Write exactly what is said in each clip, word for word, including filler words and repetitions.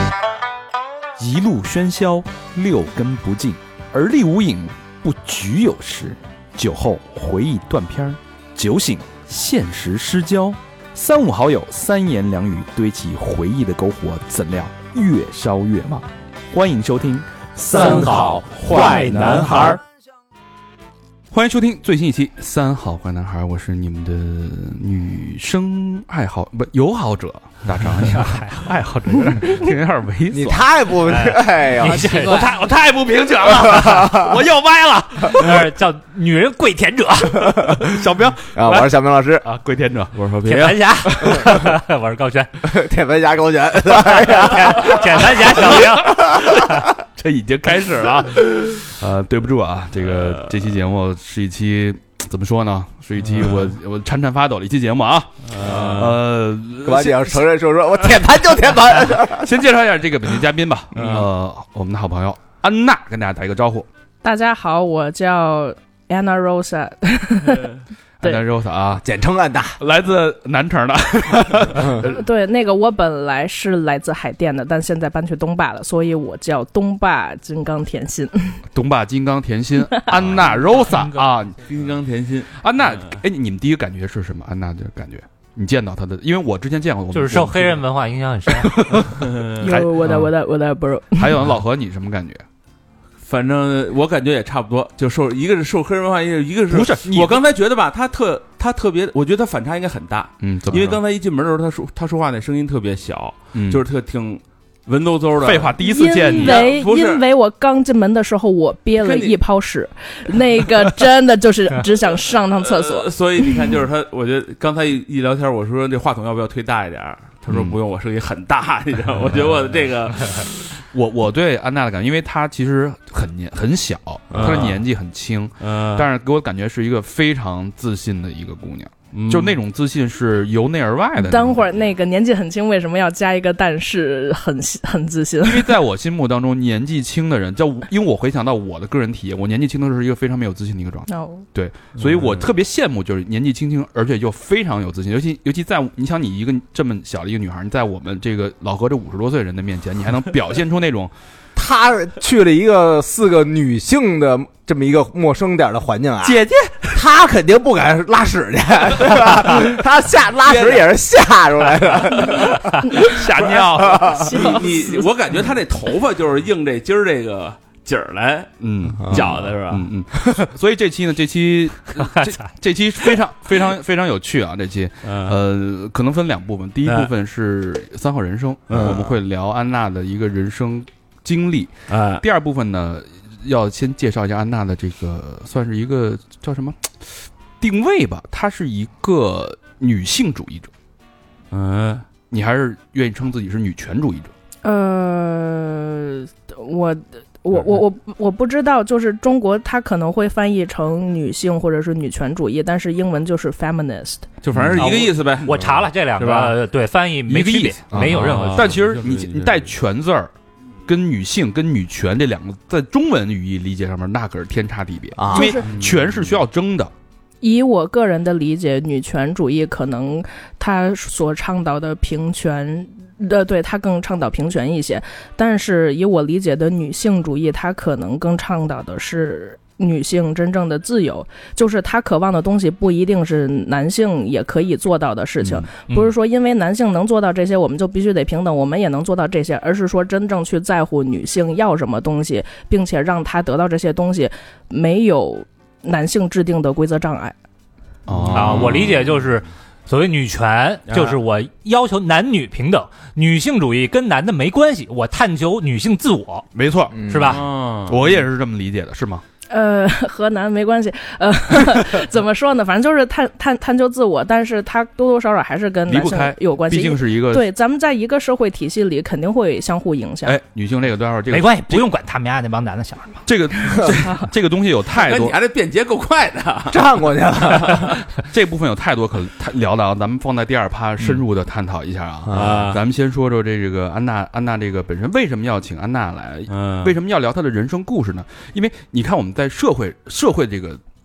一路喧嚣，六根不净，而立无影，不局有时。酒后回忆断片，酒醒现实失焦。三五好友，三言两语堆起回忆的篝火，怎料越烧越旺。欢迎收听三好坏男孩。 欢迎收听最新一期《三好坏男孩》，我是你们的女生爱好不友好者大张，爱好者有点听有点猥琐， 你太不哎呀， 我太我太不平等了，我又歪了， 叫女人跪舔者， 小兵啊，我是小兵老师啊，跪舔者， 我是和平， 铁盘侠，我是高轩， 铁盘侠高轩， 铁盘侠小兵。 这已经开始了，呃，对不住啊，这个这期节目是一期怎么说呢？是一期我我颤颤发抖的一期节目啊。呃， 干嘛你要承认说说我舔盘就舔盘？ 先介绍一下这个本期嘉宾吧。呃，我们的好朋友安娜跟大家打一个招呼。 大家好，我叫 Anna Rosa。 安娜 Rosa 啊， 简称安娜， 来自南城的。 对，那个我本来是来自海淀的，但现在搬去东坝了，所以我叫东坝金刚甜心。 东坝金刚甜心，安娜 Rosa 啊， 金刚甜心。 安娜，哎，你们第一个感觉是什么？安娜的感觉？你见到她的，因为我之前见过， 就是受黑人文化影响很深。 有我的我的我的 bro。 还有老何，你什么感觉？ 反正我感觉也差不多，就受一个是受黑人文化，一个是不是我刚才觉得吧，他特他特别，我觉得他反差应该很大， 嗯，怎么因为刚才一进门的时候，他说他说话那声音特别小， 嗯、 就是特挺文绉绉的。 废话，第一次见你， 因为因为我刚进门的时候，我憋了一泡屎，那个真的就是只想上趟厕所、 呃。所以你看，就是他，我觉得刚才一一聊天，我说这话筒要不要推大一点？他说不用，我声音很大，你知道？我觉得我的这个。 我我对安娜的感觉，因为她其实很年很小，她的年纪很轻， 嗯， 但是给我感觉是一个非常自信的一个姑娘，嗯、就那种自信是由内而外的。 等会儿那个年纪很轻，为什么要加一个但是很很自信？ 因为在我心目当中，年纪轻的人，叫因为我回想到我的个人体验，我年纪轻的时候是一个非常没有自信的一个状态。 Oh. 对，所以我特别羡慕就是年纪轻轻，而且又非常有自信，尤其尤其在你想你一个这么小的一个女孩，你在我们这个老何这五十多岁人的面前，你还能表现出那种。 他去了一个四个女性的这么一个陌生点的环境啊， 姐姐， 他肯定不敢拉屎去，对吧？他下拉屎也是吓出来的， 吓尿。 你你，我感觉他这头发就是应这今儿这个景儿来， 嗯， 绞的是吧？ 嗯嗯。所以这期呢，这期这这期非常非常非常有趣啊！这期呃，可能分两部分，第一部分是三号人生，我们会聊安娜的一个人生。经历啊，第二部分呢，要先介绍一下安娜的这个，算是一个叫什么定位吧？她是一个女性主义者，嗯，你还是愿意称自己是女权主义者？ 呃，我我我我我不知道，就是中国它可能会翻译成女性或者是女权主义，但是英文就是 feminist， 就反正是一个意思呗。 我查了这两个，对，翻译没区别，没有任何。 但其实你你带权字儿。跟女性、跟女权这两个在中文语义理解上面，那可是天差地别啊！因为权是需要争的。 以我个人的理解，女权主义可能他所倡导的平权，呃，对他更倡导平权一些。但是以我理解的女性主义，他可能更倡导的是。女性真正的自由，就是她渴望的东西不一定是男性也可以做到的事情，嗯、不是说因为男性能做到这些我们就必须得平等，我们也能做到这些，而是说真正去在乎女性要什么东西，并且让她得到这些东西没有男性制定的规则障碍。 哦、啊，我理解就是所谓女权就是我要求男女平等，女性主义跟男的没关系，我探求女性自我， 没错， 是吧？ 嗯、我也是这么理解的，是吗？ 呃，和男没关系，呃，怎么说呢？反正就是探探探究自我，但是它多多少少还是跟男性有关系， 毕竟是一个对，咱们在一个社会体系里肯定会相互影响。 哎，女性这个待会儿这个没关系，不用管他们家那帮男的想什么。 这个这这个东西有太多， 你还得便捷够快的， 站过去了。 这部分有太多可聊的啊，咱们放在第二趴深入的探讨一下啊。 啊， 咱们先说说这个安娜，安娜这个本身为什么要请安娜来？ 嗯， 为什么要聊她的人生故事呢？因为你看我们在社会。社会这个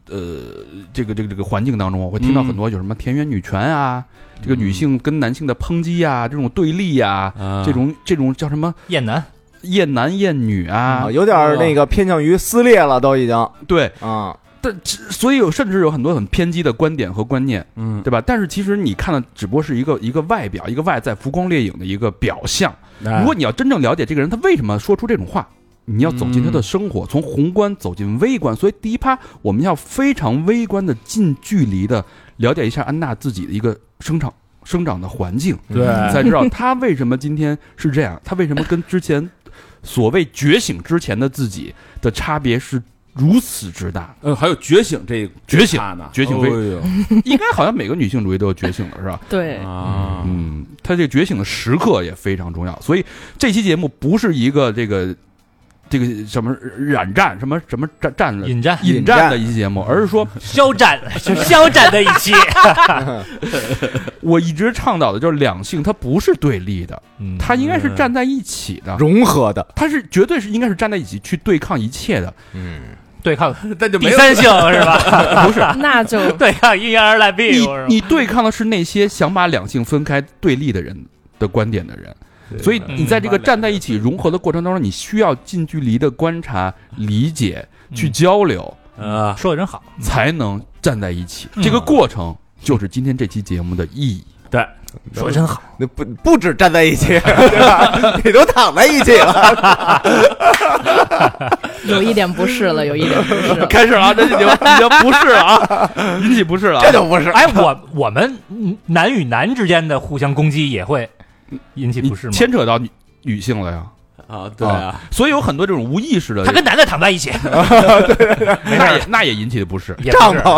呃这个这个这个环境当中，我会听到很多有什么田园女权啊，嗯、这个女性跟男性的抨击啊，这种对立啊，嗯、这种这种叫什么厌男。 厌男厌女啊， 嗯、有点那个偏向于撕裂了，都已经对啊， 但所以有甚至有很多很偏激的观点和观念， 嗯， 对吧？但是其实你看的只不过是一个一个外表，一个外在浮光掠影的一个表象。 哎、 如果你要真正了解这个人，他为什么说出这种话，你要走进他的生活，嗯、从宏观走进微观。所以第一趴我们要非常微观的、近距离的了解一下安娜自己的一个生长生长的环境， 对， 你才知道他为什么今天是这样，他为什么跟之前。所谓觉醒之前的自己的差别是如此之大。 呃，还有觉醒这觉醒呢， 觉醒非、哦、应该好像每个女性主义都有觉醒的是吧？ 对啊， 嗯，她这个觉醒的时刻也非常重要。所以这期节目不是一个这个这个什么染战什么什么战战的引战引战的一期节目，而是说消战是消战的一期。 我一直倡导的就是两性，它不是对立的， 嗯、 它应该是站在一起的、 融合的， 它是绝对是应该是站在一起去对抗一切的。 嗯， 对抗但就第三性是吧？ 不是， 那就对抗阴阳而赖病。 你你对抗的是那些想把两性分开对立的人的观点的人。所以你在这个站在一起融合的过程当中，你需要近距离的观察、理解、去交流， 啊、嗯，说的真好， 才能站在一起。嗯、这个过程就是今天这期节目的意义。 对， 说的真好。 那不不止站在一起，对吧？你都躺在一起了。 有一点不适了，有一点不适了。 开始了啊，这已经已经不适了啊，引起不适了、啊， 这就不是。 哎，我我们男与男之间的互相攻击也会。引起不适吗？ 牵扯到女女性了呀！ 啊，对啊， 啊所以有很多这种无意识的， 他跟男的躺在一起， 那也那也引起的不适， 帐篷。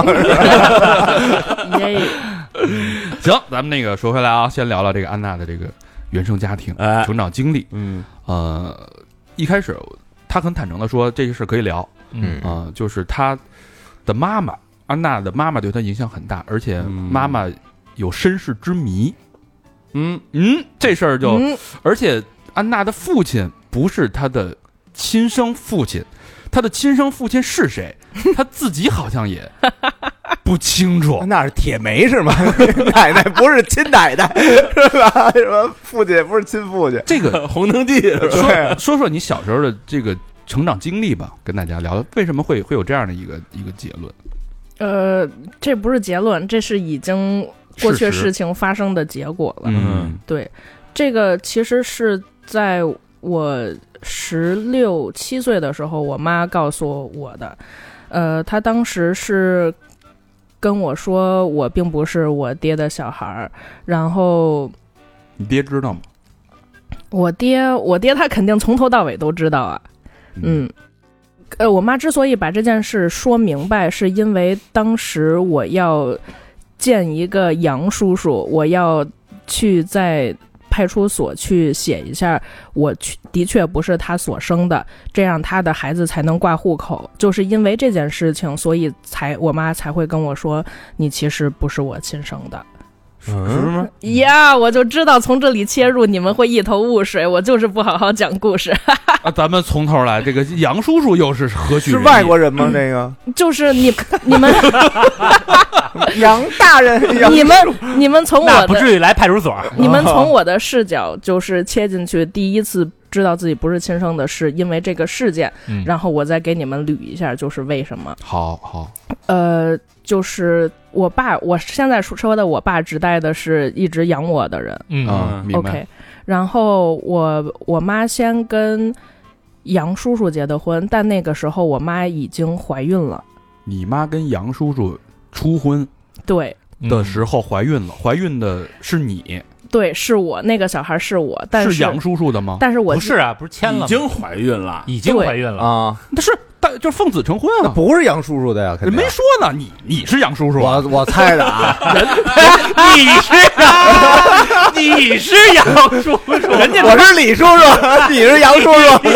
行，咱们那个说回来啊，先聊聊这个安娜的这个原生家庭、 哎、 成长经历。 嗯， 呃，一开始他很坦诚的说这个事可以聊， 嗯啊、呃，就是他的妈妈安娜的妈妈对他影响很大，而且妈妈有身世之谜。嗯嗯，这事儿就、嗯，而且安娜的父亲不是她的亲生父亲，她的亲生父亲是谁，她自己好像也不清楚。 那是铁梅是吗？奶奶不是亲奶奶是吧？什么父亲不是亲父亲？ 这个红灯记是吧？ 说说说你小时候的这个成长经历吧，跟大家聊聊为什么会会有这样的一个一个结论。 呃，这不是结论，这是已经。过去事情发生的结果了。 嗯， 对，这个其实是在我十六七岁的时候，我妈告诉我的。呃，她当时是跟我说，我并不是我爹的小孩，然后你爹知道吗？ 我爹，我爹他肯定从头到尾都知道啊。嗯。嗯呃，我妈之所以把这件事说明白，是因为当时我要见一个杨叔叔，我要去在派出所去写一下我的确不是他所生的，这样他的孩子才能挂户口。就是因为这件事情，所以才我妈才会跟我说你其实不是我亲生的。 是吗？ 呀、yeah, 我就知道从这里切入你们会一头雾水，我就是不好好讲故事。 啊，咱们从头来，这个杨叔叔又是何许人？ 是外国人吗？这个就是你你们杨大人， 你们你们从我的那不至于来派出所， 你们从我的视角就是切进去，第一次知道自己不是亲生的，是因为这个事件， 嗯、 然后我再给你们捋一下，就是为什么。 好好， 呃，就是我爸，我现在说的我爸指代的是一直养我的人， 嗯啊，明白。 OK， 然后我我妈先跟杨叔叔结的婚，但那个时候我妈已经怀孕了。 你妈跟杨叔叔初婚对的时候怀孕了，怀孕的是你。 对，是我，那个小孩是我，但是是杨叔叔的吗？ 但是我不是啊，不是签了吗？ 已经怀孕了， 已经怀孕了啊！ 那是但就是奉子成婚啊， 不是杨叔叔的呀，肯定没说呢。你你是杨叔叔、 啊，我我猜的啊。 人你是啊，你是杨叔叔， 人家我是李叔叔，你是杨叔叔。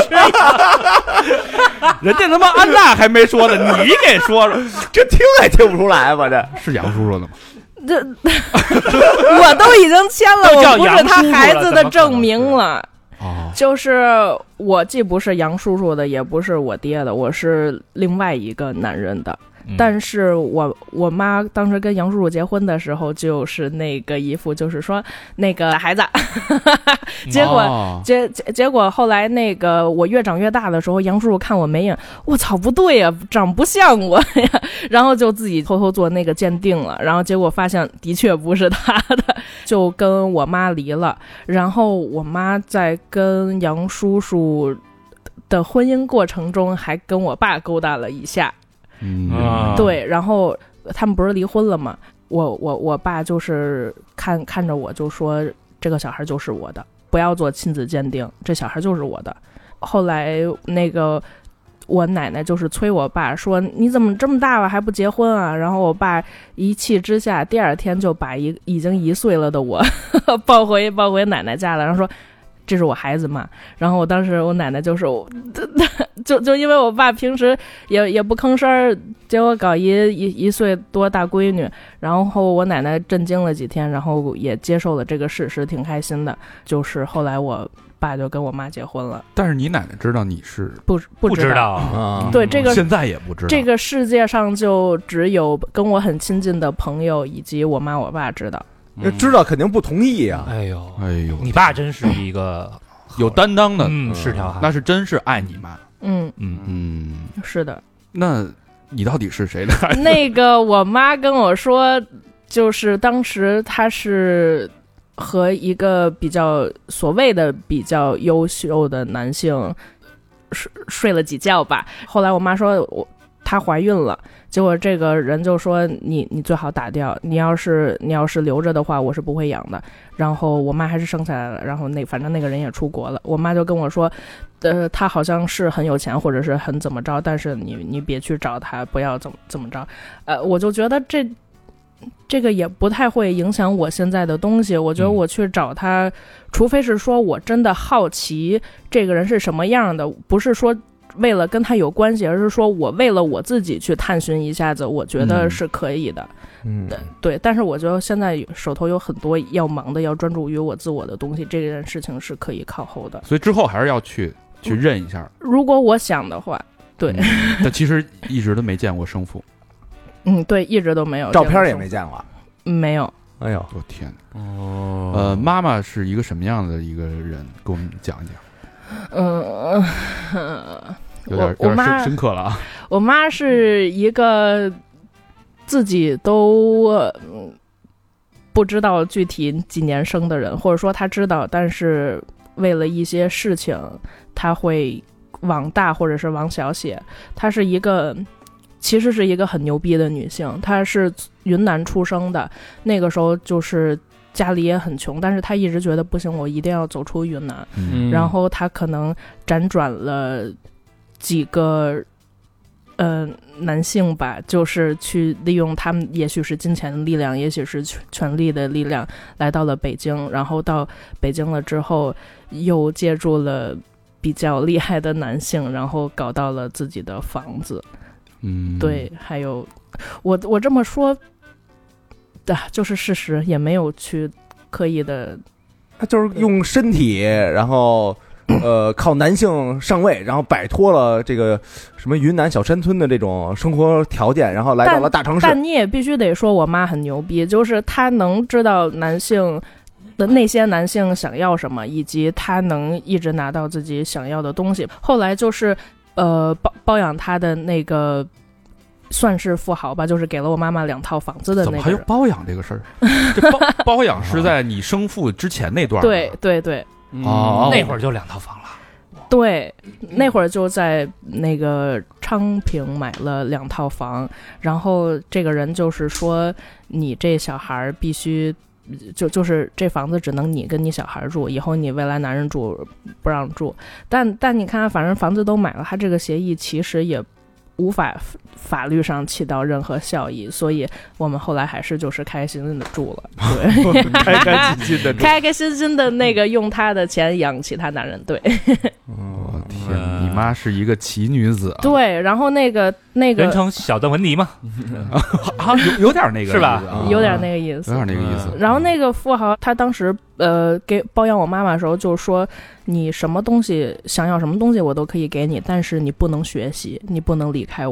人家他妈安娜还没说呢，你给说了， 这听也听不出来吧？这是杨叔叔的吗？ 这我都已经签了，我不是他孩子的证明了。 哦， 就是我既不是杨叔叔的，也不是我爹的，我是另外一个男人的。 嗯、 但是我我妈当时跟杨叔叔结婚的时候，就是那个一副就是说那个孩子，结果、哦、结结果后来那个我越长越大的时候，杨叔叔看我没影，我操，不对呀、啊，长不像我呀，然后就自己偷偷做那个鉴定了，然后结果发现的确不是他的，就跟我妈离了。然后我妈在跟杨叔叔的婚姻过程中还跟我爸勾搭了一下， 嗯， 对，然后他们不是离婚了吗？我我我爸就是看看着我就说这个小孩就是我的，不要做亲子鉴定，这小孩就是我的。后来那个我奶奶就是催我爸说你怎么这么大了还不结婚啊？然后我爸一气之下，第二天就把一已经一岁了的我抱回抱回奶奶家了，然后说这是我孩子嘛。然后我当时我奶奶就是就就因为我爸平时也也不吭声，结果搞一一一岁多大闺女，然后我奶奶震惊了几天，然后也接受了这个事实，挺开心的。就是后来我爸就跟我妈结婚了。 但是你奶奶知道你是不不知道啊？ 对，这个现在也不知道。 这个世界上就只有跟我很亲近的朋友以及我妈我爸知道。 嗯、知道肯定不同意啊！ 哎呦哎呦， 你爸真是一个有担当的， 嗯，是条汉， 那是真是爱你妈。 嗯嗯嗯， 是的。 那你到底是谁的孩子？ 那个我妈跟我说，就是当时她是和一个比较所谓的比较优秀的男性睡睡了几觉吧。后来我妈说我她怀孕了，结果这个人就说你你最好打掉，你要是你要是留着的话我是不会养的。然后我妈还是生下来了，然后那反正那个人也出国了。我妈就跟我说呃，他好像是很有钱或者是很怎么着，但是你你别去找他，不要怎么怎么着。呃，我就觉得这这个也不太会影响我现在的东西。我觉得我去找他、嗯、除非是说我真的好奇这个人是什么样的，不是说为了跟他有关系，而是说我为了我自己去探寻一下子，我觉得是可以的。 嗯， 对。但是我觉得现在手头有很多要忙的要专注于我自我的东西，这件事情是可以靠后的。 所以之后还是要去去认一下。 如果我想的话，对。 他、嗯、其实一直都没见过生父。 嗯，对，一直都没有， 照片也没见过。 没有。 哎呦， 我天！ 哦， 呃，妈妈是一个什么样的一个人？给我们讲一讲。 嗯， 有点有点深刻了啊。 我妈是一个自己都不知道具体几年生的人，或者说她知道，但是为了一些事情，她会往大或者是往小写。她是一个。其实是一个很牛逼的女性，她是云南出生的，那个时候就是家里也很穷，但是她一直觉得不行，我一定要走出云南、嗯、然后她可能辗转了几个呃男性吧，就是去利用他们也许是金钱的力量，也许是权力的力量，来到了北京，然后到北京了之后又借助了比较厉害的男性，然后搞到了自己的房子。 嗯， 对，还有我我这么说的、啊、就是事实，也没有去刻意的， 他就是用身体，然后呃靠男性上位，然后摆脱了这个什么云南小山村的这种生活条件，然后来到了大城市。 但, 但你也必须得说我妈很牛逼，就是她能知道男性的那些男性想要什么，以及她能一直拿到自己想要的东西。后来就是呃包包养他的那个算是富豪吧，就是给了我妈妈两套房子的那个。 怎么还有包养这个事儿？这包包养是在你生父之前那段。 对对对。 哦、 嗯，那会儿就两套房了。 对，那会儿就在那个昌平买了两套房，然后这个人就是说，你这小孩必须。就就是这房子只能你跟你小孩住，以后你未来男人住不让住。但但你看，反正房子都买了，他这个协议其实也无法法律上起到任何效益，所以我们后来还是就是开心心的住了，对， 开开心心的住， 开开心心的那个用他的钱养其他男人，对。 我、哦、天，你妈是一个奇女子啊！ 对，然后那个那个人称小邓文迪嘛， 啊，有有点那个是吧？ 有点那个意思， 有点那个意思。 然后那个富豪他当时呃给包养我妈妈的时候就说，你什么东西想要什么东西我都可以给你，但是你不能学习，你不能离开我。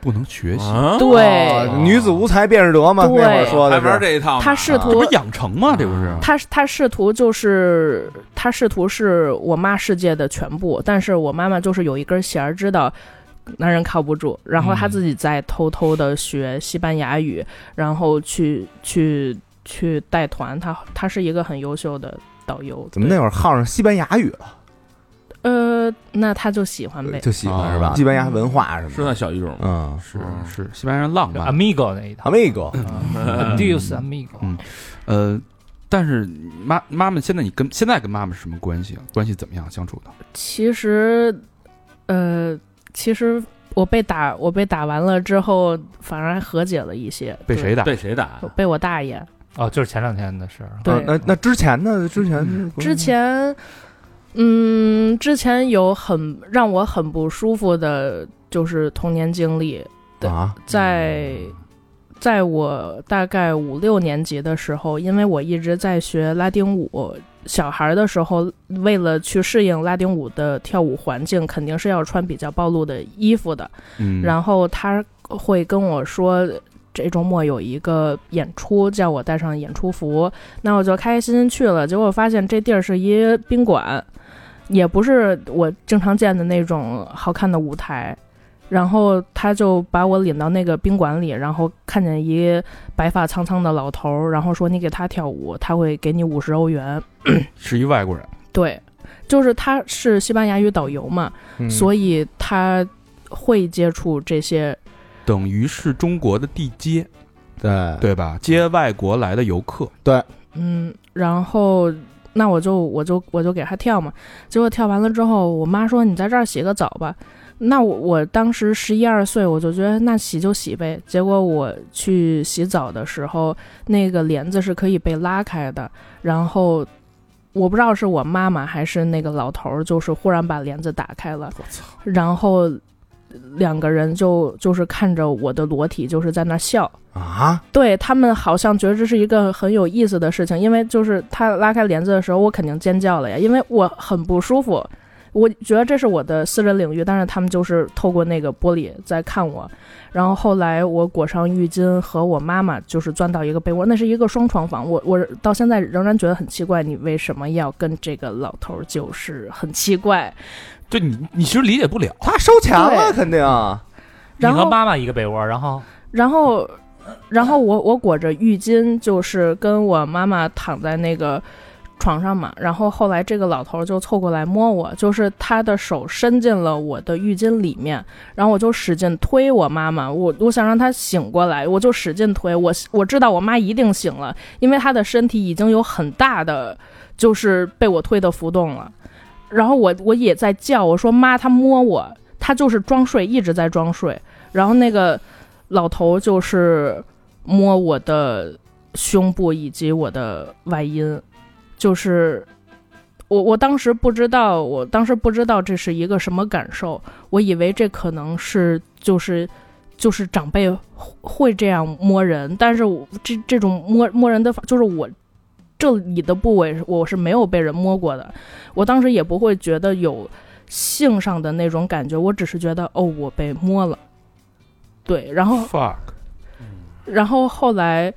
不能学习。 啊、 对、 哦，女子无才便是德嘛， 对那会儿说的还玩这一套， 他试图、 这不养成吗？这不是他他试图就是他试图是我妈世界的全部，但是我妈妈就是有一根弦儿，知道男人靠不住，然后他自己在偷偷的学西班牙语，嗯、然后去去去带团。他他是一个很优秀的导游。 怎么那会儿耗上西班牙语了？ 呃，那他就喜欢呗， 就喜欢是吧？ 哦西班牙文化什么的， 是那小语种吗？ 嗯， 是是西班牙人浪漫 amigo 那一套 amigo， ，adios amigo， 嗯，呃，但是妈妈妈现在你跟现在跟妈妈是什么关系啊？关系怎么样相处的？ 其实，呃，其实我被打，我被打完了之后，反而还和解了一些。 被谁打？ 被谁打？ 被我大爷。 哦，就是前两天的事儿。 对， 啊、那那之前呢？之前之前。嗯，之前有很让我很不舒服的，就是童年经历啊， 在在我大概五六年级的时候，因为我一直在学拉丁舞，小孩的时候为了去适应拉丁舞的跳舞环境，肯定是要穿比较暴露的衣服的。 嗯， 然后他会跟我说，这周末有一个演出，叫我带上演出服，那我就开开心心去了。结果发现这地儿是一宾馆。也不是我经常见的那种好看的舞台，然后他就把我领到那个宾馆里，然后看见一白发苍苍的老头，然后说你给他跳舞，他会给你五十欧元。 是一外国人。 对，就是他是西班牙语导游嘛， 嗯、 所以他会接触这些， 等于是中国的地接， 对对吧？接外国来的游客。 对， 嗯，然后。那我就我就我就给他跳嘛，结果跳完了之后，我妈说你在这儿洗个澡吧。那我我当时十一二岁，我就觉得那洗就洗呗。结果我去洗澡的时候，那个帘子是可以被拉开的，然后我不知道是我妈妈还是那个老头，就是忽然把帘子打开了，然后两个人就就是看着我的裸体，就是在那笑。 啊， 对，他们好像觉得这是一个很有意思的事情，因为就是他拉开帘子的时候，我肯定尖叫了呀，因为我很不舒服，我觉得这是我的私人领域，但是他们就是透过那个玻璃在看我。然后后来我裹上浴巾和我妈妈就是钻到一个被窝，那是一个双床房，我我到现在仍然觉得很奇怪，你为什么要跟这个老头，就是很奇怪。 就你你其实理解不了， 他收钱了肯定。 你和妈妈一个被窝，然后然后然后我我裹着浴巾，就是跟我妈妈躺在那个床上嘛，然后后来这个老头就凑过来摸我，就是他的手伸进了我的浴巾里面，然后我就使劲推我妈妈，我我想让她醒过来，我就使劲推，我我知道我妈一定醒了，因为她的身体已经有很大的就是被我推的浮动了，然后我我也在叫，我说妈，她摸我，她就是装睡，一直在装睡，然后那个老头就是摸我的胸部以及我的外阴，就是我我当时不知道，我当时不知道这是一个什么感受，我以为这可能是就是就是长辈会这样摸人，但是我这这种摸摸人的就是我这里的部位我是没有被人摸过的，我当时也不会觉得有性上的那种感觉，我只是觉得哦我被摸了。对，然后 fuck， 然后后来，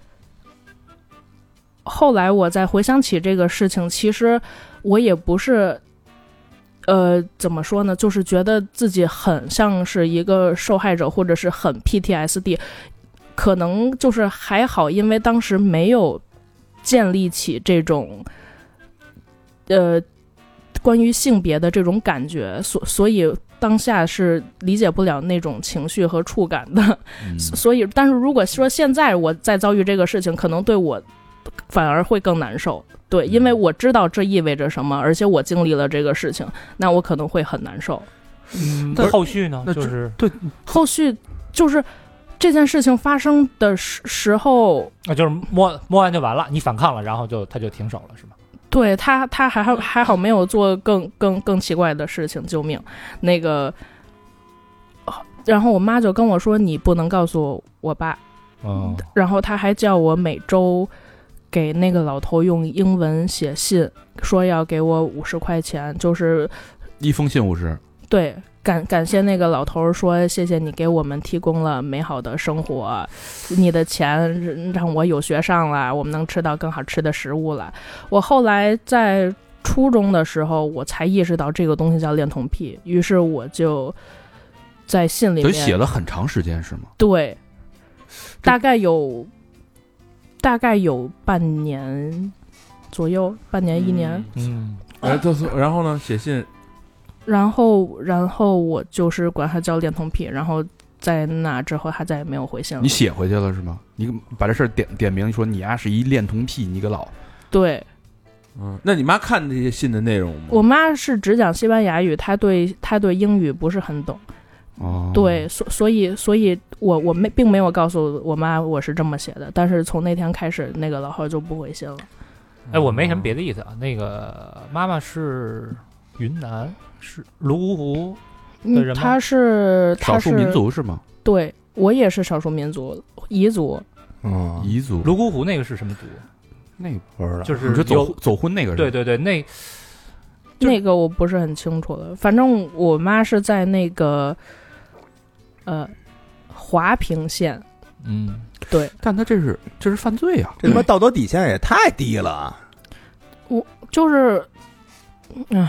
后来我再回想起这个事情，其实我也不是，呃，怎么说呢，就是觉得自己很像是一个受害者，或者是很 P T S D， 可能就是还好，因为当时没有建立起这种，呃，关于性别的这种感觉，所所以。当下是理解不了那种情绪和触感的、嗯、所以但是如果说现在我再遭遇这个事情，可能对我反而会更难受，对，因为我知道这意味着什么，而且我经历了这个事情，那我可能会很难受。 嗯，那后续呢？就是对， 后续就是这件事情发生的时候， 那就是摸摸完就完了，你反抗了，然后就他就停手了，是吗？ 对他，他还好还好没有做更更更奇怪的事情，救命！那个，然后我妈就跟我说：“你不能告诉我爸。” 哦。 然后他还叫我每周给那个老头用英文写信，说要给我五十块钱，就是一封信五十。 对， 感感谢那个老头说，谢谢你给我们提供了美好的生活，你的钱让我有学上了，我们能吃到更好吃的食物了。我后来在初中的时候，我才意识到这个东西叫恋童癖，于是我就在信里面， 所以写了很长时间是吗？ 对，大概有大概有半年左右，半年一年。 嗯， 然后然后呢，写信。 然后，然后我就是管他叫恋童癖，然后在那之后他再也没有回信了。 你写回去了是吗？你把这事儿点点名，说你丫是一恋童癖，你个老。 对， 嗯，那你妈看这些信的内容吗？ 我妈是只讲西班牙语，她对她对英语不是很懂。 哦， 对，所所以所以我我没并没有告诉我妈我是这么写的，但是从那天开始，那个老号就不回信了。 哎，我没什么别的意思啊。那个妈妈是云南，是泸沽湖的人吗？ 嗯，他是少数民族是吗？ 对，我也是少数民族，彝族。 嗯， 彝族。 泸沽湖那个是什么族？ 那个不知道， 就是你说走走婚那个人？ 对对对，那那个我不是很清楚了。反正我妈是在那个呃华平县。 嗯， 对， 但他这是这是犯罪啊！ 这他妈道德底线也太低了。 我就是啊。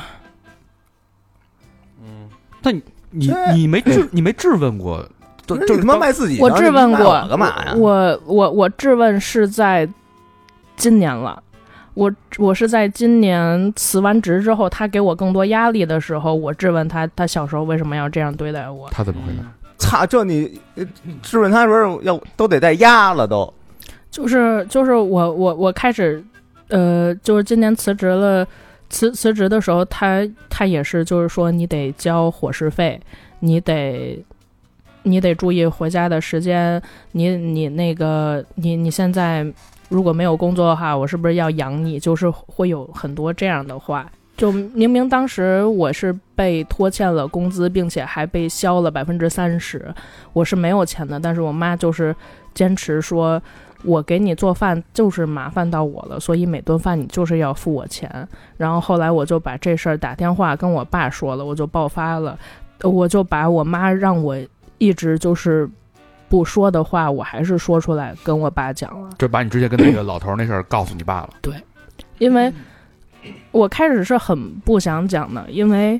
嗯， 但你你你没质你没质问过， 就就他妈卖自己， 我质问过， 干嘛呀？ 我我我质问是在今年了，我我是在今年辞完职之后，他给我更多压力的时候，我质问他，他小时候为什么要这样对待我？ 他怎么回答？ 操，这你质问他的时候要都得带压了都。 就是就是我我我开始，呃，就是今年辞职了。辞辞职的时候，他他也是，就是说你得交伙食费，你得你得注意回家的时间，你你那个你你现在如果没有工作的话，我是不是要养你？就是会有很多这样的话。就明明当时我是被拖欠了工资，并且还被消了百分之三十，我是没有钱的，但是我妈就是坚持说，我给你做饭就是麻烦到我了，所以每顿饭你就是要付我钱。然后后来我就把这事儿打电话跟我爸说了，我就爆发了，我就把我妈让我一直就是不说的话，我还是说出来跟我爸讲了， 就把你之前跟那个老头那事儿告诉你爸了。 对，因为我开始是很不想讲的，因为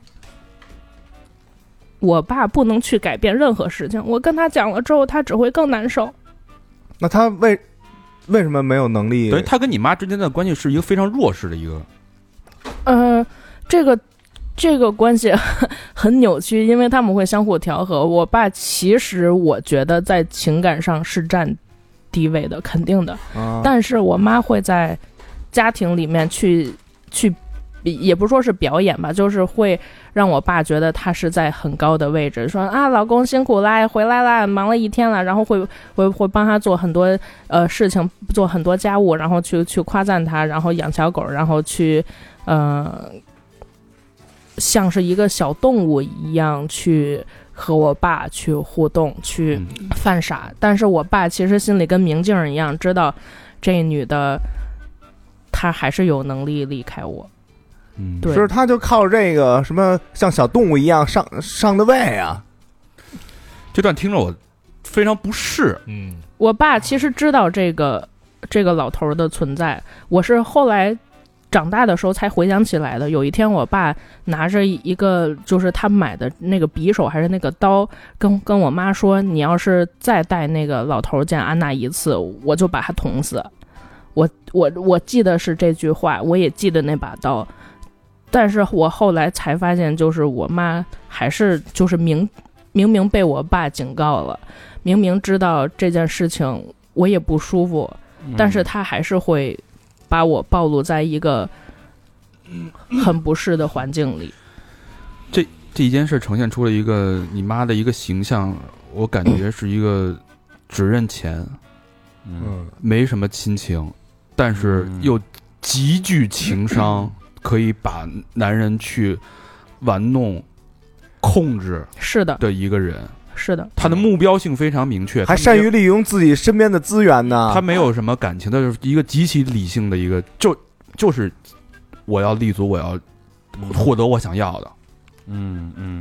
我爸不能去改变任何事情，我跟他讲了之后，他只会更难受。 那他为为什么没有能力？ 等于他跟你妈之间的关系是一个非常弱势的一个。 呃，这个这个关系很扭曲，因为他们会相互调和。我爸其实我觉得在情感上是占地位的，肯定的。 啊、 但是我妈会在家庭里面去去，也不说是表演吧，就是会让我爸觉得他是在很高的位置，说啊，老公辛苦啦，回来啦，忙了一天了，然后会会会帮他做很多呃事情，做很多家务，然后去去夸赞他，然后养小狗，然后去呃像是一个小动物一样去和我爸去互动，去犯傻。但是我爸其实心里跟明镜一样，知道这女的她还是有能力离开我。 嗯， 对， 是他就靠这个什么像小动物一样上上的位啊。 这段听着我非常不适。 嗯， 我爸其实知道这个这个老头的存在，我是后来长大的时候才回想起来的。有一天我爸拿着一个就是他买的那个匕首还是那个刀，跟跟我妈说，你要是再带那个老头见安娜一次，我就把他捅死。我我我记得是这句话，我也记得那把刀。但是我后来才发现，就是我妈还是就是明明明被我爸警告了，明明知道这件事情我也不舒服，但是她还是会把我暴露在一个很不适的环境里。 这这一件事呈现出了一个你妈的一个形象，我感觉是一个只认钱， 嗯， 没什么亲情，但是又极具情商。可以把男人去玩弄、控制是的的一个人， 是的， 他的目标性非常明确， 还善于利用自己身边的资源呢。 他没有什么感情，他就是一个极其理性的一个，就就是我要立足，我要获得我想要的。 嗯嗯，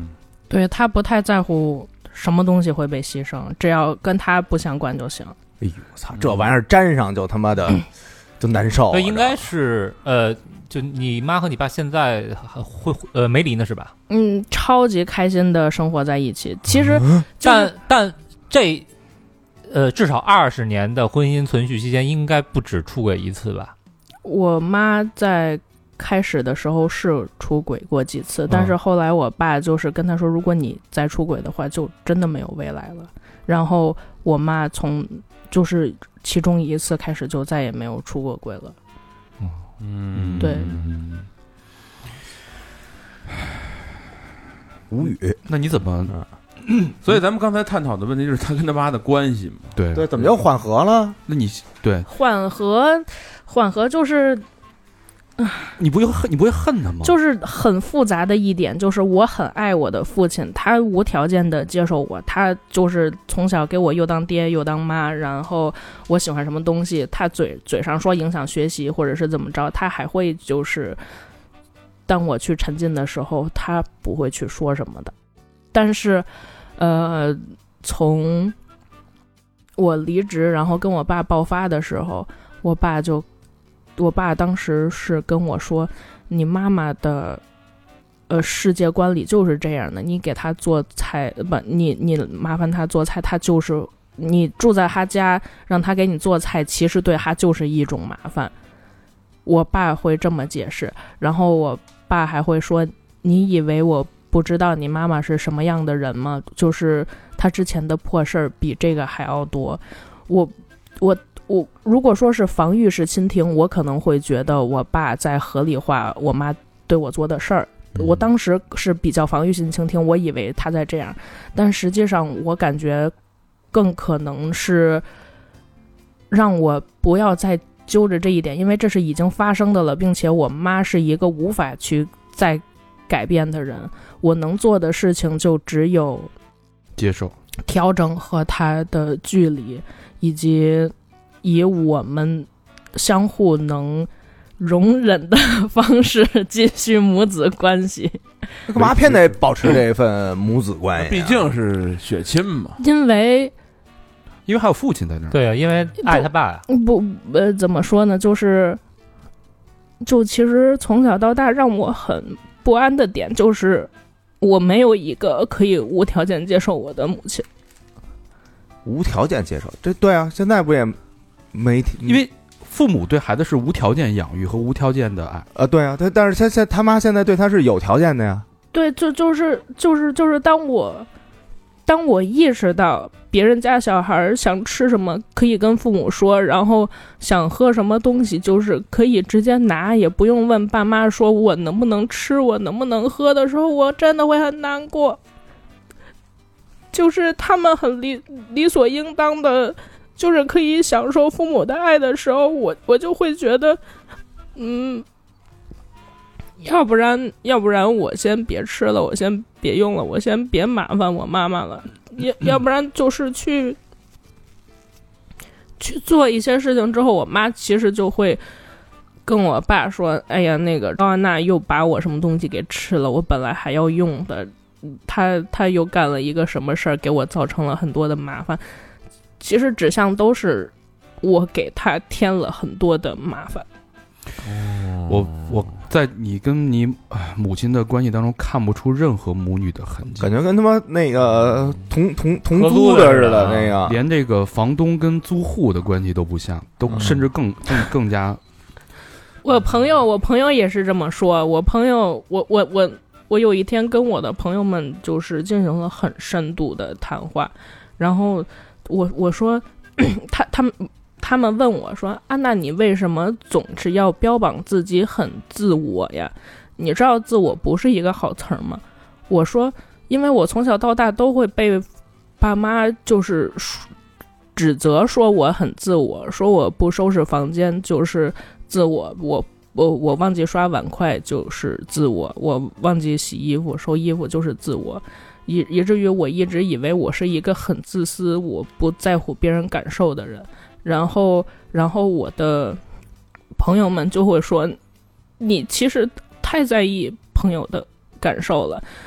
对，他不太在乎什么东西会被牺牲，只要跟他不相关就行。 哎呦，操，这玩意儿沾上就他妈的、嗯、就难受。 对，应该是呃，就你妈和你爸现在会呃没离呢是吧？ 嗯，超级开心的生活在一起。其实、就是， 但但这呃至少二十年的婚姻存续期间，应该不止出轨一次吧？ 我妈在开始的时候是出轨过几次，但是后来我爸就是跟他说，如果你再出轨的话，就真的没有未来了。然后我妈从就是其中一次开始就再也没有出过轨了。 嗯， 对。 无语。 那你怎么？ 所以咱们刚才探讨的问题就是他跟他妈的关系嘛。 对对，怎么又缓和了？ 那你对缓和，缓和就是。 你不会恨，你不会恨他吗？ 就是很复杂的一点，就是我很爱我的父亲，他无条件的接受我，他就是从小给我又当爹又当妈，然后我喜欢什么东西，他嘴嘴上说影响学习或者是怎么着，他还会就是当我去沉浸的时候，他不会去说什么的。但是，呃，从我离职，然后跟我爸爆发的时候，我爸就。我爸当时是跟我说，你妈妈的呃世界观里就是这样的，你给她做菜不你你麻烦她做菜，她就是你住在她家让她给你做菜，其实对她就是一种麻烦。我爸会这么解释，然后我爸还会说，你以为我不知道你妈妈是什么样的人吗？就是她之前的破事儿比这个还要多。我我我如果说是防御式倾听，我可能会觉得我爸在合理化我妈对我做的事儿。我当时是比较防御性倾听，我以为他在这样，但实际上我感觉更可能是让我不要再揪着这一点，因为这是已经发生的了，并且我妈是一个无法去再改变的人，我能做的事情就只有接受、 调整和他的距离，以及以我们相互能容忍的方式继续母子关系。 干嘛偏得保持这份母子关系、啊？ 毕竟是血亲嘛。 因为， 因为还有父亲在那儿。 对啊，因为爱他爸呀。 不，呃，怎么说呢？就是，就其实从小到大让我很不安的点，就是我没有一个可以无条件接受我的母亲。 无条件接受，这对啊，现在不也？没， 因为父母对孩子是无条件养育和无条件的爱。 呃，对啊，他但是他现他妈现在对他是有条件的呀。 对，就就是就是就是当我当我意识到别人家小孩想吃什么可以跟父母说，然后想喝什么东西就是可以直接拿，也不用问爸妈说我能不能吃，我能不能喝的时候，我真的会很难过。就是他们很理理所应当的。就是可以享受父母的爱的时候，我我就会觉得，嗯，要不然要不然我先别吃了，我先别用了，我先别麻烦我妈妈了，要要不然就是去去做一些事情之后，我妈其实就会跟我爸说，哎呀，那个赵安娜又把我什么东西给吃了，我本来还要用的，他他又干了一个什么事儿，给我造成了很多的麻烦。其实指向都是我给他添了很多的麻烦。 哦、我我在你跟你母亲的关系当中看不出任何母女的痕迹， 感觉跟他妈那个同同同租的似的，那个连这个房东跟租户的关系都不像，都甚至更更更加。 我朋友，我朋友也是这么说。我朋友，我我我我有一天跟我的朋友们就是进行了很深度的谈话，然后。我我说，他他们他们问我说，安娜，你为什么总是要标榜自己很自我呀？你知道自我不是一个好词儿吗？我说，因为我从小到大都会被爸妈就是指责说我很自我，说我不收拾房间就是自我，我我我忘记刷碗筷就是自我，我忘记洗衣服收衣服就是自我。以以至于我一直以为我是一个很自私，我不在乎别人感受的人。然后，然后我的朋友们就会说，你其实太在意朋友的感受了。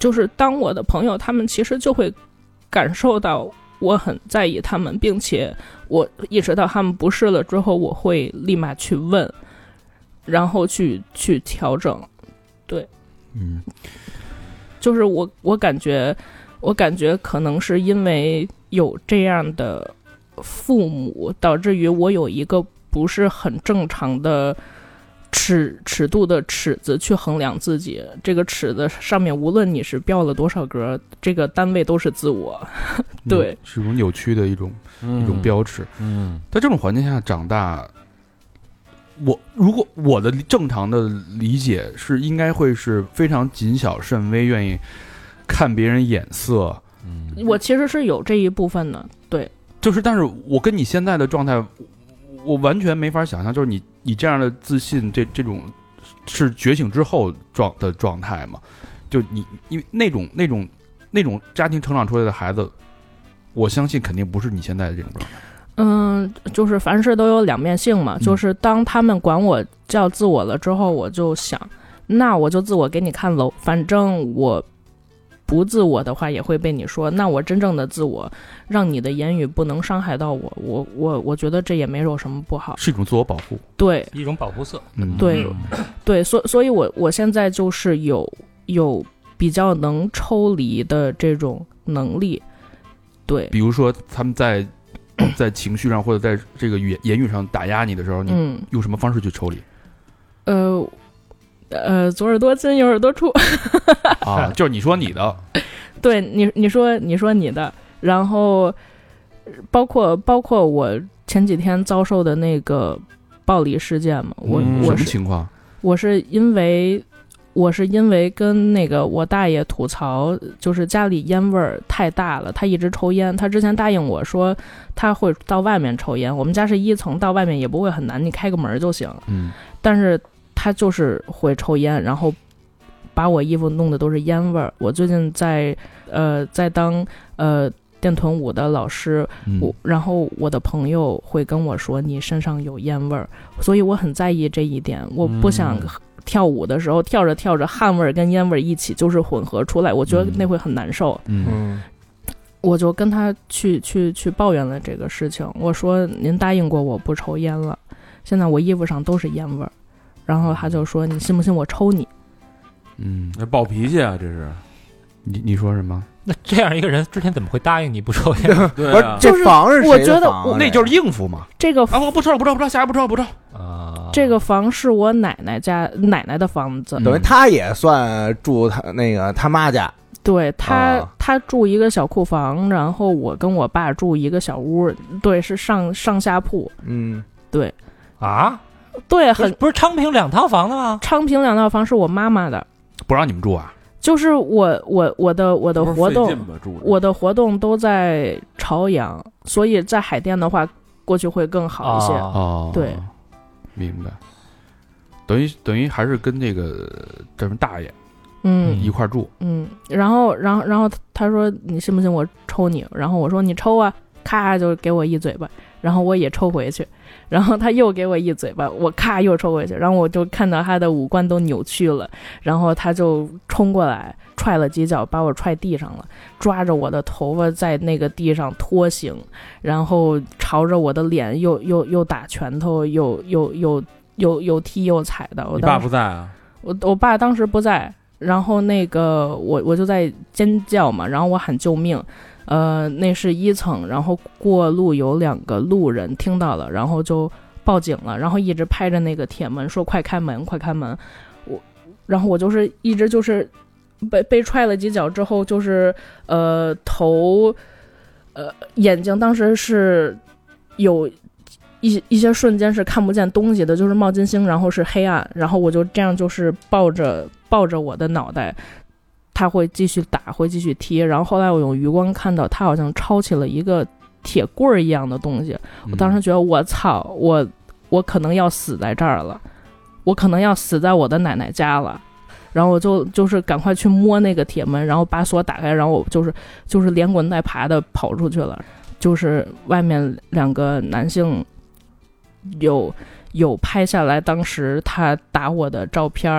就是当我的朋友他们其实就会感受到我很在意他们，并且我意识到他们不是了之后，我会立马去问，然后去去调整。对， 嗯， 就是我我感觉我感觉可能是因为有这样的父母，导致于我有一个不是很正常的尺尺度的尺子去衡量自己，这个尺子上面无论你是标了多少格，这个单位都是自我。对、 嗯，是一种扭曲的一种、 嗯、 一种标尺。 嗯， 在这种环境下长大，我如果我的正常的理解是，应该会是非常谨小慎微，愿意看别人眼色。 嗯， 我其实是有这一部分的，对， 就是，但是我跟你现在的状态，我完全没法想象，就是你你这样的自信，这这种是觉醒之后状的状态吗？就你因为那种那种那种家庭成长出来的孩子，我相信肯定不是你现在的这种状态。 嗯，就是凡事都有两面性嘛、嗯、就是当他们管我叫自我了之后，我就想那我就自我给你看喽，反正我不自我的话也会被你说，那我真正的自我让你的言语不能伤害到我，我我我觉得这也没有什么不好， 是一种自我保护， 对， 一种保护色。 嗯， 对对，所所以我我现在就是有有比较能抽离的这种能力。对， 比如说他们在在情绪上或者在这个语言言语上打压你的时候，你用什么方式去抽离？ 呃呃，左耳朵进右耳朵出啊，就是你说你的， 对你你说你说你的，然后包括包括我前几天遭受的那个暴力事件嘛，我、 嗯、 我什么情况？ 我是因为我是因为跟那个我大爷吐槽，就是家里烟味儿太大了，他一直抽烟，他之前答应我说他会到外面抽烟，我们家是一层，到外面也不会很难，你开个门就行。 嗯， 但是他就是会抽烟，然后把我衣服弄的都是烟味儿。我最近在呃在当呃电臀舞的老师， 嗯、 我然后我的朋友会跟我说你身上有烟味儿，所以我很在意这一点，我不想跳舞的时候跳着跳着汗味儿跟烟味儿一起就是混合出来，我觉得那会很难受。 嗯， 我就跟他去去去抱怨了这个事情，我说您答应过我不抽烟了，现在我衣服上都是烟味儿。然后他就说你信不信我抽你？ 嗯， 那暴脾气啊，这是你你说什么？ 那这样一个人之前怎么会答应你不抽烟？ 对啊， 这房是谁的房、啊、 我觉得那就是应付嘛。 这个啊，我不抽了，不抽，不抽，下回不抽，不抽啊。 这个房是我奶奶家奶奶的房子， 等于他也算住他那个他妈家。 对他、 哦， 他住一个小库房，然后我跟我爸住一个小屋，对，是上上下铺。 嗯， 对啊。 对，很不是昌平两套房的吗？ 昌平两套房是我妈妈的， 不让你们住啊？ 就是我我我的我的活动，我的活动都在朝阳，所以在海淀的话，过去会更好一些。 哦， 对， 明白。等于等于还是跟这个这么大爷， 嗯， 一块住， 嗯，然后然后然后他说你信不信我抽你？然后我说你抽啊，咔就给我一嘴巴，然后我也抽回去。然后他又给我一嘴巴，我咔又抽回去，然后我就看到他的五官都扭曲了，然后他就冲过来踹了几脚，把我踹地上了，抓着我的头发在那个地上拖行，然后朝着我的脸又又又打拳头，又又又又又踢又踩的。我你爸不在啊？ 我我爸当时不在，然后那个我我就在尖叫嘛，然后我喊救命。呃，那是一层，然后过路有两个路人听到了，然后就报警了，然后一直拍着那个铁门说快开门快开门。我然后我就是一直就是被被踹了几脚之后，就是呃头呃眼睛当时是有一一些瞬间是看不见东西的，就是冒金星，然后是黑暗，然后我就这样就是抱着抱着我的脑袋，他会继续打，会继续踢，然后后来我用余光看到他好像抄起了一个铁棍儿一样的东西，我当时觉得我操，我我可能要死在这儿了，我可能要死在我的奶奶家了，然后我就就是赶快去摸那个铁门，然后把锁打开，然后我就是就是连滚带爬的跑出去了，就是外面两个男性有有拍下来当时他打我的照片，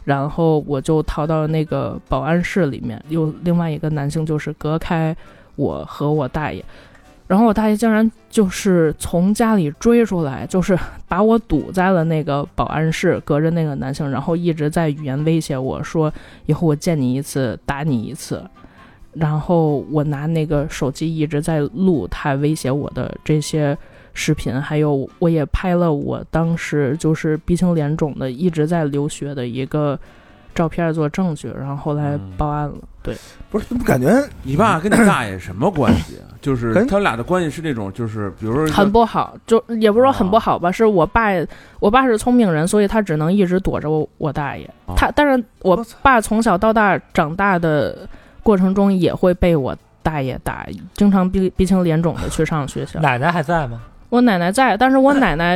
然后我就逃到那个保安室里面，有另外一个男性就是隔开我和我大爷，然后我大爷竟然就是从家里追出来，就是把我堵在了那个保安室，隔着那个男性，然后一直在语言威胁我说以后我见你一次打你一次，然后我拿那个手机一直在录他威胁我的这些视频，还有我也拍了我当时就是鼻青脸肿的一直在流血的一个照片做证据，然后后来报案了。对， 不是，怎么感觉你爸跟你大爷什么关系啊？就是他们俩的关系是那种，就是比如说很不好，就也不是说很不好吧，是我爸，我爸是聪明人，所以他只能一直躲着我我大爷。他，但是我爸从小到大长大的过程中也会被我大爷打，经常鼻鼻青脸肿的去上学校。 奶奶还在吗？ 我奶奶在，但是我奶奶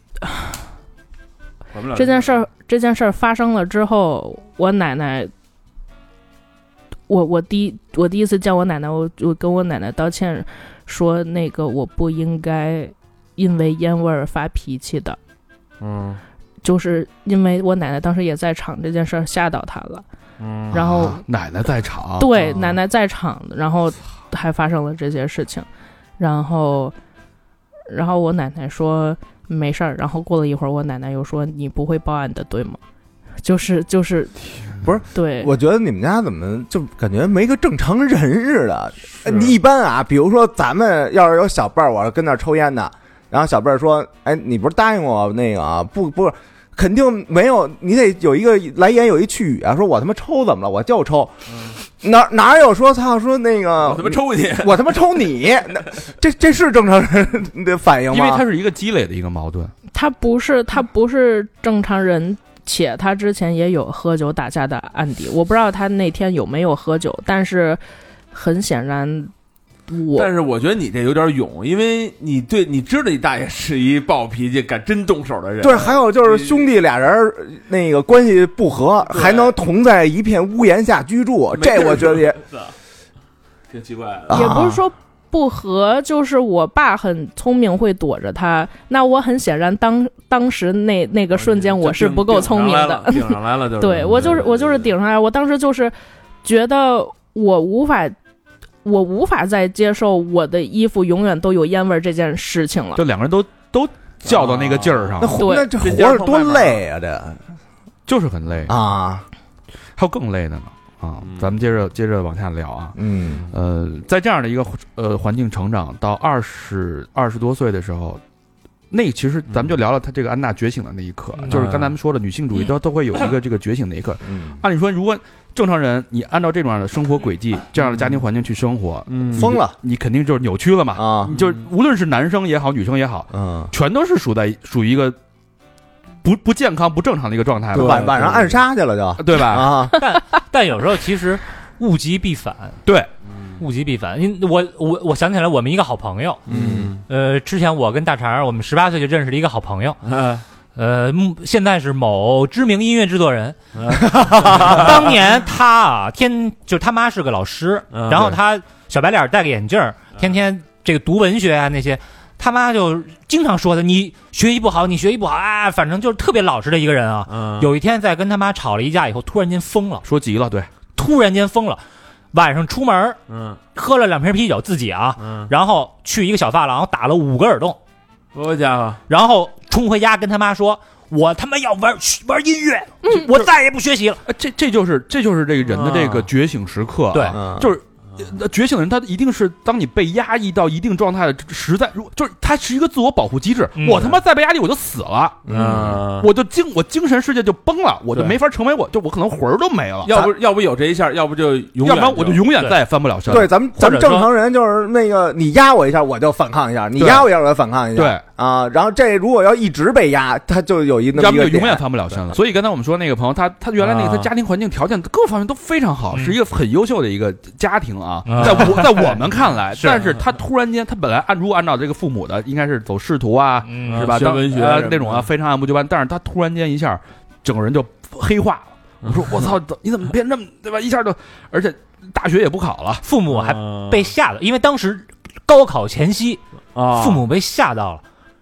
这件事儿这件事儿发生了之后，我奶奶，我我第一我第一次见我奶奶，我就跟我奶奶道歉，说那个我不应该因为烟味儿发脾气的， 嗯， 就是因为我奶奶当时也在场，这件事儿吓到她了，嗯，然后、 啊、奶奶在场， 对、啊，奶奶在场，然后还发生了这些事情，然后然后我奶奶说没事儿，然后过了一会儿，我奶奶又说你不会报案的，对吗？就是就是， 不是， 对， 我觉得你们家怎么就感觉没个正常人似的？你一般啊，比如说咱们要是有小辈儿，我跟那儿抽烟呢，然后小辈儿说：“哎，你不是答应我那个啊？不不是，肯定没有，你得有一个来言有一去语啊，说我他妈抽怎么了？我就抽。嗯”哪哪有说操说那个我他妈抽你， 我他妈抽你？那这这是正常人的反应吗？ 因为它是一个积累的一个矛盾。 他不是他不是正常人，且他之前也有喝酒打架的案底。我不知道他那天有没有喝酒，但是很显然我。 但是我觉得你这有点勇，因为你对你知道你大爷是一暴脾气、敢真动手的人。 对，还有就是兄弟俩人那个关系不和，还能同在一片屋檐下居住，这我觉得也挺奇怪的。 也不是说不和，就是我爸很聪明，会躲着他。那我很显然当当时那那个瞬间我是不够聪明的， 顶上来了，就是对我就是我就是顶上来，我当时就是觉得我无法。我无法再接受我的衣服永远都有烟味这件事情了。 就两个人都都较到那个劲儿上了， 那那这活着多累啊！这就是很累啊， 还有更累的呢啊！咱们接着接着往下聊啊。 嗯， 呃，在这样的一个呃环境成长到二十二十多岁的时候，那其实咱们就聊了他这个安娜觉醒的那一刻， 嗯、 就是刚才咱们说的女性主义都都会有一个这个觉醒的一刻。嗯，按理说如果正常人，你按照这种样的生活轨迹、这样的家庭环境去生活， 嗯，疯了， 你肯定就是扭曲了嘛啊！ 你就无论是男生也好，女生也好， 嗯， 全都是属在属于一个不不健康、不正常的一个状态。 晚晚上暗杀去了就， 对吧？ 啊， 但但有时候其实物极必反， 对， 物极必反。因我我我想起来，我们一个好朋友， 嗯， 呃，之前我跟大肠，我们十八岁就认识了一个好朋友， 嗯。 呃，现在是某知名音乐制作人。当年他啊，天就他妈是个老师， 嗯、 然后他小白脸戴个眼镜，天天这个读文学啊那些，他妈就经常说的，你学习不好，你学习不好啊，反正就是特别老实的一个人啊。 嗯、 有一天在跟他妈吵了一架以后，突然间疯了， 说急了，对， 突然间疯了，晚上出门， 嗯， 喝了两瓶啤酒自己啊， 嗯， 然后去一个小发廊打了五个耳洞。 我家伙， 然后冲回家跟他妈说：“我他妈要玩玩音乐，嗯，我再也不学习了。” 这这就是这就是这个人的这个觉醒时刻、啊， 对， 嗯、就是。觉醒的人，他一定是当你被压抑到一定状态的，实在如就是他是一个自我保护机制。嗯、我他妈再被压抑，我就死了， 嗯， 我就精我精神世界就崩了，我就没法成为我，就我可能魂儿都没了。 要不要不有这一下，要不就永远， 要不然我就永远再也翻不了身。 对，咱们咱们正常人就是那个，你压我一下，我就反抗一下；你压我一下，我就反抗一下。 对啊，然后这如果要一直被压，他就有一那么一个要不就永远翻不了身了。所以刚才我们说那个朋友，他他原来那个他家庭环境条件各方面都非常好， 嗯、 是一个很优秀的一个家庭啊，嗯、在我。在我们看来，但是他突然间，他本来按如果按照这个父母的，应该是走仕途啊， 嗯、 是吧？ 学文学、 呃、那种啊，非常按部就班。但是他突然间一下，整个人就黑化了。我说我操，你怎么变这么对吧？一下就，而且大学也不考了， 父母还被吓了，因为当时高考前夕啊，父母被吓到了。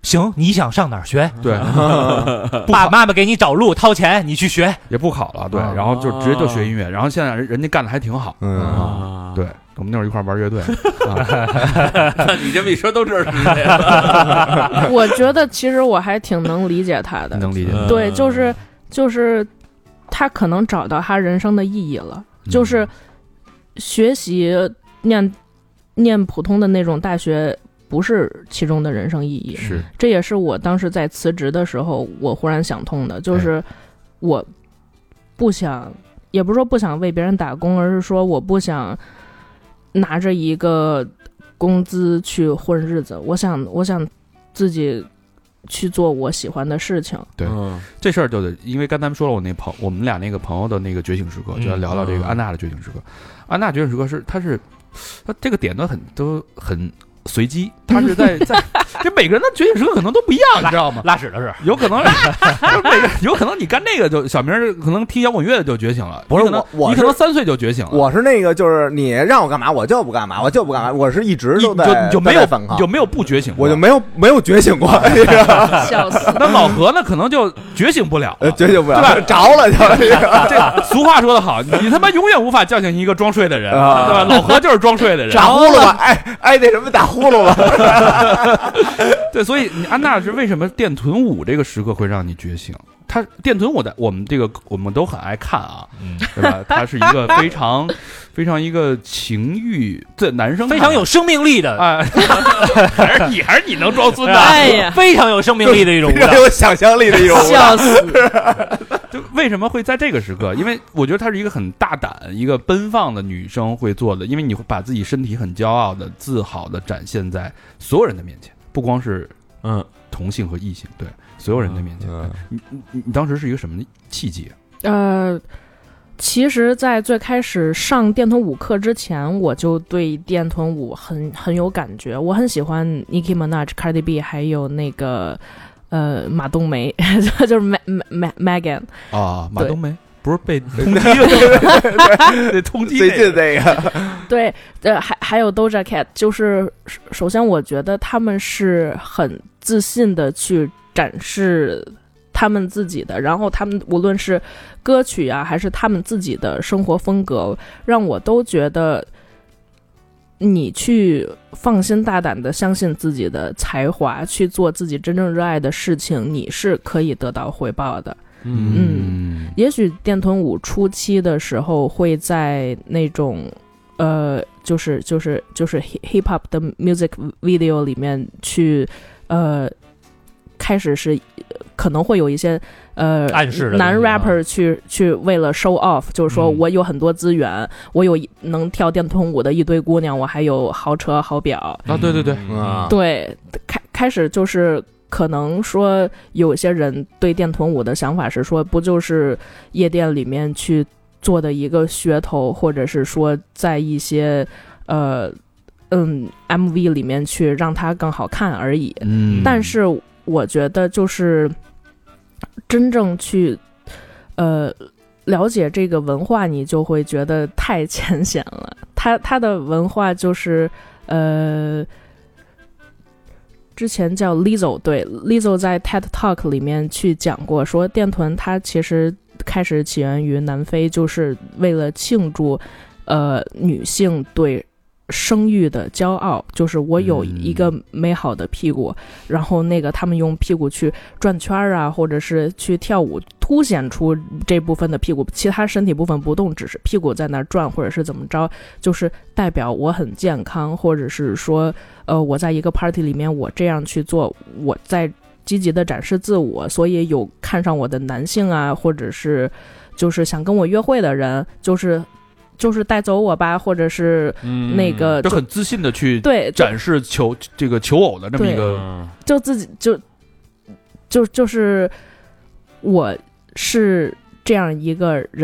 行，你想上哪儿学？ 对， 爸妈妈给你找路掏钱，你去学， 也不考了，对，然后就直接就学音乐，然后现在人家干的还挺好， 嗯啊，对，我们那会儿一块玩乐队， 你这么一说都知道是谁了。 我觉得其实我还挺能理解他的， 能理解， 对，就是就是他可能找到他人生的意义了，就是学习念念普通的那种大学。不是其中的人生意义， 是， 这也是我当时在辞职的时候，我忽然想通的，就是我不想，也不是说不想为别人打工，而是说我不想拿着一个工资去混日子，我想，我想自己去做我喜欢的事情。 对，嗯、这事儿就得，因为刚才说了我那朋，我们俩那个朋友的那个觉醒时刻，就要聊聊这个安娜的觉醒时刻。嗯、安娜觉醒时刻是，它是，它这个点都很都很。随机，他是在在，这每个人的觉醒时刻可能都不一样，你知道吗？ 拉屎的是， 有可能，就每个有可能你干那个就小明可能听摇滚乐的就觉醒了， 不是我， 我你可能三岁就觉醒了。 我是那个，就是你让我干嘛我就不干嘛，我就不干嘛，我是一直都在， 就你就没有反抗， 就没有不觉醒过， 我就没有没有觉醒过， 笑死。 那老何呢，可能就觉醒不了了， 觉醒不了， 对吧？ 着了就。 这俗话说得好，你他妈永远无法叫醒一个装睡的人，对吧？老何就是装睡的人， 打呼噜吧，哎哎，那什么打呼噜吧。 对，所以你安娜是为什么电臀舞这个时刻会让你觉醒？他电臀舞的，我们这个我们都很爱看啊，嗯、对吧？它是一个非常非常一个情欲，这男生非常有生命力的啊，还是你还是你能装孙的？ 哎呀， 非常有生命力的一种舞蹈， 非常有想象力的一种舞蹈。 笑死！ 就为什么会在这个时刻？因为我觉得她是一个很大胆、一个奔放的女生会做的，因为你会把自己身体很骄傲的、自豪的展现在所有人的面前，不光是嗯同性和异性，对所有人的面前。嗯、你你你当时是一个什么契机？ 呃，其实，在最开始上电臀舞课之前，我就对电臀舞很很有感觉，我很喜欢 Nicki Minaj、Cardi B， 还有那个。呃，马冬梅就是 Mag Mag Megan 啊，马冬梅不是被通缉了？对，通缉最近这个对，呃，还还有 Doja Cat， 就是首先我觉得他们是很自信的去展示他们自己的，然后他们无论是歌曲啊，还是他们自己的生活风格，让我都觉得。你去放心大胆的相信自己的才华，去做自己真正热爱的事情，你是可以得到回报的。嗯, 嗯也许电臀舞初期的时候会在那种呃，就是就是就是 hip hop 的 music video 里面去呃，开始是可能会有一些呃暗示的男 rapper 去去为了 show off， 就是说我有很多资源，嗯、我有能跳电臀舞的一堆姑娘，我还有豪车豪表啊，对对对， 嗯、 对，开开始就是可能说有些人对电臀舞的想法是说，不就是夜店里面去做的一个噱头，或者是说在一些呃嗯 M V 里面去让它更好看而已。 嗯， 但是我觉得就是真正去呃了解这个文化，你就会觉得太浅显了。它它的文化就是呃，之前叫 Lizzo， 对 Lizzo 在 TED Talk 里面去讲过，说电臀它其实开始起源于南非，就是为了庆祝呃女性对生育的骄傲，就是我有一个美好的屁股，嗯、然后那个他们用屁股去转圈啊，或者是去跳舞，凸显出这部分的屁股，其他身体部分不动，只是屁股在那转，或者是怎么着，就是代表我很健康，或者是说，呃，我在一个 party 里面我这样去做，我在积极的展示自我，所以有看上我的男性啊，或者是就是想跟我约会的人，就是。就是带走我吧，或者是那个、 嗯、就很自信的去对展示求这个求偶的这么一个， 就自己就就就是我是这样一个人，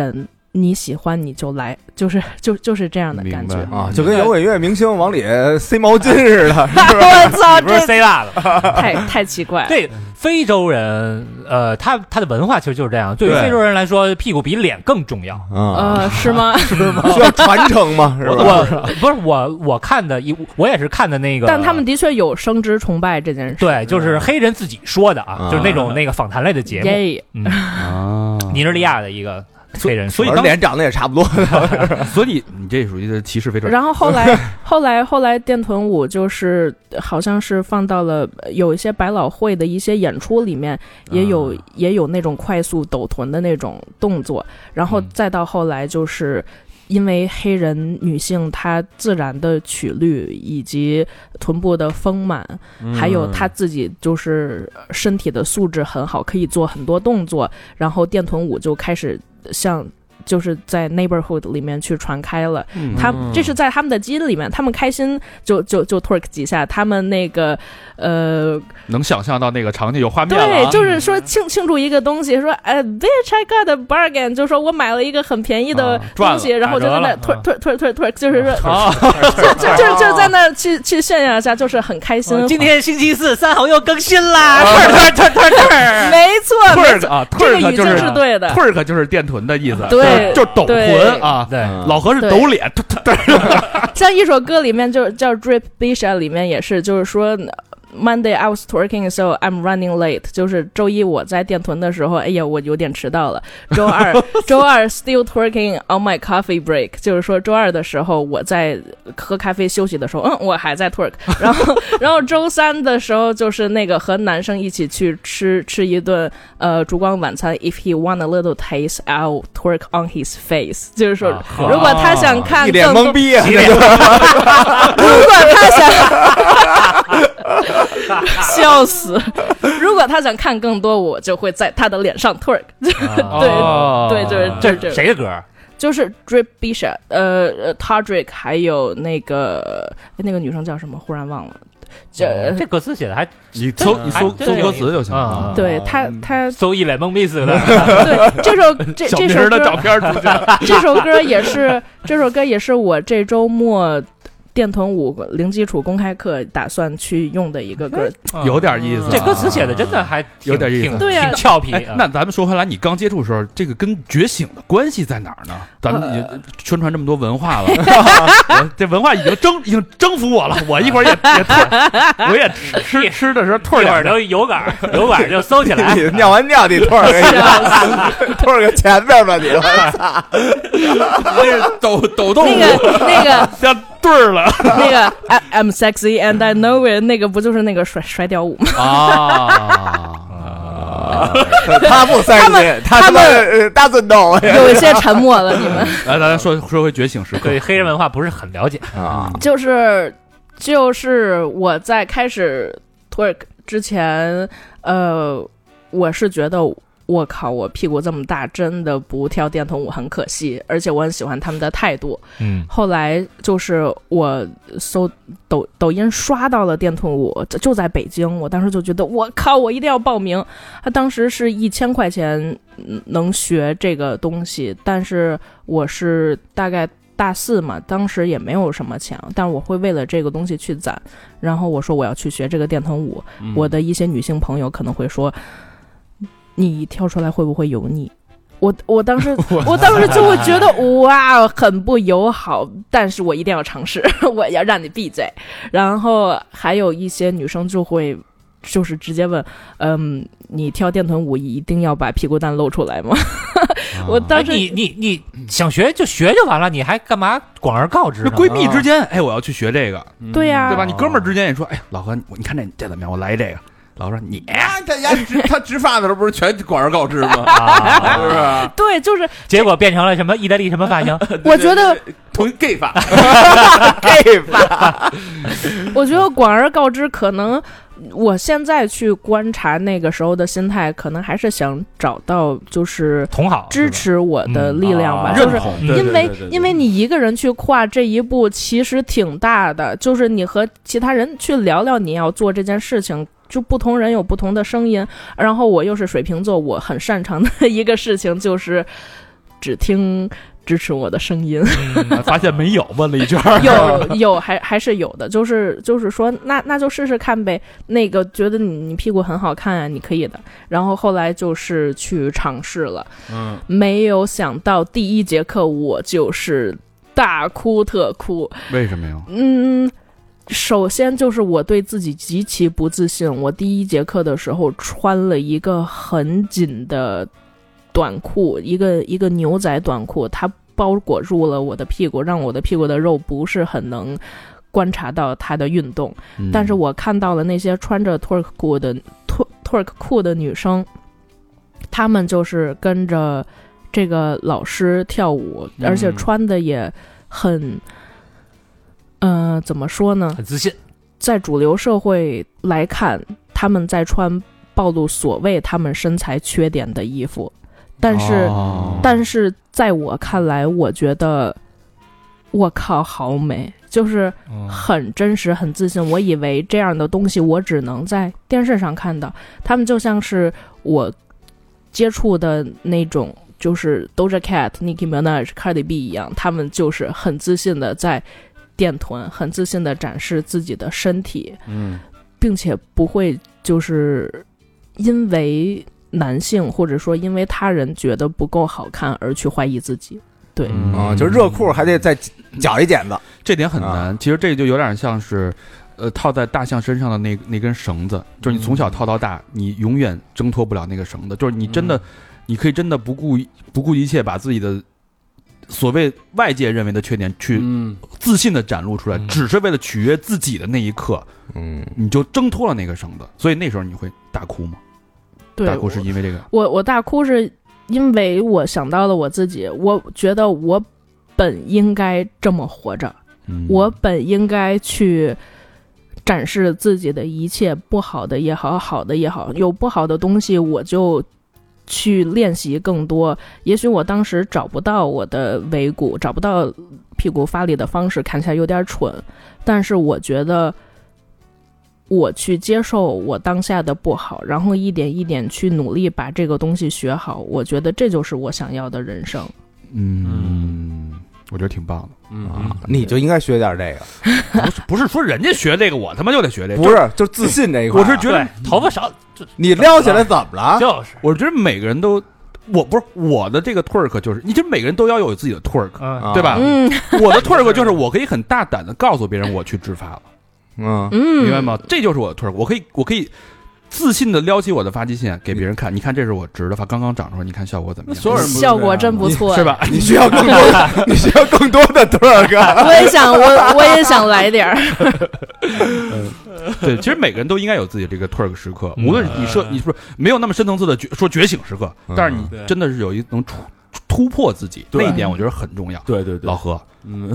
你喜欢你就来，就是就就是这样的感觉啊，就跟摇滚乐明星往里塞毛巾似的，是不是？ 我操， 不是塞辣的， 太太奇怪了。 对非洲人，呃，他他的文化其实就是这样。对于非洲人来说，屁股比脸更重要。 呃，是吗？ 是吗？需要传承吗？是吧？ 我不是我我看的，我也是看的那个， 但他们的确有生殖崇拜这件事。 对，就是黑人自己说的啊，就是那种那个访谈类的节目。嗯啊，尼日利亚的一个。黑人， 所以脸长得也差不多， 所以你这属于的歧视非洲人。 然后后来，后来，后来，电臀舞就是好像是放到了有一些百老汇的一些演出里面，也有、啊、也有那种快速抖臀的那种动作，然后再到后来就是。因为黑人女性她自然的曲率以及臀部的丰满、嗯、还有她自己就是身体的素质很好，可以做很多动作，然后电臀舞就开始像就是在 neighborhood 里面去传开了、嗯、他这是在他们的基因里面，他们开心就就就 twerk 几下，他们那个呃能想象到那个场景有画面了、啊、 对，就是说庆庆祝一个东西，说哎 bitch I got a bargain， 就说我买了一个很便宜的东西、啊、然后就在那 twerk twerk twerk twerk twerk 就是说、啊、就就就就在那去去炫耀一下，就是很开心、 哦、今天星期四三好又更新啦 twerk twerk twerk twerk 没错 twerk 啊 twerk 就是是对的 twerk 就是电臀的意思， 对就是抖臀啊，对，老何是抖脸， 像一首歌里面就叫 Drip Bisha 里面也是，就是说 Monday I was twerking so I'm running late， 就是周一我在电臀的时候，哎呀我有点迟到了。周二周二 still twerking on my coffee break， 就是说周二的时候我在喝咖啡休息的时候，嗯，我还在 twerk。然后然后周三的时候就是那个和男生一起去吃吃一顿呃烛光晚餐 ，if he want a little taste I'll twerk on his face， 就是说、啊、如果他想看一脸懵逼啊， 如果他想笑死！如果他想看更多，我就会在他的脸上 twerk。对、哦、对，就是这这谁的歌？ 就是 Drip Bisha， 呃 Todrick， 还有那个那个女生叫什么？忽然忘了。这、 哦、这歌词写的还你搜你搜搜歌词就行了。 对他他搜一脸懵逼似的。 对，这首这这首歌的照片出现， 这首歌也是这首歌也是我这周末。电臀舞零基础公开课打算去用的一个歌， 有点意思、啊。 这歌词写的真的还有点意思， 对呀、啊， 挺俏皮、 哎。那咱们说回来，你刚接触的时候，这个跟觉醒的关系在哪儿呢？咱们也宣传这么多文化了，呃、这文化已经征已经征服我了。我一会儿也也退，我也吃吃吃的时候退点就有杆有杆就搜起来。 你尿完尿你退个，退个前面吧你。我操！ 那是抖抖动那个那个像对儿了。 那个 I'm sexy and I know it， 那个不就是那个摔摔跤舞吗？ 啊。 他不三心，他他们大尊斗， 有一些沉默了。你们来，咱说说回觉醒时刻。 对黑人文化不是很了解啊， 就是就是我在开始 twerk 之前，呃，我是觉得。我靠，我屁股这么大，真的不跳电臀舞很可惜，而且我很喜欢他们的态度。 嗯， 后来就是我搜抖抖音刷到了电臀舞，就在北京，我当时就觉得我靠，我一定要报名。他当时是一千块钱能学这个东西，但是我是大概大四嘛，当时也没有什么钱，但我会为了这个东西去攒。然后我说我要去学这个电臀舞，嗯、我的一些女性朋友可能会说。你跳出来会不会油腻？我我当时我当时就会觉得哇，很不友好，但是我一定要尝试，我要让你闭嘴。然后还有一些女生就会就是直接问，嗯，你跳电臀舞一定要把屁股蛋露出来吗？我当时、 哎、你你你想学就学就完了，你还干嘛广而告之呢？ 那闺蜜之间，哎，我要去学这个， 对呀、啊， 对吧？你哥们儿之间也说，哎，老何，你看这这怎么样？我来这个。老说你啊，他家植他植发的时候不是全广而告之吗？啊、是不是？ 对，就是结果变成了什么意大利什么发型？ 我觉得同 gay 发 ，gay 发。 我觉得广而告之，可能我现在去观察那个时候的心态，可能还是想找到就是同好支持我的力量吧， 嗯、 就是因为对对对对因为你一个人去跨这一步，其实挺大的，就是你和其他人去聊聊你要做这件事情。就不同人有不同的声音，然后我又是水瓶座，我很擅长的一个事情就是只听支持我的声音。 嗯、发现没有问了一圈， 有有还还是有的，就是就是说那那就试试看呗。那个觉得你你屁股很好看啊，你可以的。然后后来就是去尝试了， 嗯， 没有想到第一节课我就是大哭特哭。 为什么呀？ 嗯。首先就是我对自己极其不自信，我第一节课的时候穿了一个很紧的短裤，一个一个牛仔短裤，它包裹住了我的屁股，让我的屁股的肉不是很能观察到它的运动、嗯、但是我看到了那些穿着 twerk 裤的 twerk 裤的女生，她们就是跟着这个老师跳舞、嗯、而且穿的也很呃，怎么说呢？ 很自信。 在主流社会来看，他们在穿暴露所谓他们身材缺点的衣服，但是、哦、但是在我看来，我觉得我靠好美，就是很真实很自信。我以为这样的东西我只能在电视上看到，他们就像是我接触的那种就是 Doja Cat、Nicki Minaj、Cardi B 一样，他们就是很自信的在电臀，很自信的展示自己的身体， 嗯， 并且不会就是因为男性或者说因为他人觉得不够好看而去怀疑自己。对， 啊、嗯哦，就热裤还得再绞一剪子， 这点很难、啊。其实这就有点像是，呃，套在大象身上的那那根绳子，就是你从小套到大，你永远挣脱不了那个绳子。就是你真的，嗯、你可以真的不顾不顾一切把自己的所谓外界认为的缺点去自信的展露出来、嗯、只是为了取悦自己的那一刻，嗯，你就挣脱了那个绳子。所以那时候你会大哭吗？ 对， 大哭是因为这个。 我我大哭是因为我想到了我自己，我觉得我本应该这么活着、嗯、我本应该去展示自己的一切，不好的也好，好的也好，有不好的东西我就去练习更多。也许我当时找不到我的尾骨，找不到屁股发力的方式，看起来有点蠢，但是我觉得我去接受我当下的不好，然后一点一点去努力把这个东西学好，我觉得这就是我想要的人生。 嗯，我觉得挺棒的。 嗯，啊、你就应该学点这个。不是不是说人家学这个，我他妈就得学这个。 不是，就自信这一块。 我是觉得头发少， 你撩起来怎么了？ 就是， 我觉得每个人都，我不是我的这个 twerk 就是，你就每个人都要有自己的 twerk，、嗯、对吧？嗯，我的 twerk 就是我可以很大胆的告诉别人我去植发了。 嗯， 明白吗？这就是我的 twerk， 我可以我可以自信的撩起我的发际线给别人看，你看这是我直的发，刚刚长出来，你看效果怎么样？ 所有人效果真不错， 是吧？ 你需要更多的，你需要更多的 twerk。 我也想，我我也想来点儿。 嗯，对，其实每个人都应该有自己这个 twerk 时刻，无论你说你说没有那么深层次的说觉醒时刻，但是你真的是有一能出突破自己，那一点我觉得很重要。 对对对， 老何， 嗯，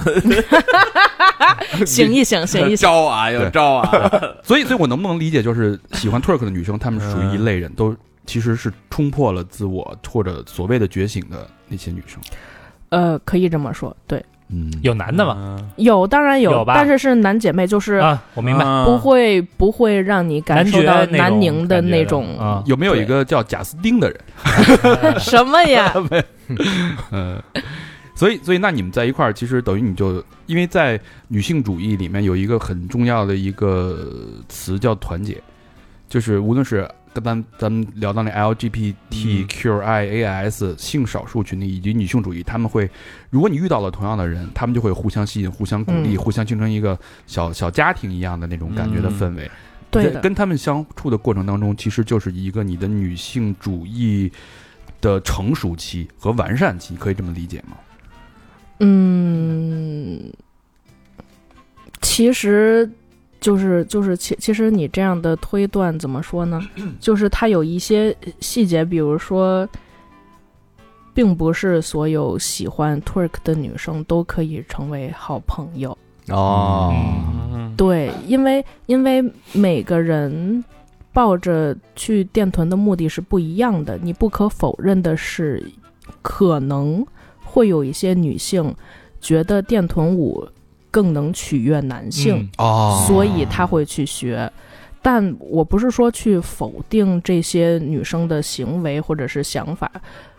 醒一醒，醒一醒， 招啊，有招啊。 所以，所以我能不能理解，就是喜欢 twerk 的女生，她们属于一类人，都其实是冲破了自我或者所谓的觉醒的那些女生。 呃，可以这么说，对。 嗯， 有男的吗？ 有，当然有， 有吧， 但是是男姐妹，就是啊，我明白， 不会不会让你感受到南宁的那种。 啊，有没有一个叫贾斯汀的人？ 什么呀？ 嗯，所以所以那你们在一块儿，其实等于你就因为在女性主义里面有一个很重要的一个词叫团结，就是无论是跟咱咱们聊到那 L G B T Q I A S 性少数群体以及女性主义，他们会，如果你遇到了同样的人，他们就会互相吸引、互相鼓励、嗯、互相形成一个小小家庭一样的那种感觉的氛围。嗯、 对的， 跟他们相处的过程当中，其实就是一个你的女性主义的成熟期和完善期，可以这么理解吗？ 嗯，其实。就是就是其其实你这样的推断怎么说呢？就是它有一些细节，比如说，并不是所有喜欢 twerk 的女生都可以成为好朋友哦。 嗯、对，因为因为每个人抱着去电臀的目的是不一样的。你不可否认的是，可能会有一些女性觉得电臀舞更能取悦男性、嗯哦、 所以他会去学。但我不是说去否定这些女生的行为或者是想法，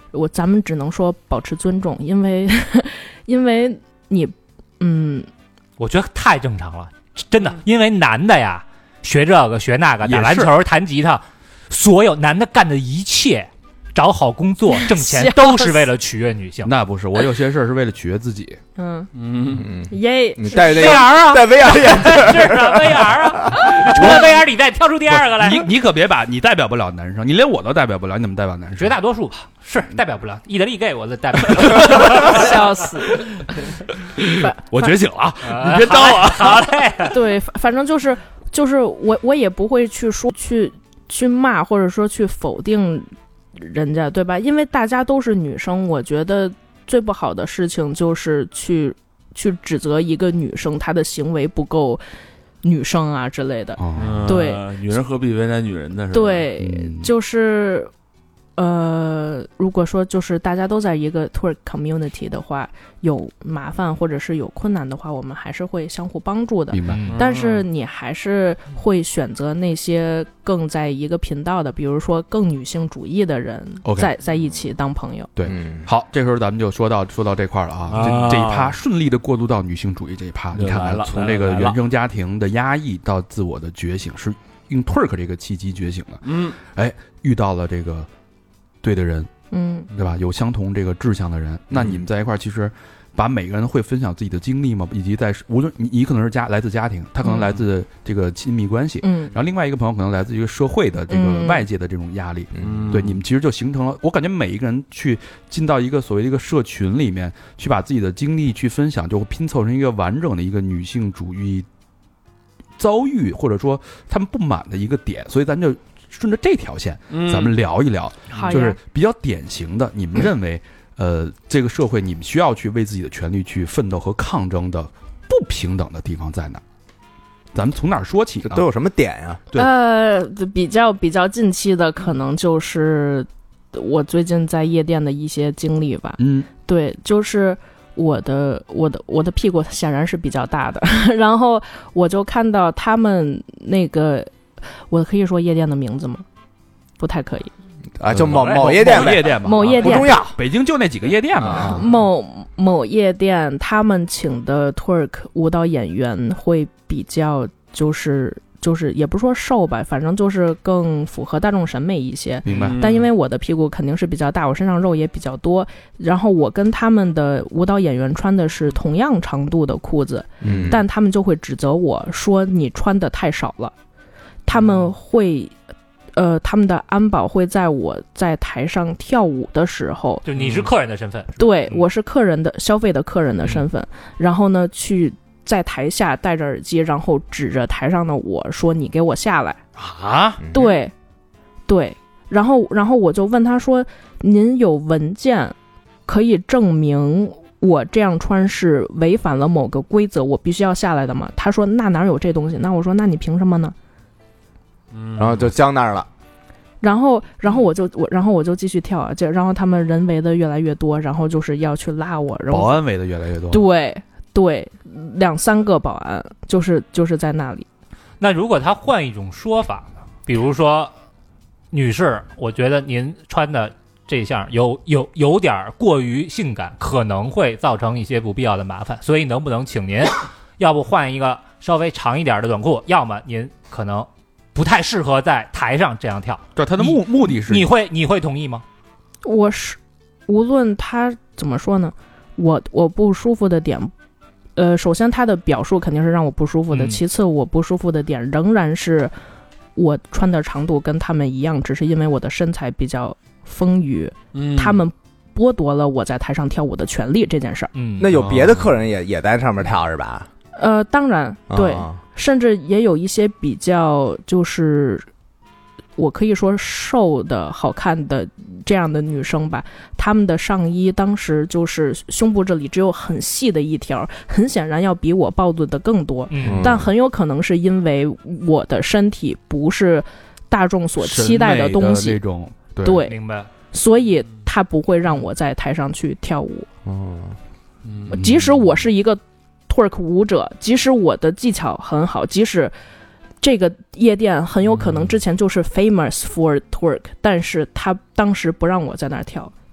我咱们只能说保持尊重，因为因为你嗯， 我觉得太正常了，真的，因为男的呀，学这个学那个，打篮球、弹吉他，所有男的干的一切。找好工作、挣钱都是为了取悦女性。 那不是，我有些事儿是为了取悦自己。 嗯嗯， 耶， 你戴这 V R 啊， 戴 V R 眼镜是啊 V R 啊，除了 V R， 你再挑出第二个来。 你你可别把你代表不了男生，你连我都代表不了，你怎么代表男生？ 绝大多数吧，是代表不了。意大利 gay 我代表不了， 笑死！ 我觉醒了啊！ 呃你别招我。 好嘞， 对，反正就是就是我我也不会去说去去骂或者说去否定。人家对吧？因为大家都是女生，我觉得最不好的事情就是去去指责一个女生她的行为不够女生啊之类的。 嗯、 对， 女人何必为难女人呢？是吧对， 嗯、 就是呃，如果说就是大家都在一个 twerk community 的话，有麻烦或者是有困难的话，我们还是会相互帮助的。 明白。 但是你还是会选择那些更在一个频道的，比如说更女性主义的人， okay. 在在一起当朋友。 对， 嗯、 好，这时候咱们就说到说到这块了啊， 啊这这一趴顺利的过渡到女性主义这一趴，你看看从这个原生家庭的压抑到自我的觉醒，是用 twerk 这个契机觉醒的。 嗯， 哎，遇到了这个对的人， 嗯， 对吧？有相同这个志向的人，那你们在一块儿，其实把每个人会分享自己的经历吗？以及在无论你你可能是家来自家庭，他可能来自这个亲密关系， 嗯， 然后另外一个朋友可能来自一个社会的这个外界的这种压力， 嗯， 对，你们其实就形成了，我感觉每一个人去进到一个所谓的一个社群里面，去把自己的经历去分享，就会拼凑成一个完整的一个女性主义遭遇或者说他们不满的一个点，所以咱就顺着这条线， 嗯、 咱们聊一聊， 好就是比较典型的，你们认为，呃，这个社会你们需要去为自己的权利去奋斗和抗争的不平等的地方在哪？咱们从哪儿说起呢？ 都有什么点呀？ 对呃，比较比较近期的可能就是我最近在夜店的一些经历吧。 嗯， 对，就是我的我的我的屁股显然是比较大的，然后我就看到他们那个。我可以说夜店的名字吗？不太可以啊，就某某夜店某夜店吧， 某夜店不重要， 北京就那几个夜店嘛。 啊、某某夜店他们请的 twerk 舞蹈演员会比较就是就是也不是说瘦吧，反正就是更符合大众审美一些。 明白。 但因为我的屁股肯定是比较大，我身上肉也比较多，然后我跟他们的舞蹈演员穿的是同样长度的裤子， 嗯， 但他们就会指责我说你穿的太少了。他们会，呃，他们的安保会在我在台上跳舞的时候， 就你是客人的身份， 对，我是客人的消费的客人的身份，嗯、然后呢，去在台下戴着耳机，然后指着台上的我说：“你给我下来啊！” 对，对，然后，然后我就问他说：“您有文件可以证明我这样穿是违反了某个规则，我必须要下来的吗？”他说：“那哪有这东西？”那我说：“那你凭什么呢？” 然后就僵那儿了， 然后，然后我就我，然后我就继续跳啊，就然后他们人围的越来越多，然后就是要去拉我，然后保安围的越来越多， 对对，两三个保安就是就是在那里。 那如果他换一种说法呢？比如说，女士，我觉得您穿的这项有有有点过于性感，可能会造成一些不必要的麻烦，所以能不能请您，要不换一个稍微长一点的短裤，要么您可能。不太适合在台上这样跳， 对，他的目目的是你会你会同意吗？ 我是无论他怎么说呢，我我不舒服的点，呃，首先他的表述肯定是让我不舒服的，嗯、其次我不舒服的点仍然是我穿的长度跟他们一样，只是因为我的身材比较丰腴，嗯、他们剥夺了我在台上跳舞的权利这件事儿。 嗯， 那有别的客人也、哦、也在上面跳是吧？ 呃，当然对。哦，甚至也有一些比较就是我可以说瘦的好看的这样的女生吧，她们的上衣当时就是胸部这里只有很细的一条，很显然要比我暴露的更多， 嗯， 但很有可能是因为我的身体不是大众所期待的东西， 那种 对, 对， 明白， 所以她不会让我在台上去跳舞， 哦， 嗯，即使我是一个twerk 舞者，即使我的技巧很好，即使这个夜店很有可能之前就是 famous for twerk， 但是他当时不让我在那儿跳，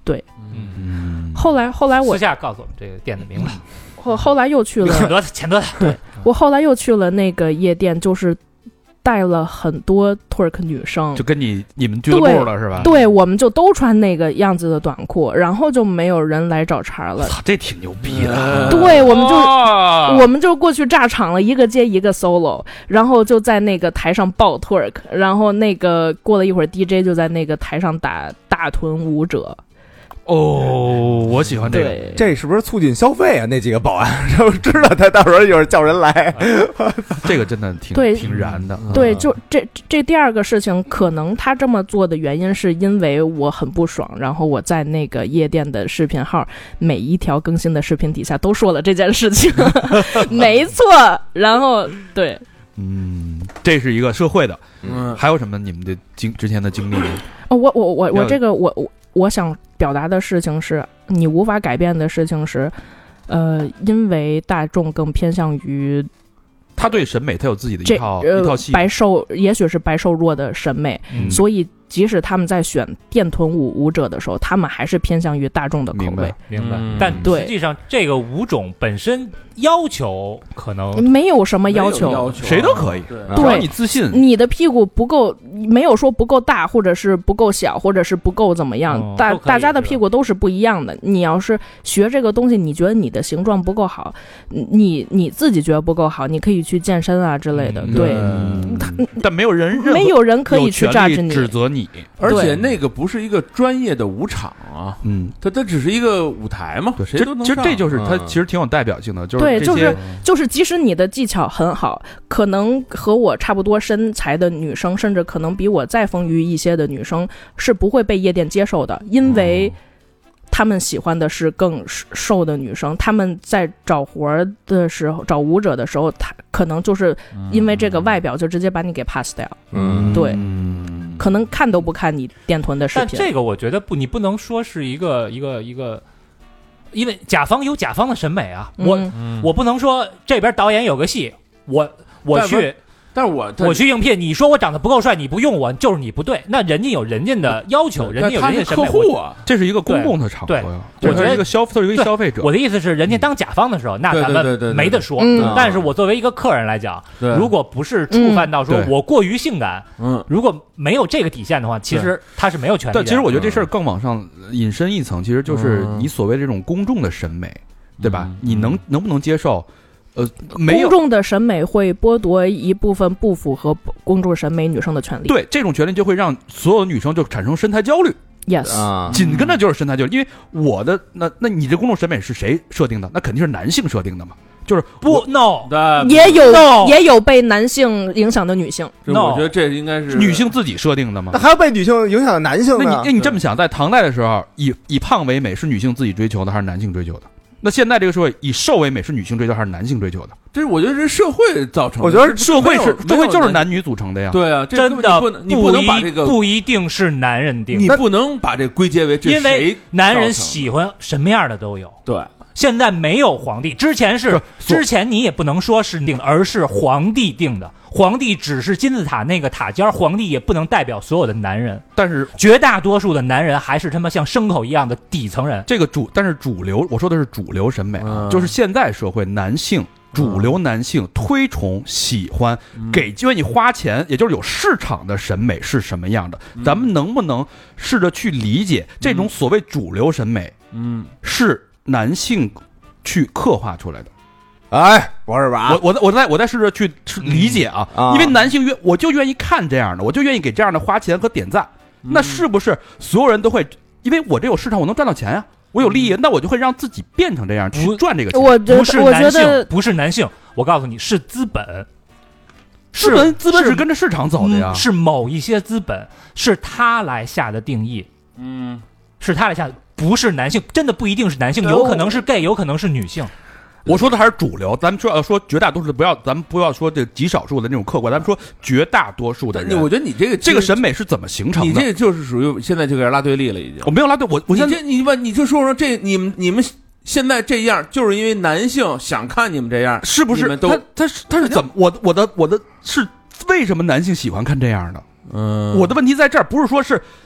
对， 嗯， 后来后来我私下告诉我们这个店的名字， 后后来又去了， 钱德钱德， 对我后来又去了那个夜店，就是带了很多 Turk 女生， 就跟你你们俱乐部了是吧？ 对，我们就都穿那个样子的短裤，然后就没有人来找茬了。 操，这挺牛逼的。 对，我们就、 哦、 我们就过去炸场了，一个接一个 solo， 然后就在那个台上爆 Turk， 然后那个过了一会儿 D J 就在那个台上打大臀舞者。 哦，我喜欢这个， 这是不是促进消费啊？那几个保安就知道他到时候一会儿叫人来， 这个真的挺对挺燃的。 对，就这这第二个事情，可能他这么做的原因是因为我很不爽，然后我在那个夜店的视频号每一条更新的视频底下都说了这件事情，没错。然后对， 嗯，这是一个社会的， 嗯， 还有什么你们的经之前的经历吗？ 哦，我我我我这个我我。我想表达的事情是，你无法改变的事情是，呃，因为大众更偏向于他对审美，他有自己的一套、 呃、 一套系白瘦，也许是白瘦弱的审美， 嗯、 所以即使他们在选电臀舞舞者的时候，他们还是偏向于大众的口味。 明白。 嗯、 但实际上，这个舞种本身要求可能没有什么要求， 要求谁都可以， 对， 只要你自信。 你的屁股不够，没有说不够大，或者是不够小，或者是不够怎么样， 哦、 大大家的屁股都是不一样的。你要是学这个东西，你觉得你的形状不够好，你你自己觉得不够好，你可以去健身啊之类的。 嗯、 对、 嗯，但没有人没有人可以去榨汁你， 指责你， 而且那个不是一个专业的舞场啊， 嗯， 它它只是一个舞台嘛， 对， 谁都能上。 其实这就是它其实挺有代表性的，就是对， 这就是就是，即使你的技巧很好，可能和我差不多身材的女生，甚至可能比我再丰腴一些的女生，是不会被夜店接受的，因为他们喜欢的是更瘦的女生。他们在找活的时候，找舞者的时候，他可能就是因为这个外表就直接把你给 pass 掉。 嗯， 对，可能看都不看你电臀的视频。 但这个我觉得不，你不能说是一个一个一个。因为甲方有甲方的审美啊，我、嗯、我不能说这边导演有个戏，我我去， 但是我我去应聘，你说我长得不够帅，你不用我，就是你不对。那人家有人家的要求，人家有人家审美。 客户啊， 这是一个公共的场合呀， 我觉得一个消费，一个消费者。 我的意思是，人家当甲方的时候，那咱们没得说。但是我作为一个客人来讲，如果不是触犯到说我过于性感，嗯，如果没有这个底线的话，其实他是没有权利的。 但其实我觉得这事儿更往上引申一层，其实就是你所谓这种公众的审美，对吧？你能能不能接受？呃，没有公众的审美会剥夺一部分不符合公众审美女生的权利。 对，这种权利就会让所有女生就产生身材焦虑。 Yes， 啊，紧跟着就是身材焦虑，因为我的那那你这公众审美是谁设定的？那肯定是男性设定的嘛。就是不 no， 也有 no, 也有被男性影响的女性。 no， 我觉得这应该是女性自己设定的吗？ 那还有被女性影响的男性呢？ 那你那你这么想，在唐代的时候，以以胖为美是女性自己追求的还是男性追求的？那现在这个社会，以瘦为美是女性追求还是男性追求的？ 这是我觉得是社会造成的。 我觉得社会是社会就是男女组成的呀。 对啊，这真的不能你不能把这个不一定是男人定， 你不能把这归结为这谁， 因为男人喜欢什么样的都有。 对， 现在没有皇帝，之前是之前你也不能说是定的，而是皇帝定的。皇帝只是金字塔那个塔尖，皇帝也不能代表所有的男人。 但是绝大多数的男人还是他妈像牲口一样的底层人。 这个主，但是主流，我说的是主流审美，嗯、就是现在社会男性主流男性推崇、喜欢、嗯、给愿意花钱，也就是有市场的审美是什么样的？嗯、咱们能不能试着去理解这种所谓主流审美？嗯，是男性去刻画出来的。 哎，不是吧？ 我我我在我在试着去理解啊，嗯、因为男性愿我就愿意看这样的，我就愿意给这样的花钱和点赞。嗯、那是不是所有人都会？因为我这有市场，我能赚到钱呀、啊，我有利益，那我就会让自己变成这样去赚这个钱。 我觉得不是男性，不是男性，我告诉你是资本。 资本资本是跟着市场走的呀， 嗯、是某一些资本是他来下的定义，嗯，是他来下的，不是男性，真的不一定是男性，有可能是 gay， 有可能是女性。 我说的还是主流，咱们说要说绝大多数的，不要咱们不要说这极少数的那种客观，咱们说绝大多数的人。 我觉得你这个这个审美是怎么形成的？ 你这个就是属于现在就给人拉对立了，已经。 我没有拉对，我我现在你问你就说说这你们你们现在这样，就是因为男性想看你们这样， 是不是？ 他他是他是怎么？我我的我的是为什么男性喜欢看这样的？嗯，我的问题在这儿，不是说是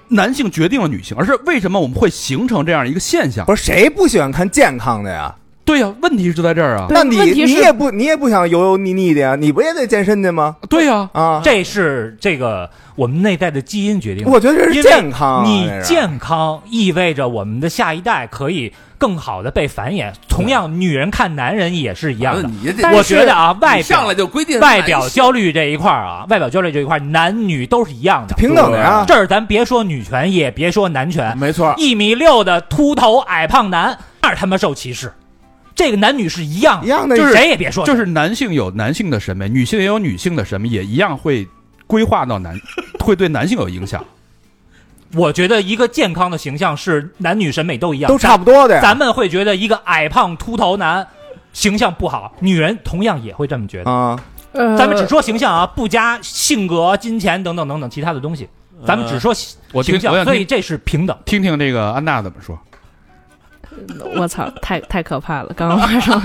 男性决定了女性，而是为什么我们会形成这样一个现象？ 不是谁不喜欢看健康的呀？ 对呀、啊，问题就在这儿啊。 那你你也不你也不想油油腻腻的呀？你不也得健身去吗？ 对呀、 啊，啊， 这是这个我们内在的基因决定的。 我觉得这是健康、啊， 你健康意味着我们的下一代可以更好的被繁衍。同样，女人看男人也是一样的。我觉得啊，外表上来就规定外表焦虑这一块啊，外表焦虑这一块，男女都是一样的， 平等的呀。 这儿咱别说女权，也别说男权， 没错， 一米六的秃头矮胖男，那他妈受歧视。这个男女是一样的， 一样的， 就是谁也别说， 就是男性有男性的审美，女性也有女性的审美，也一样会规划到男，会对男性有影响。 我觉得一个健康的形象是男女审美都一样， 都差不多的呀。 咱们会觉得一个矮胖秃头男形象不好，女人同样也会这么觉得啊。 呃， 咱们只说形象啊，不加性格、金钱等等等等其他的东西，咱们只说形象， 我所以这是平等。 听听这个安娜怎么说。 我操，太太可怕了！刚刚晚上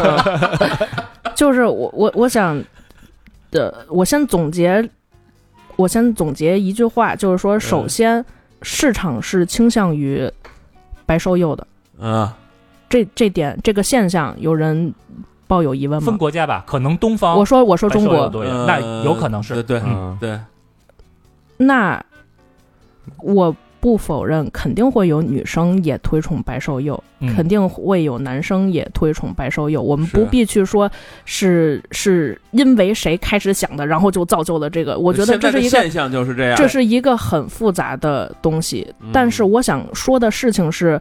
就是我我我想的，我先总结，我先总结一句话，就是说，首先、嗯、市场是倾向于白瘦幼的， 嗯， 这这点这个现象有人抱有疑问吗？ 分国家吧，可能东方， 我说我说中国， 嗯、那有可能是对对、 嗯、 对， 那我。不否认，肯定会有女生也推崇白瘦幼、嗯，肯定会有男生也推崇白瘦幼。我们不必去说是是因为谁开始想的，然后就造就了这个。我觉得这是一个现象，就是这样， 这是一个很复杂的东西。嗯、但是我想说的事情是，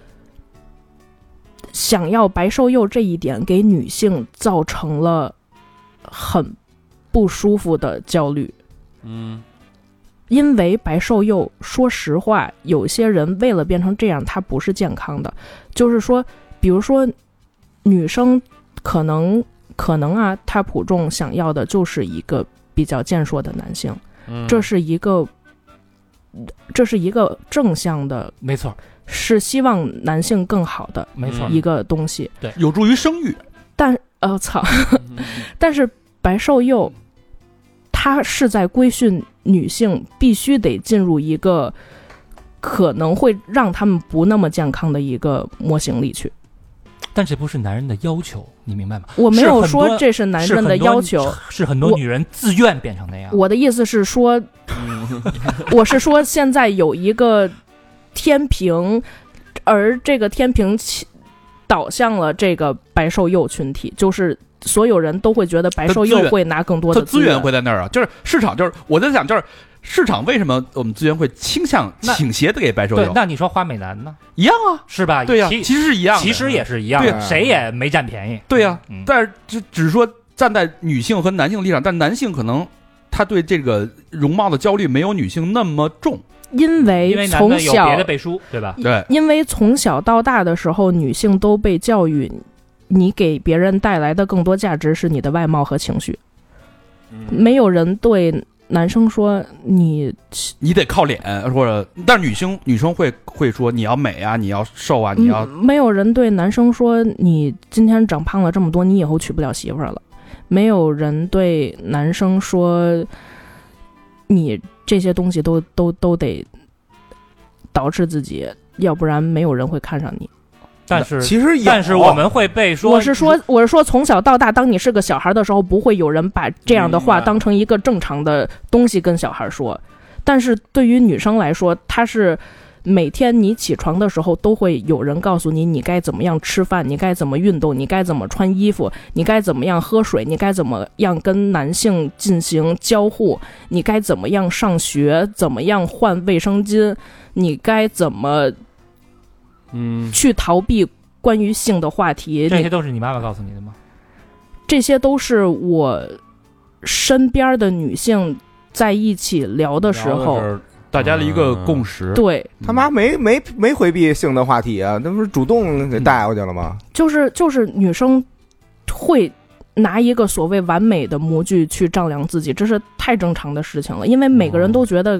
想要白瘦幼这一点给女性造成了很不舒服的焦虑。 嗯。 因为白瘦幼，说实话，有些人为了变成这样，他不是健康的。就是说，比如说，女生可能可能啊，她普众想要的就是一个比较健硕的男性， 嗯、 这是一个，这是一个正向的， 没错， 是希望男性更好的， 没错， 一个东西， 对， 有助于生育。 但呃，操，但是白瘦幼，它是在规训。女性必须得进入一个可能会让他们不那么健康的一个模型里去， 但这不是男人的要求，你明白吗？ 我没有说这是男人的要求， 是很多女人自愿变成那样。 我, 我的意思是说，我是说现在有一个天平，而这个天平导向了这个白瘦幼群体，就是所有人都会觉得白瘦幼会拿更多的资源，资源会在那儿啊，就是市场，就是我在想，就是市场为什么我们资源会倾向倾斜的给白瘦幼？ 对，那你说花美男呢？ 一样啊， 是吧？ 对呀、啊，其实是一样的， 其实也是一样的， 对， 谁也没占便宜。 对呀、啊嗯， 但是只只是说站在女性和男性立场，但男性可能他对这个容貌的焦虑没有女性那么重。 因为从小有别的背书，对吧？ 对， 因为从小到大的时候，女性都被教育，你给别人带来的更多价值是你的外貌和情绪。嗯、没有人对男生说你你得靠脸，或者但是女生女生会会说你要美啊，你要瘦啊，你要、 嗯、没有人对男生说你今天长胖了这么多，你以后娶不了媳妇儿了。没有人对男生说你这些东西都都都得捯饬自己，要不然没有人会看上你。 但是其实但是我们会被说， 我是说我是说从小到大，当你是个小孩的时候，不会有人把这样的话当成一个正常的东西跟小孩说。但是对于女生来说，她是每天你起床的时候都会有人告诉你你该怎么样吃饭，你该怎么运动，你该怎么穿衣服，你该怎么样喝水，你该怎么样跟男性进行交互，你该怎么样上学，怎么样换卫生巾，你该怎么嗯去逃避关于性的话题。 这些都是你妈妈告诉你的吗？ 这些都是我身边的女性在一起聊的时候大家的一个共识。 对， 他妈没没没回避性的话题啊，那不是主动给带过去了吗？ 就是就是女生会拿一个所谓完美的模具去丈量自己，这是太正常的事情了。因为每个人都觉得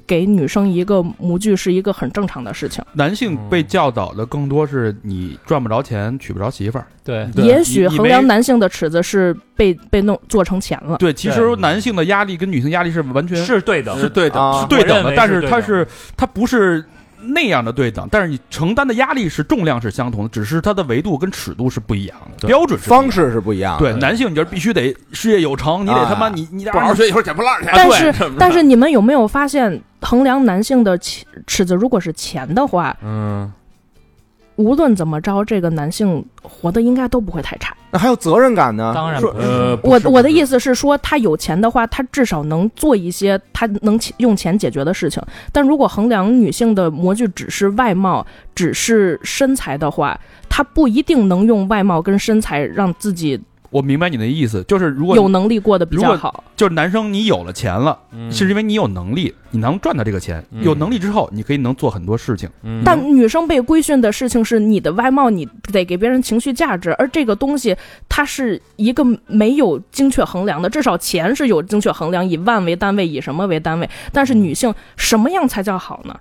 给女生一个模具是一个很正常的事情。 男性被教导的更多是你赚不着钱，娶不着媳妇儿。 对， 也许衡量男性的尺子是被被弄做成钱了。 对，其实男性的压力跟女性压力是完全是对等， 是对等， 是对等的，但是它是它不是那样的对等，但是你承担的压力是重量是相同的，只是它的维度跟尺度是不一样的，标准是方式是不一样的。 对，男性你就必须得事业有成，你得他妈你你不好好学，一会儿捡破烂去。 但是但是你们有没有发现，衡量男性的尺子如果是钱的话， 嗯， 无论怎么着，这个男性活的应该都不会太差。 那还有责任感呢？ 当然不是， 呃， 我我的意思是说，他有钱的话，他至少能做一些他能用钱解决的事情。但如果衡量女性的模具只是外貌，只是身材的话，他不一定能用外貌跟身材让自己。 我明白你的意思，就是如果有能力过得比较好， 就是男生你有了钱了， 嗯、 是因为你有能力，你能赚到这个钱。 嗯、 有能力之后，你可以能做很多事情。 嗯、 但女生被规训的事情是，你的外貌你得给别人情绪价值，而这个东西它是一个没有精确衡量的，至少钱是有精确衡量，以万为单位，以什么为单位。但是女性什么样才叫好呢？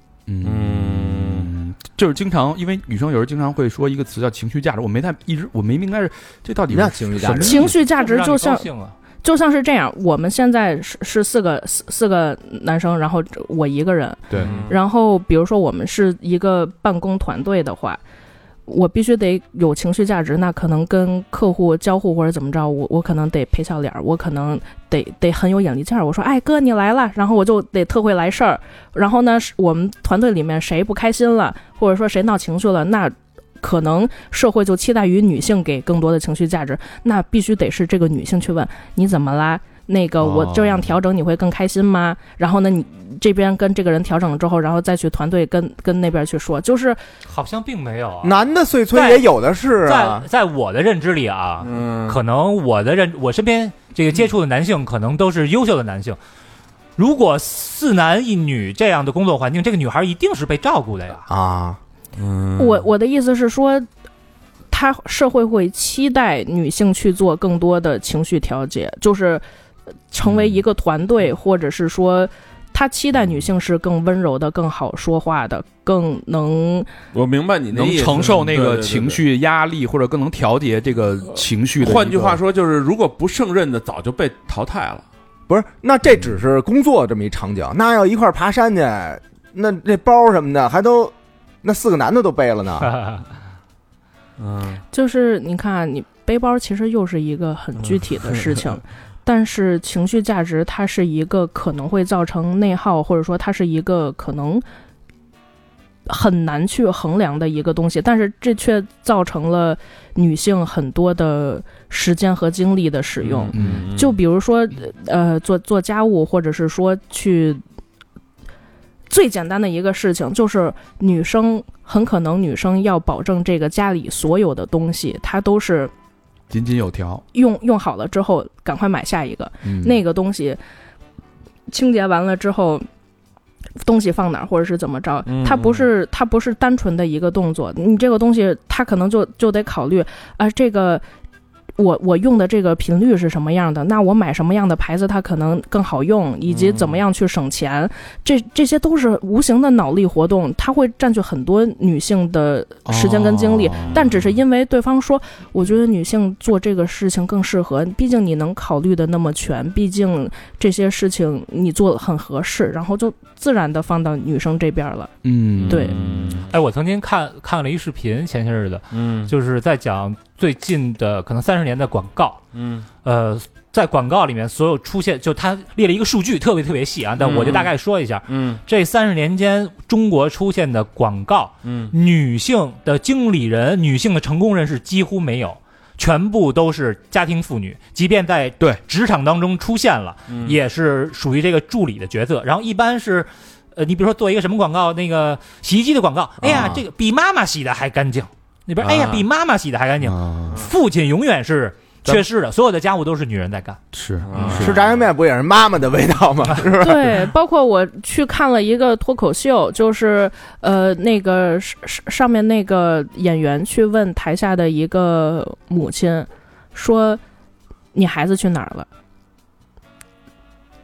嗯，就是经常，因为女生有时候经常会说一个词叫情绪价值，我没太一直我没明白是这到底是情绪价值。 情绪价值就像啊、 就像是这样，我们现在是是四个四四个男生，然后我一个人， 对， 然后比如说我们是一个办公团队的话，我必须得有情绪价值，那可能跟客户交互或者怎么着，我我可能得陪笑脸，我可能得得很有眼力劲儿。我说，哎哥你来了，然后我就得特会来事儿。然后呢，我们团队里面谁不开心了，或者说谁闹情绪了，那可能社会就期待于女性给更多的情绪价值，那必须得是这个女性去问你怎么啦？那个我这样调整你会更开心吗？哦、然后呢，你这边跟这个人调整了之后，然后再去团队跟跟那边去说，就是好像并没有、啊、 男的碎催也有的是啊，在在我的认知里啊，嗯，可能我的认我身边这个接触的男性可能都是优秀的男性。如果四男一女这样的工作环境，这个女孩一定是被照顾的呀啊。 嗯，我我的意思是说。他社会会期待女性去做更多的情绪调节，就是成为一个团队，或者是说他期待女性是更温柔的、更好说话的、更能我明白你能承受那个情绪压力，或者更能调节这个情绪的。 换句话说，就是如果不胜任的，早就被淘汰了。 不是，那这只是工作这么一场景，那要一块爬山去，那这包什么的还都那四个男的都背了呢。 嗯，就是你看，你背包其实又是一个很具体的事情，但是情绪价值它是一个可能会造成内耗，或者说它是一个可能很难去衡量的一个东西，但是这却造成了女性很多的时间和精力的使用。 嗯， 就比如说，呃，做做家务，或者是说去。最简单的一个事情就是女生很可能女生要保证这个家里所有的东西她都是井井有条， 用用好了之后赶快买下一个、嗯、那个东西清洁完了之后东西放哪儿或者是怎么着，它不是它不是单纯的一个动作，你这个东西它可能就就得考虑啊、呃、这个我我用的这个频率是什么样的？那我买什么样的牌子它可能更好用，以及怎么样去省钱，嗯、这这些都是无形的脑力活动，它会占据很多女性的时间跟精力。哦、但只是因为对方说，我觉得女性做这个事情更适合，毕竟你能考虑的那么全，毕竟这些事情你做很合适，然后就自然的放到女生这边了。 嗯， 对。 哎，我曾经看看了一视频，前些日子，嗯，就是在讲最近的可能三十年的广告， 嗯， 呃，在广告里面所有出现，就他列了一个数据，特别特别细啊，但我就大概说一下， 嗯， 这三十年间中国出现的广告， 嗯， 女性的经理人、女性的成功人士几乎没有，全部都是家庭妇女，即便在对职场当中出现了， 嗯、 也是属于这个助理的角色，然后一般是。呃，你比如说做一个什么广告，那个洗衣机的广告，哎呀，啊、这个比妈妈洗的还干净。那边，哎呀，比妈妈洗的还干净。啊、父亲永远是缺失的，所有的家务都是女人在干。 是， 啊、吃炸酱面不也是妈妈的味道吗？是不是？ 对，包括我去看了一个脱口秀，就是呃，那个上面那个演员去问台下的一个母亲，说：“你孩子去哪儿了？”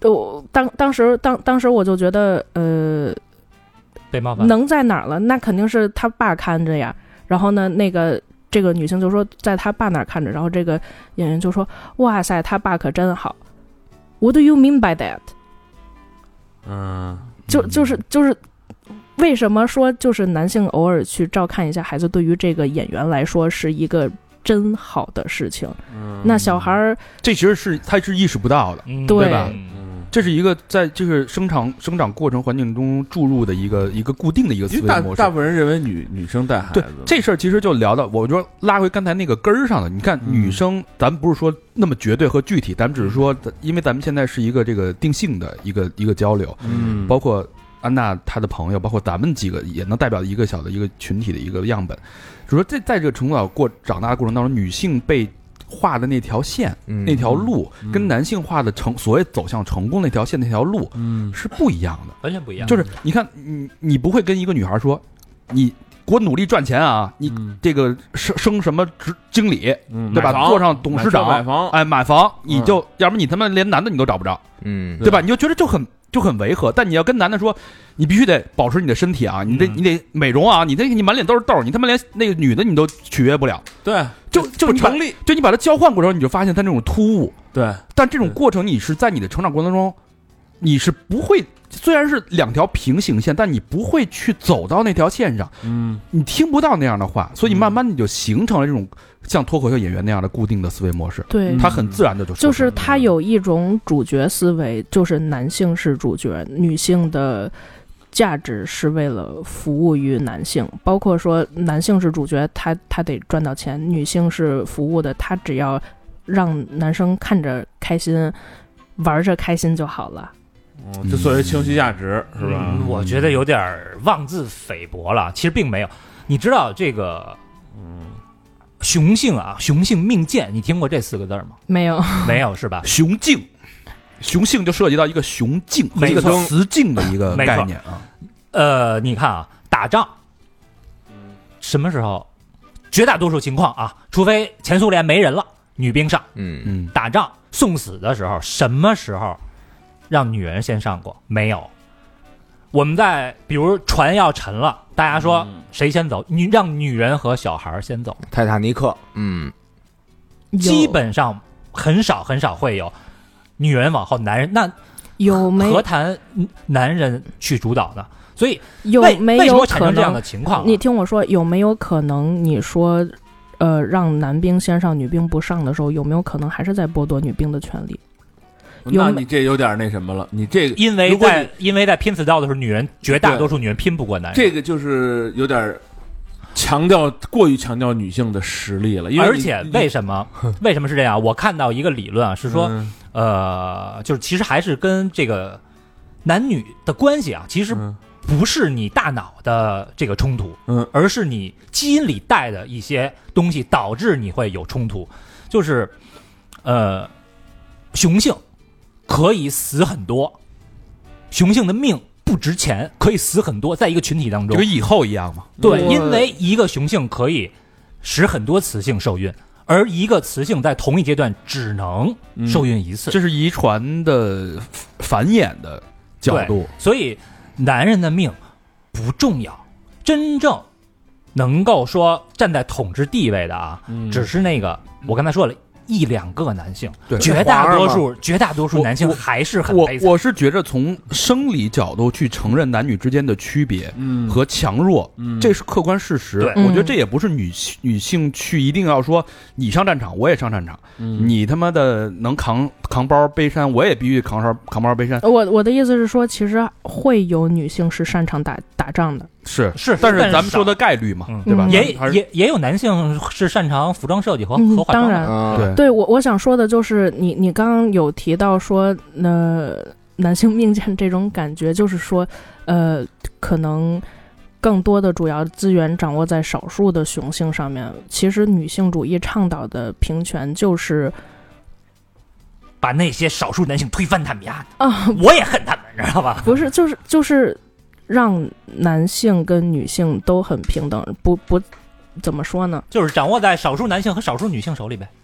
我当当时当当时我就觉得，呃， 被冒犯能在哪儿了？那肯定是他爸看着呀。然后呢，那个这个女性就说在他爸那儿看着，然后这个演员就说：“哇塞，他爸可真好。” What do you mean by that？ 嗯， 就就是就是。为什么说就是男性偶尔去照看一下孩子，对于这个演员来说是一个真好的事情？嗯、那小孩儿这其实是他是意识不到的， 嗯、 对吧？嗯、这是一个在这个生长生长过程环境中注入的一个一个固定的一个思维模式。 大大部分人认为女女生带孩子， 对这事儿其实就聊到，我说拉回刚才那个根儿上了。你看， 嗯、 女生，咱们不是说那么绝对和具体，咱们只是说，因为咱们现在是一个这个定性的一个一个交流， 嗯， 包括。安娜她的朋友，包括咱们几个，也能代表一个小的一个群体的一个样本。就说在在这个成长过长大的过程当中，女性被画的那条线、嗯、那条路，嗯、跟男性画的成所谓走向成功那条线那条路，嗯，是不一样的， 完全不一样。 就是你看，你你不会跟一个女孩说，你给我努力赚钱啊，你这个升升什么职经理，嗯、对吧？做上董事长， 买房， 哎，买房，你就、嗯、要不你他妈连男的你都找不着， 嗯， 对吧？你就觉得就很。就很违和，但你要跟男的说，你必须得保持你的身体啊，你得你得美容啊，你得你满脸都是痘，你他妈连那个女的你都取悦不了， 对， 就就不成立， 就你把它交换过程中，你就发现它那种突兀， 对， 但这种过程你是在你的成长过程中，你是不会，虽然是两条平行线，但你不会去走到那条线上，嗯，你听不到那样的话，所以慢慢你就形成了这种。像脱口秀演员那样的固定的思维模式， 对， 他很自然的就就是他有一种主角思维，就是男性是主角，女性的价值是为了服务于男性，包括说男性是主角，他他得赚到钱，女性是服务的，他只要让男生看着开心，玩着开心就好了。 嗯，这作为情绪价值、嗯、是吧、 嗯？我觉得有点妄自菲薄了，其实并没有。你知道这个，嗯。雄性啊，雄性命贱，你听过这四个字吗？ 没有， 没有是吧？ 雄竞，雄性就涉及到一个雄竞，一个雌竞的一个概念啊。 呃，你看啊，打仗，什么时候？绝大多数情况啊，除非前苏联没人了，女兵上。 嗯嗯，打仗送死的时候，什么时候让女人先上过？没有。我们在比如船要沉了，大家说谁先走？女让女人和小孩先走。 泰坦尼克，嗯， 基本上很少很少会有女人往后，男人那有没何谈男人去主导呢？所以有没有可能这样的情况、啊？ 你听我说，有没有可能你说，呃，让男兵先上，女兵不上的时候，有没有可能还是在剥夺女兵的权利？ 那你这有点那什么了，你这个因为在因为在拼死斗的时候，女人绝大多数女人拼不过男人， 这个就是有点强调过于强调女性的实力了。因为而且为什么为什么是这样？我看到一个理论啊，是说、嗯、呃，就是其实还是跟这个男女的关系啊，其实不是你大脑的这个冲突，嗯，而是你基因里带的一些东西导致你会有冲突，就是呃，雄性。可以死很多，雄性的命不值钱，可以死很多，在一个群体当中， 就跟蚁后一样嘛。 对，因为一个雄性可以使很多雌性受孕，而一个雌性在同一阶段只能受孕一次， 嗯、这是遗传的繁衍的角度。 所以男人的命不重要，真正能够说站在统治地位的啊，嗯、只是那个我刚才说了。一两个男性，绝大多数绝大多数男性还是很悲惨。 我我是觉着从生理角度去承认男女之间的区别和强弱，嗯、这是客观事实。我觉得这也不是女女性去一定要说你上战场我也上战场，嗯、你他妈的能扛扛包背山我也必须扛包扛包背山。 我我的意思是说，其实会有女性是擅长打打仗的。 是是， 但是咱们说的概率嘛， 嗯、 对吧？ 也也也有男性是擅长服装设计和、嗯、和化妆的。 当然， 嗯、 对对我我想说的就是你你刚刚有提到说，呃，男性命贱这种感觉，就是说，呃，可能更多的主要资源掌握在少数的雄性上面。其实女性主义倡导的平权就是把那些少数男性推翻他们呀！啊，我也恨他们，知道吧？ 不是，就是就是。让男性跟女性都很平等，不不，怎么说呢？ 就是掌握在少数男性和少数女性手里呗。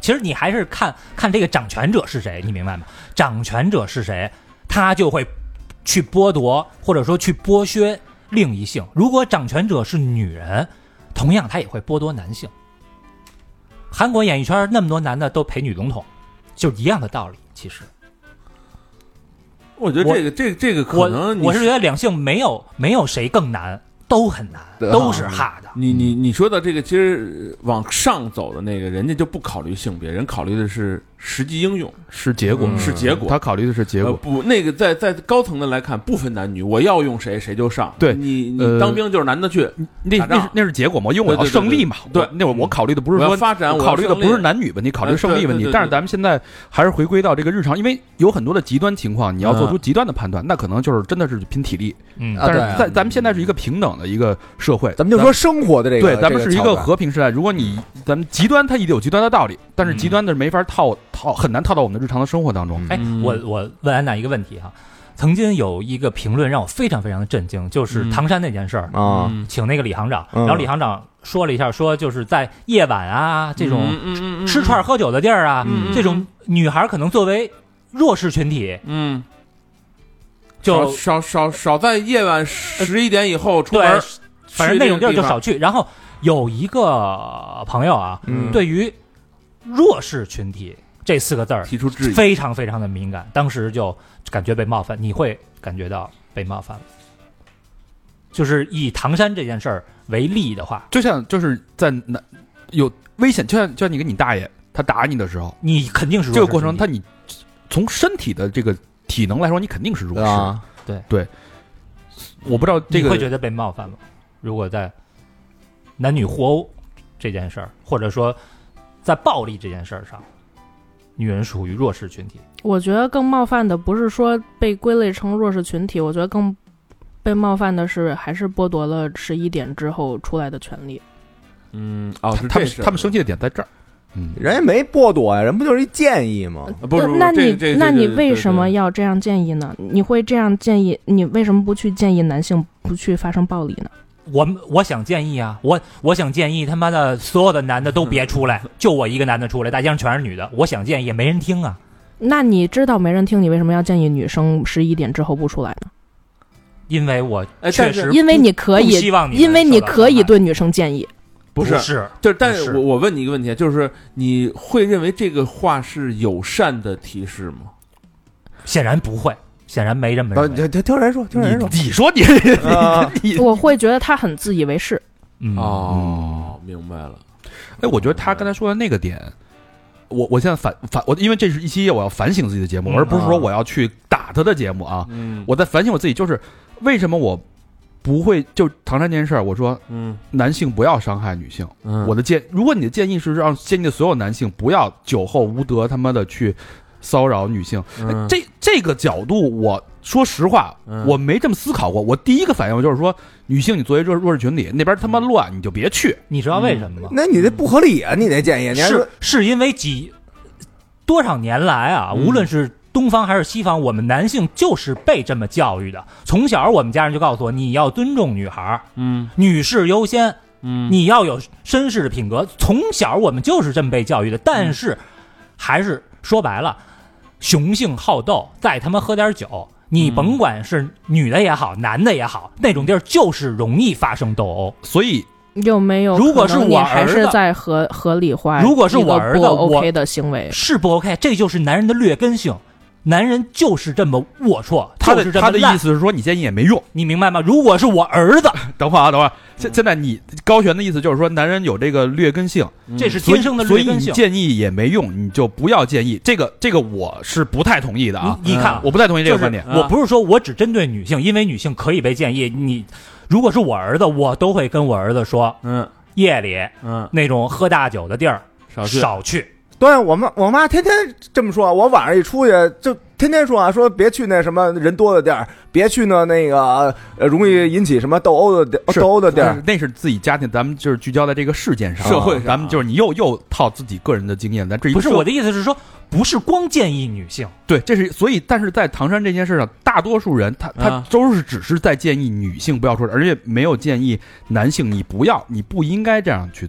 其实你还是看看这个掌权者是谁，你明白吗？掌权者是谁，他就会去剥夺或者说去剥削另一性。如果掌权者是女人，同样他也会剥夺男性。韩国演艺圈那么多男的都陪女总统，就一样的道理。其实我觉得这个这个这个可能我，我是觉得两性没有没有谁更难，都很难，都是哈的。 你你你说的这个，其实往上走的那个，人家就不考虑性别，人考虑的是实际应用， 是结果， 是结果。 他考虑的是结果。 呃、不，那个在在高层的来看，不分男女，我要用谁谁就上。 对你你当兵就是男的去， 那那是那是结果嘛，因为我要胜利嘛。 对， 那我考虑的不是说发展， 我考虑的不是男女问题，考虑胜利问题。但是咱们现在还是回归到这个日常，因为有很多的极端情况，你要做出极端的判断，那可能就是真的是拼体力。嗯，但是在咱们现在是一个平等的一个社会， 咱们就说生活的这个， 对，咱们是一个和平时代。如果你咱们极端，它也有极端的道理，但是极端的没法套套，很难套到我们的日常的生活当中。 哎，我我问安娜一个问题哈，曾经有一个评论让我非常非常的震惊，就是唐山那件事儿啊，请那个李行长，然后李行长说了一下，说就是在夜晚啊这种吃串喝酒的地儿啊，这种女孩可能作为弱势群体，嗯，就少少少在夜晚十一点以后出门， 反正那种地儿就少去。然后有一个朋友啊，对于弱势群体这四个字儿提出质疑， 非常非常的敏感，当时就感觉被冒犯。你会感觉到被冒犯吗？就是以唐山这件事儿为例的话， 就像就是在那有危险，就像就像你跟你大爷他打你的时候， 你肯定是弱势这个过程，他你从身体的这个体能来说，你肯定是弱势。 啊、对对，我不知道这个你会觉得被冒犯吗？如果在男女互殴这件事儿，或者说在暴力这件事儿上，女人属于弱势群体。 我觉得更冒犯的不是说被归类成弱势群体，我觉得更被冒犯的是还是剥夺了十一点之后出来的权利。 嗯，哦， 他们他们生气的点在这儿。 嗯，人家没剥夺呀，人不就是一建议吗？ 不是， 那你那你为什么要这样建议呢？你会这样建议，你为什么不去建议男性不去发生暴力呢？ 我我想建议啊，我我想建议他妈的所有的男的都别出来，就我一个男的出来，大街上全是女的。我想建议，没人听啊。 那你知道没人听，你为什么要建议女生十一点之后不出来呢？ 因为我确实， 因为你可以， 希望你因为你可以对女生建议。 不是， 是， 就是，但是我我问你一个问题，就是你会认为这个话是友善的提示吗？ 显然不会。显然没这么认为。 听听人说，听人说， 你说你， 啊、 你我会觉得他很自以为是。 嗯、 哦，明白了。 哎，我觉得他刚才说的那个点，我我现在反反我，因为这是一期我要反省自己的节目， 嗯、 而不是说我要去打他的节目啊。 嗯， 我在反省我自己，就是为什么我不会就唐山这件事儿，我说， 嗯， 男性不要伤害女性。 嗯， 我的建，如果你的建议是让建议的所有男性不要酒后无德他妈的去骚扰女性， 嗯、 这这个角度我。说实话， 嗯、 我没这么思考过。我第一个反应就是说，女性你作为弱弱势群体，那边他妈乱，你就别去。 你知道为什么吗？ 嗯、那你这不合理啊！你得建议，你是是因为几多少年来啊， 嗯、 无论是东方还是西方，我们男性就是被这么教育的。从小我们家人就告诉我，你要尊重女孩， 嗯， 女士优先， 嗯， 你要有绅士的品格。从小我们就是这么被教育的。但是，还是说白了，雄性好斗，再他妈喝点酒。你甭管是女的也好，男的也好，那种地儿就是容易发生斗殴。 所以有没有？ 如果是我还是在合合理化， 如果是我儿子不 OK 的行为是不 OK， 这就是男人的劣根性。男人就是这么龌龊， 他的就是这么他的意思是说你建议也没用， 你明白吗？如果是我儿子， 等会儿啊，等会儿，现现在你高璇的意思就是说男人有这个劣根性， 嗯、这是天生的劣根性， 所以你建议也没用，你就不要建议。这个这个我是不太同意的啊。 你, 你看、 嗯，我不太同意这个观点。 就是、我不是说我只针对女性，因为女性可以被建议。你如果是我儿子，我都会跟我儿子说， 嗯， 夜里， 嗯， 那种喝大酒的地儿少去， 少去。 对我妈，我妈天天这么说。我晚上一出去就天天说啊，说别去那什么人多的地儿，别去那那个呃容易引起什么斗殴的斗殴的地儿。 那是自己家庭，咱们就是聚焦在这个事件上， 社会上， 咱们就是你又又套自己个人的经验，咱这不是我的意思是说，不是光建议女性， 对，这是所以，但是在唐山这件事上，大多数人他他都是只是在建议女性不要说，而且没有建议男性你不要，你不应该这样去做。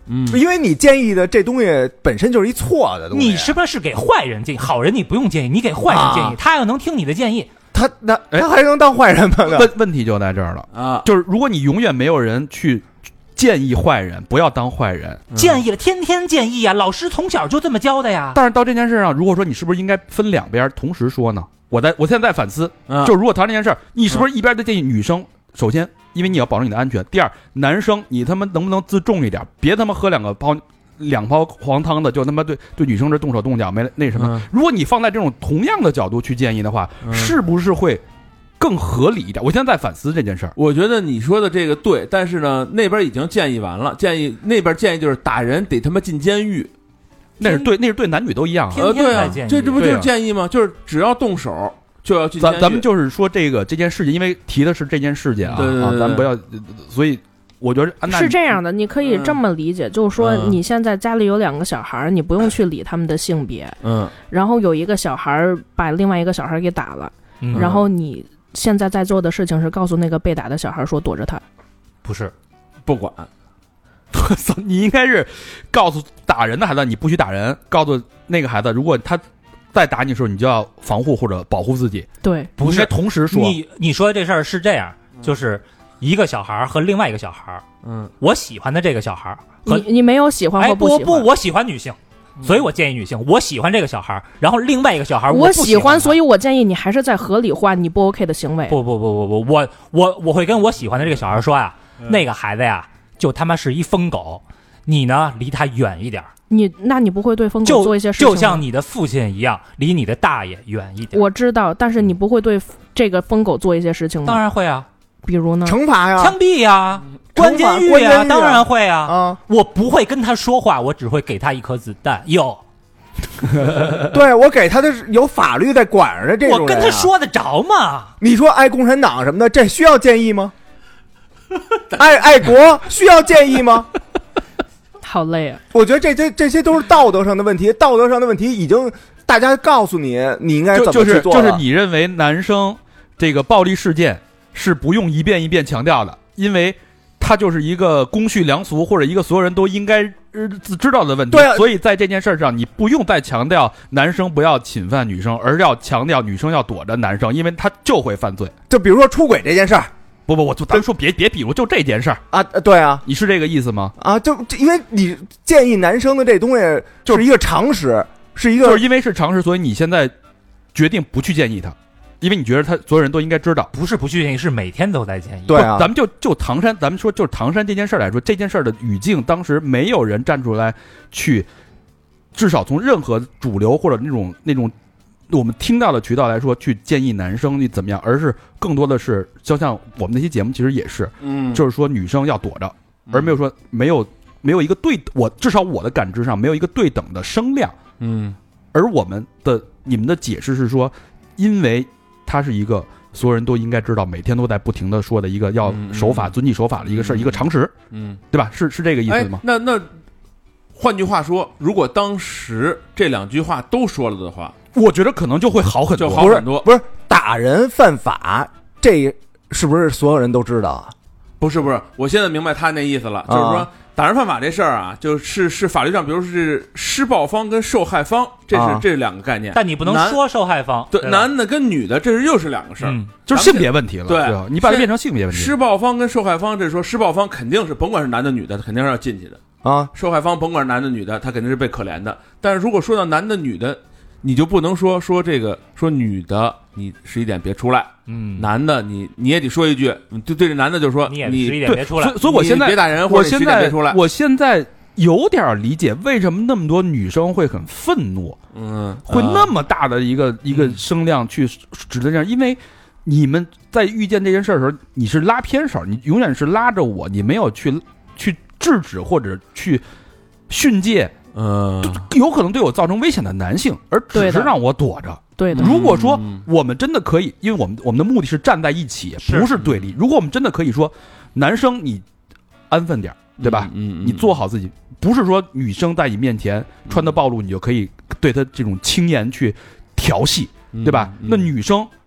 嗯，因为你建议的这东西本身就是一错的东西。 你是不是给坏人建议？好人你不用建议，你给坏人建议，啊、他要能听你的建议， 他那他还能当坏人吗？ 问问题就在这儿了啊！就是如果你永远没有人去建议坏人不要当坏人， 嗯、建议了，天天建议呀，老师从小就这么教的呀。 但是到这件事上，如果说你是不是应该分两边同时说呢？我在我现在在反思，嗯、就如果谈这件事儿，你是不是一边在建议女生？首先，因为你要保证你的安全；第二，男生你他妈能不能自重一点，别他妈喝两个泡两泡黄汤的就他妈对对女生这动手动脚没那什么。嗯、如果你放在这种同样的角度去建议的话，嗯、是不是会更合理一点？我现在在反思这件事儿。 我觉得你说的这个对，但是呢，那边已经建议完了，建议那边建议就是打人得他妈进监狱。 那是对，那是对男女都一样啊。 天天在建议，这这不就是建议吗？就是只要动手就要进监狱。 咱咱们就是说这个这件事情，因为提的是这件事件啊， 对对对对啊，咱们不要，所以我觉得是这样的，你可以这么理解，嗯、就是说你现在家里有两个小孩，你不用去理他们的性别， 嗯， 然后有一个小孩把另外一个小孩给打了，嗯、然后你现在在做的事情是告诉那个被打的小孩说躲着他， 不是， 不管。 你应该是告诉打人的孩子你不许打人，告诉那个孩子如果他再打你的时候你就要防护或者保护自己。 对， 不是同时说。 你你说的这事儿是这样，就是一个小孩和另外一个小孩， 嗯， 我喜欢的这个小孩， 你你没有喜欢或不喜欢？ 哎、不不，我喜欢女性，所以我建议女性。我喜欢这个小孩，然后另外一个小孩我喜欢， 欢，所以我建议你还是在合理化你不 OK 的行为。 不不不不不，我我我会跟我喜欢的这个小孩说呀，嗯、那个孩子呀，就他妈是一疯狗。你呢，离他远一点。 你那你不会对疯狗做一些事情吗？ 就像你的父亲一样，离你的大爷远一点。 我知道，但是你不会对这个疯狗做一些事情吗？ 当然会啊， 比如呢？ 惩罚呀， 枪毙呀，关监狱呀，当然会啊。 啊， 我不会跟他说话，我只会给他一颗子弹。有， 对我给他的有法律在管着这种人、啊， 我跟他说得着吗？ 你说爱共产党什么的，这需要建议吗？爱爱国需要建议吗？ 好累啊！ 我觉得这这这些都是道德上的问题，道德上的问题已经大家告诉你你应该怎么去做了。 就是就是你认为男生这个暴力事件是不用一遍一遍强调的，因为它就是一个公序良俗或者一个所有人都应该知道的问题。 对啊， 所以在这件事上你不用再强调男生不要侵犯女生，而要强调女生要躲着男生，因为他就会犯罪。 就比如说出轨这件事儿。 不不，我就咱说别别，比如就这件事儿啊，对啊， 你是这个意思吗？ 啊，就因为你建议男生的这东西就是一个常识，是一个， 就是因为是常识，所以你现在决定不去建议他，因为你觉得他所有人都应该知道。 不是不去建议，是每天都在建议。 对啊， 咱们就就唐山，咱们说就是唐山这件事来说，这件事的语境，当时没有人站出来去，至少从任何主流或者那种那种。我们听到的渠道来说，去建议男生你怎么样，而是更多的是，就像我们那期节目其实也是， 嗯， 就是说女生要躲着，而没有说没有没有一个对，我至少我的感知上没有一个对等的声量， 嗯， 而我们的你们的解释是说，因为它是一个所有人都应该知道，每天都在不停的说的一个要守法、遵纪守法的一个事儿，一个常识， 嗯， 对吧？是是这个意思吗？ 那那换句话说，如果当时这两句话都说了的话。 我觉得可能就会好很多， 就好很多。 不是打人犯法，这是不是所有人都知道啊？ 不是不是，我现在明白他那意思了，就是说打人犯法这事儿啊，就是是法律上，比如说是施暴方跟受害方，这是、啊、这是两个概念。 但你不能说受害方， 对，男的跟女的，这是又是两个事儿、 嗯， 就是性别问题了。 对， 对你把它变成性别问题。 施暴方跟受害方，这是说施暴方肯定是甭管是男的女的，肯定是要进去的啊。 受害方甭管是男的女的，他肯定是被可怜的。但是如果说到男的女的，你就不能说说这个说女的你十一点别出来， 嗯， 男的你你也得说一句，对对，这男的就说你也十一点别出来， 所以所以我现在别打人，或者十一点别出来。 我现在有点理解为什么那么多女生会很愤怒， 嗯， 会那么大的一个、嗯、一个声量去指责这样，因为你们在遇见这件事的时候，你是拉偏手，你永远是拉着我，你没有去去制止或者去训诫。 嗯， 有可能对我造成危险的男性，而只是让我躲着。 对的。 如果说我们真的可以，因为我们我们的目的是站在一起，不是对立。如果我们真的可以说，男生你安分点，对吧？ 嗯， 你做好自己，不是说女生在你面前穿的暴露，你就可以对她这种轻言去调戏，对吧？那女生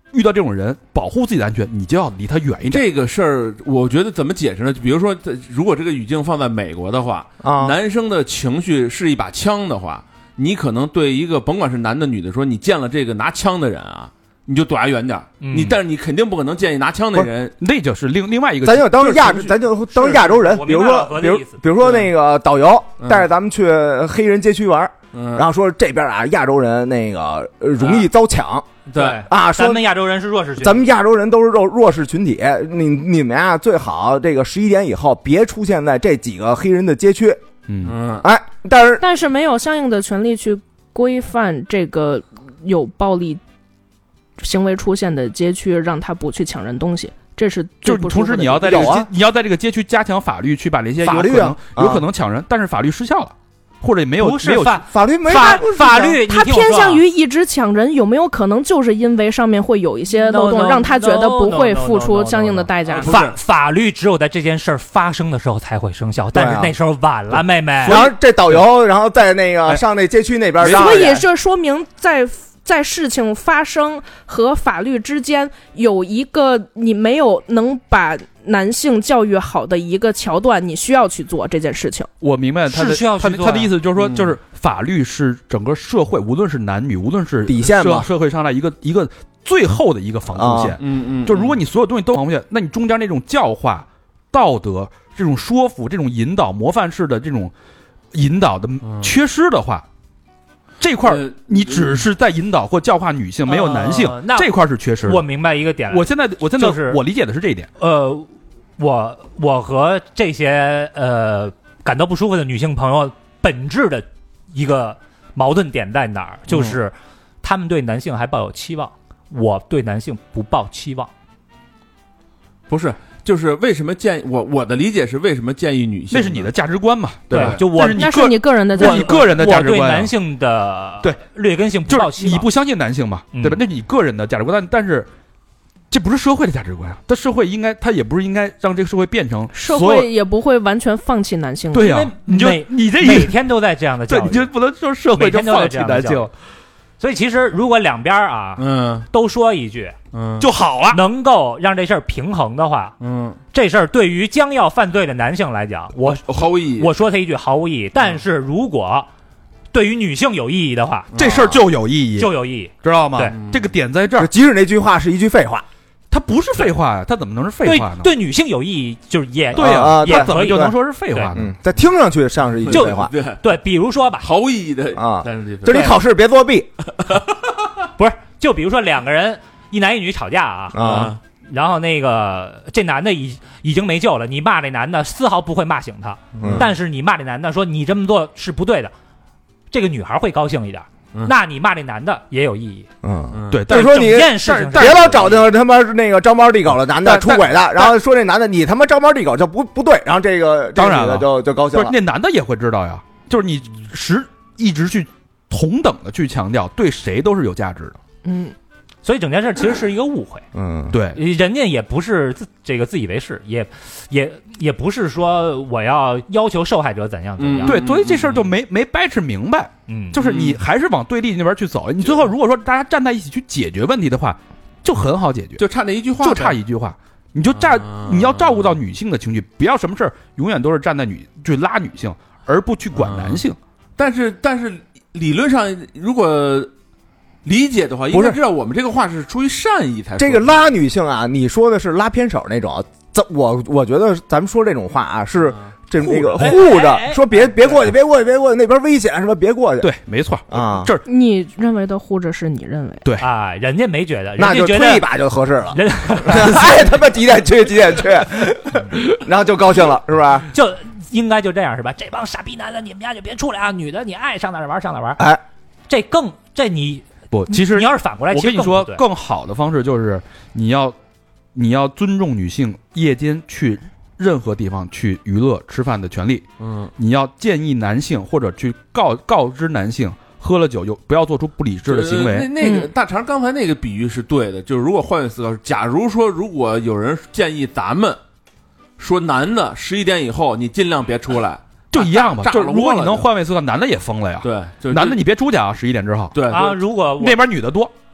遇到这种人，保护自己的安全，你就要离他远一点。 这个事儿，我觉得怎么解释呢？比如说，如果这个语境放在美国的话， 啊， 男生的情绪是一把枪的话，你可能对一个甭管是男的女的说，你见了这个拿枪的人啊，你就躲他远点。 嗯、 你但是你肯定不可能建议拿枪的人， 那就是另另外一个。 咱就当亚，咱就当亚洲人，比如说，比如比如说那个导游带着咱们去黑人街区玩。 嗯， 然后说这边啊，亚洲人那个容易遭抢， 对啊，说咱们亚洲人是弱势群体， 咱们亚洲人都是弱弱势群体，你你们啊最好这个十一点以后别出现在这几个黑人的街区， 嗯， 哎，但是但是没有相应的权利去规范这个有暴力行为出现的街区，让他不去抢人东西。这是就是同时你要在这个街，你要在这个街区加强法律，去把那些法律啊有可能抢人，但是法律失效了。或者没有没有不是法法律没法法律， 他偏向于一直抢人，有没有可能就是因为上面会有一些漏洞， no, no, 让他觉得不会付出相应的代价？ 法法律只有在这件事儿发生的时候才会生效，但是那时候晚了，妹妹。 然后这导游，然后在那个上那街区那边， 所以这说明在。在事情发生和法律之间有一个你没有能把男性教育好的一个桥段，你需要去做这件事情。 我明白他的他的他的意思，就是说， 嗯、 就是法律是整个社会，无论是男女，无论是底线嘛， 社会上的一个一个最后的一个防护线。 啊、嗯嗯， 就如果你所有东西都防护线，那你中间那种教化、道德、这种说服、这种引导、模范式的这种引导的缺失的话。嗯这块你只是在引导或教化女性，呃、没有男性， 呃、 这块是缺失的。 我明白一个点了， 我现在我现在、 就是我理解的是这一点。 呃，我我和这些呃感到不舒服的女性朋友本质的一个矛盾点在哪儿？就是他们对男性还抱有期望，我对男性不抱期望。 不是。就是为什么建议我我的理解是为什么建议女性？ 那是你的价值观嘛， 对吧？ 就我那是你个人的价值观， 你个人的价值观、 啊。我对男性的对劣根性不抱期望， 就是你不相信男性嘛， 嗯、 对吧？那是你个人的价值观，但但是这不是社会的价值观啊。但社会应该，它也不是应该让这个社会变成社会也不会完全放弃男性。 对呀、啊，你就你这每天都在这样的教育， 对，你就不能说社会就放弃男性。 所以其实如果两边啊， 嗯， 都说一句， 嗯， 就好了， 能够让这事儿平衡的话， 嗯， 这事儿对于将要犯罪的男性来讲，我毫无意义。 我说他一句毫无意义，但是如果对于女性有意义的话， 嗯、这事儿就有意义， 就有意义， 知道吗？ 对， 这个点在这儿。 即使那句话是一句废话。 它不是废话呀，它怎么能是废话呢？ 对，对女性有意义，就是也对呀、啊， 它怎么就能说是废话呢？ 嗯，在听上去像是一句废话。 对对，比如说吧， 毫无意义的啊，就你考试别作弊。 不是，就比如说两个人一男一女吵架啊， 啊， 然后那个这男的已已经没救了，你骂这男的丝毫不会骂醒他， 嗯、 但是你骂这男的说你这么做是不对的，这个女孩会高兴一点。 嗯、 那你骂这男的也有意义， 嗯， 对， 但是说你别老找那他妈那个招猫递狗的男的出轨的，然后说这男的你他妈招猫递狗就不不对，然后这个当然了就就高兴了。 不是那男的也会知道呀，就是你实一直去同等的去强调，对谁都是有价值的。 嗯， 所以整件事其实是一个误会。 嗯， 对， 人家也不是自这个自以为是，也也也不是说我要要求受害者怎样怎样。 嗯、对，所以这事儿就没没掰扯明白。 嗯， 就是你还是往对立那边去走。你最后如果说大家站在一起去解决问题的话，就很好解决， 就差那一句话， 就差一句话。你就站， 啊、 你要照顾到女性的情绪，不要什么事儿永远都是站在女去拉女性，而不去管男性。 啊、但是但是理论上，如果理解的话，应该知道我们这个话是出于善意才说。 这个拉女性啊，你说的是拉偏手那种。咱我我觉得咱们说这种话啊，是这那个护着，说别别过去，别过去，别过去，那边危险什么，别过去。 对，没错啊， 这你认为的护着是你认为对啊，人家没觉得， 那就推一把就合适了。 人哎，他妈几点去几点去，然后就高兴了，是吧？ 就应该就这样是吧？这帮傻逼男的，你们家就别出来啊！女的你爱上哪儿玩上哪儿玩。 哎， 这更这你不，其实你要是反过来， 我跟你说， 更, 更好的方式就是你要。你要尊重女性夜间去任何地方去娱乐吃饭的权利。 嗯， 你要建议男性或者去告告知男性，喝了酒就不要做出不理智的行为。 呃、那那个大肠刚才那个比喻是对的，就是如果换位思考，假如说如果有人建议咱们说男的十一点以后你尽量别出来， 就一样吧。 就是如果你能换位思考，男的也疯了呀。 对，就男的你别出去啊，十一点之后。 对啊，如果那边女的多。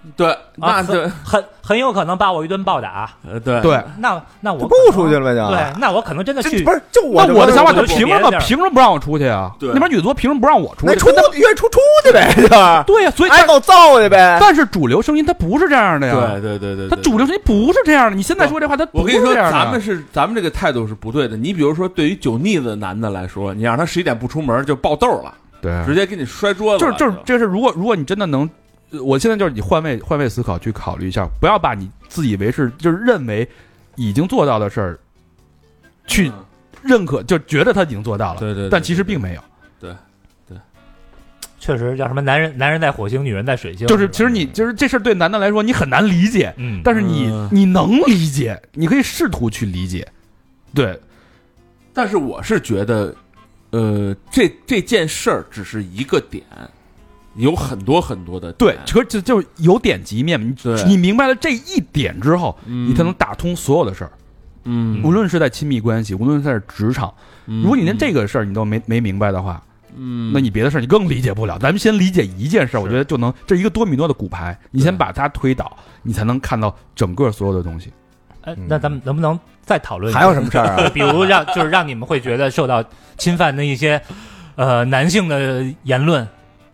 对，那对、 啊、很很有可能把我一顿暴打。 呃，对对， 那那我不出去了呗就。 对，那我可能真的去。 不是，就我那我的想法就凭什么凭凭什么不让我出去啊？ 对， 那边女作凭什么不让我出去？ 那出愿意出出去呗，就对呀、啊，所以挨够揍去呗。 但是主流声音它不是这样的呀。 对对对对， 它主流声音不是这样的。你现在说这话，它我跟你说， 咱咱们是咱们这个态度是不对的。你比如说，对于酒腻子的男的来说，你让他十一点不出门就爆豆了， 对， 直接给你摔桌子了。就是就是这是，如果如果你真的能。我现在就是你换位换位思考去考虑一下，不要把你自以为是就是认为已经做到的事儿去认可，就觉得他已经做到了， 对 对, 对， 但其实并没有。 对对， 确实叫什么男人男人在火星，女人在水星， 就是其实你就是这事儿对男的来说你很难理解， 嗯， 但是你你能理解，你可以试图去理解，对。 但是我是觉得，呃，这这件事儿只是一个点。有很多很多的对，就就就有点及面嘛。你你明白了这一点之后， 嗯、 你才能打通所有的事儿。 嗯， 无论是在亲密关系，无论是在职场， 嗯、 如果你连这个事儿你都没没明白的话， 嗯， 那你别的事儿你更理解不了。咱们先理解一件事儿，我觉得就能这一个多米诺的骨牌，你先把它推倒，你才能看到整个所有的东西。 哎，那咱们能不能再讨论？ 还有什么事儿啊？ 比如让就是让你们会觉得受到侵犯的一些呃男性的言论。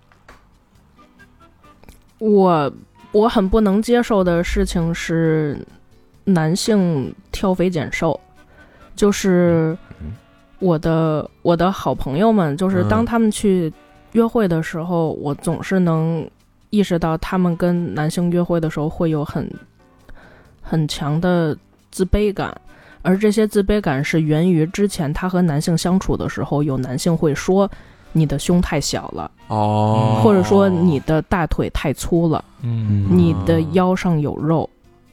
我我很不能接受的事情是男性挑肥拣瘦，就是我的我的好朋友们，就是当他们去约会的时候，我总是能意识到他们跟男性约会的时候会有很很强的自卑感，而这些自卑感是源于之前他和男性相处的时候，有男性会说你的胸太小了， 哦， 或者说你的大腿太粗了， 嗯， 你的腰上有肉。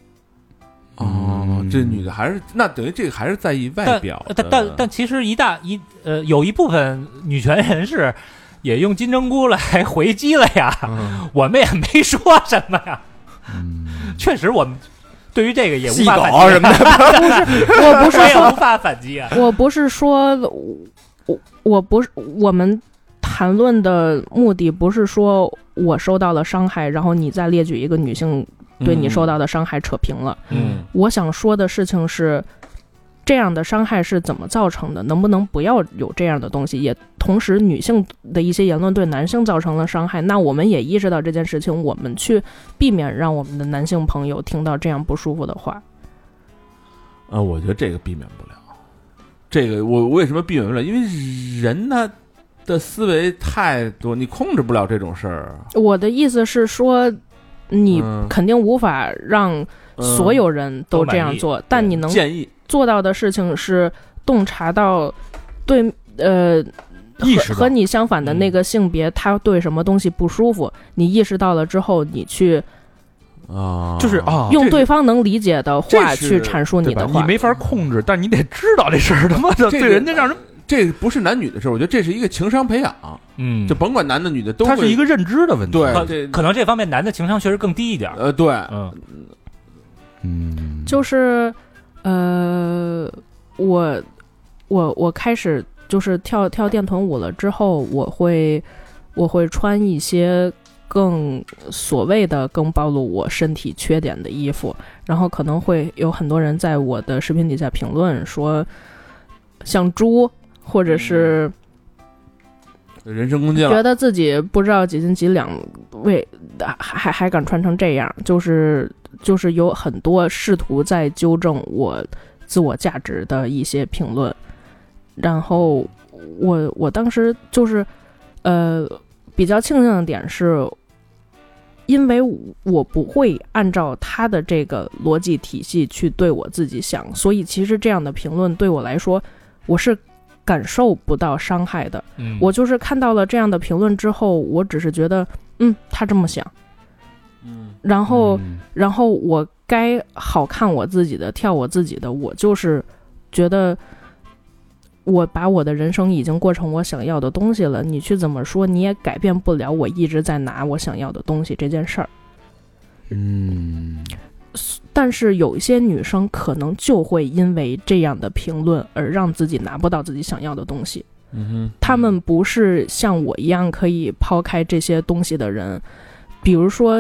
哦，这女的还是那等于这个还是在意外表， 但但但但其实一大一呃有一部分女权人士也用金针菇来回击了呀，嗯、我们也没说什么呀，嗯、确实我们对于这个也无法反击什么的， 不是，我不是说无法反击啊， 我不是说我我不是我们。谈论的目的不是说我受到了伤害，然后你再列举一个女性对你受到的伤害扯平了。 嗯， 我想说的事情是，这样的伤害是怎么造成的？能不能不要有这样的东西？也同时，女性的一些言论对男性造成了伤害，那我们也意识到这件事情，我们去避免让我们的男性朋友听到这样不舒服的话。 啊，我觉得这个避免不了。这个我为什么避免不了？因为人呢。的思维太多，你控制不了这种事儿。 我的意思是说，你肯定无法让所有人都这样做，嗯、但你能建议做到的事情是洞察到对呃意识和和你相反的那个性别，他对什么东西不舒服，你意识到了之后，你去。 啊， 就是啊， 用对方能理解的话去阐述你的话， 你没法控制，但你得知道这事儿，他妈的对人家让人。 这不是男女的事儿，我觉得这是一个情商培养。 嗯， 就甭管男的女的都， 它是一个认知的问题。 对， 这可能这方面男的情商确实更低一点。 呃，对， 嗯嗯， 就是呃，我我我开始就是跳跳电臀舞了之后，我会我会穿一些更所谓的更暴露我身体缺点的衣服，然后可能会有很多人在我的视频底下评论说像猪。或者是人身攻击了， 觉得自己不知道几斤几两，为还还敢穿成这样，就是就是有很多试图在纠正我自我价值的一些评论，然后我我当时就是呃比较庆幸的点是，因为我不会按照他的这个逻辑体系去对我自己想，所以其实这样的评论对我来说，我是感受不到伤害的。 嗯， 我就是看到了这样的评论之后，我只是觉得，嗯，他这么想， 嗯， 然后， 嗯、 然后我该好看我自己的，跳我自己的，我就是觉得，我把我的人生已经过成我想要的东西了，你去怎么说，你也改变不了我一直在拿我想要的东西这件事儿。 嗯。 但是有一些女生可能就会因为这样的评论而让自己拿不到自己想要的东西。 嗯哼， 她们不是像我一样可以抛开这些东西的人。比如说，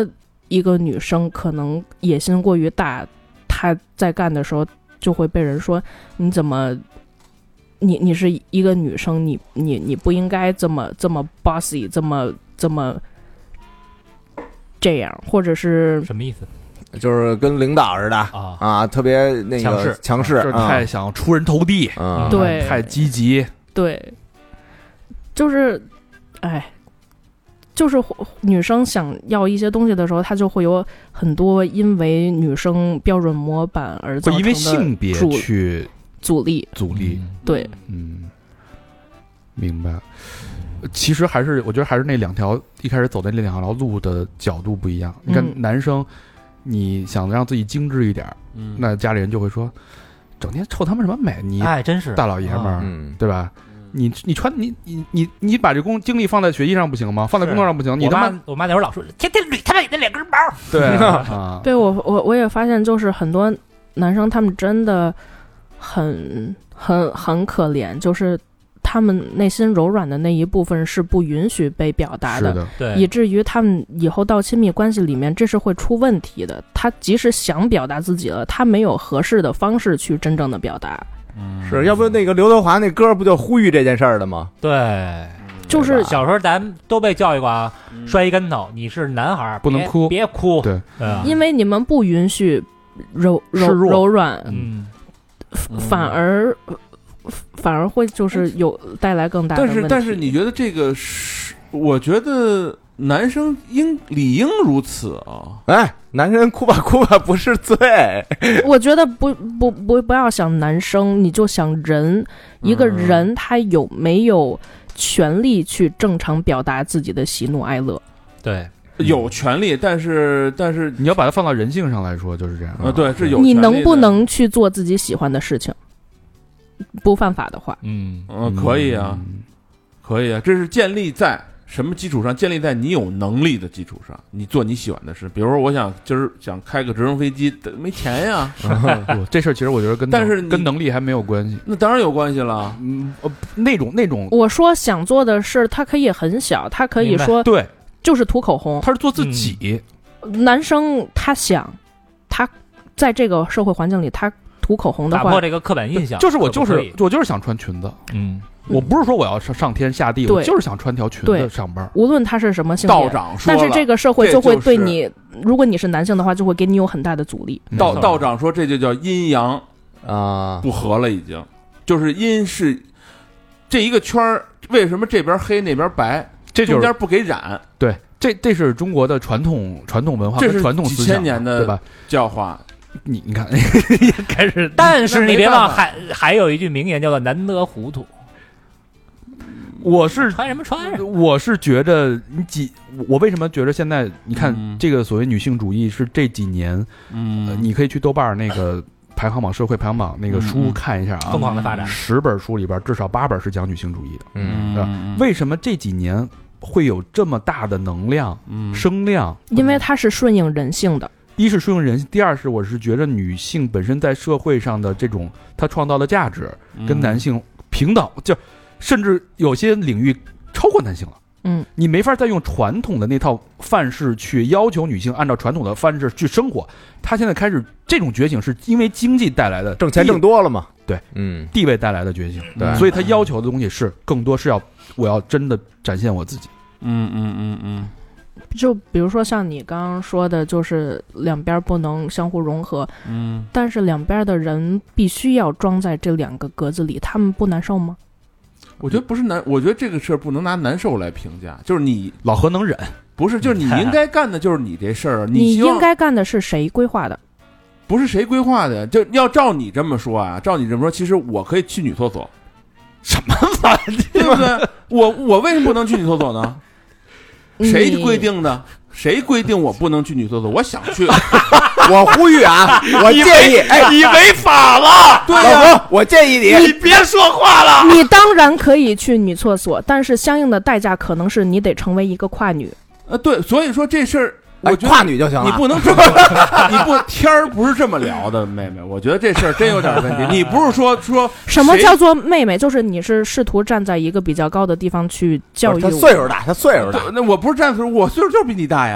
一个女生可能野心过于大，她在干的时候就会被人说你怎么。你你是一个女生，你你你不应该这么这么 bossy， 这么这么这样，或者是什么意思？ 就是跟领导似的啊啊，特别那个强势强势， 就是太想出人头地， 嗯， 对， 太积极， 对，就是哎。就是女生想要一些东西的时候，她就会有很多因为女生标准模板而造成的会因为性别去阻力， 阻力， 对， 嗯，明白。其实还是我觉得还是那两条一开始走的那两条路的角度不一样。你看男生，你想让自己精致一点，嗯，那家里人就会说，整天臭他妈什么美，你哎，真是大老爷们儿， 嗯， 对吧？你你穿你你你你把这工精力放在学习上不行吗？放在工作上不行？你他妈我妈那会儿老说，天天捋他妈那两根毛。 对啊， 对我我我也发现，就是很多男生他们真的很很很可怜，就是他们内心柔软的那一部分是不允许被表达的， 是的， 对， 以至于他们以后到亲密关系里面，这是会出问题的。他即使想表达自己了，他没有合适的方式去真正的表达。 是要不那个刘德华那歌不就呼吁这件事儿的吗？ 对， 就是小时候咱都被教育过啊，摔一跟头，你是男孩不能哭， 别哭， 对， 因为你们不允许柔柔柔软，嗯，反而反而会就是有带来更大的问题。 但是但是你觉得这个是？我觉得男生应理应如此啊！ 哎，男人哭吧哭吧不是罪。 我觉得不不不不要想男生，你就想人，一个人他有没有权利去正常表达自己的喜怒哀乐？ 对， 有权利，但是但是你要把它放到人性上来说，就是这样啊。对，是有。 你能不能去做自己喜欢的事情？不犯法的话， 嗯嗯，可以啊，可以啊，这是建立在。什么基础上？建立在你有能力的基础上，你做你喜欢的事。比如说，我想今儿想开个直升飞机，没钱呀。 这事儿其实我觉得跟但是跟能力还没有关系。 那当然有关系了。 嗯，呃，那种那种， 我说想做的事，它可以很小，它可以说对， 就是涂口红， 他是做自己。 嗯、男生他想，他在这个社会环境里，他涂口红的话， 打破这个刻板印象， 就是我就是我就是想穿裙子， 嗯。 我不是说我要上上天下地，我就是想穿条裙子上班。 无论他是什么性别， 道长说了， 但是这个社会就会对你， 就是、 如果你是男性的话，就会给你有很大的阻力。 道道长说，这就叫阴阳啊不合了，已经就是阴是这一个圈儿，为什么这边黑那边白？ 这就是、 中间不给染。 对，这这是中国的传统传统文化， 这是传统思想， 几千年的对吧？ 教化。 你你看，开始， 但是你别忘，还还有一句名言叫做“难得糊涂”。 我是穿什么穿？ 我是觉得你几，我为什么觉得现在你看、嗯、这个所谓女性主义是这几年，嗯、呃，你可以去豆瓣那个排行榜、社会排行榜那个书看一下啊， 疯狂的发展， 十本书里边至少八本是讲女性主义的， 嗯， 对吧？为什么这几年会有这么大的能量、嗯、声量？ 因为它是顺应人性的。 一是顺应人性，第二是我是觉得女性本身在社会上的这种她创造的价值跟男性平等，就甚至有些领域超过男性了。 嗯， 你没法再用传统的那套范式去要求女性按照传统的范式去生活。她现在开始这种觉醒，是因为经济带来的， 挣钱挣多了嘛？ 对， 嗯， 地位带来的觉醒。 对， 所以她要求的东西是更多是要我要真的展现我自己。 嗯嗯嗯嗯。 就比如说像你刚刚说的，就是两边不能相互融合， 嗯， 但是两边的人必须要装在这两个格子里，他们不难受吗？ 我觉得不是难，我觉得这个事儿不能拿难受来评价，就是你老何能忍， 不是，就是你应该干的就是你这事儿， 你应该干的是谁规划的？ 不是谁规划的，就要照你这么说啊，照你这么说，其实我可以去女厕所， 什么玩意儿， 对不对？我我为什么不能去女厕所呢？谁规定的？谁规定我不能去女厕所？我想去， 我呼吁啊，我建议，哎， 你违法了， 对呀、啊，我建议你， 你别说话了。 你当然可以去女厕所，但是相应的代价可能是你得成为一个跨女。 呃，对，所以说这事儿。我觉得跨女就行了， 你不能这么，你不天儿不是这么聊的，妹妹。我觉得这事儿真有点问题。你不是说说什么叫做妹妹？就是你是试图站在一个比较高的地方去教育我。 他岁数大，他岁数大。 那我不是站岁数，我岁数就是比你大呀。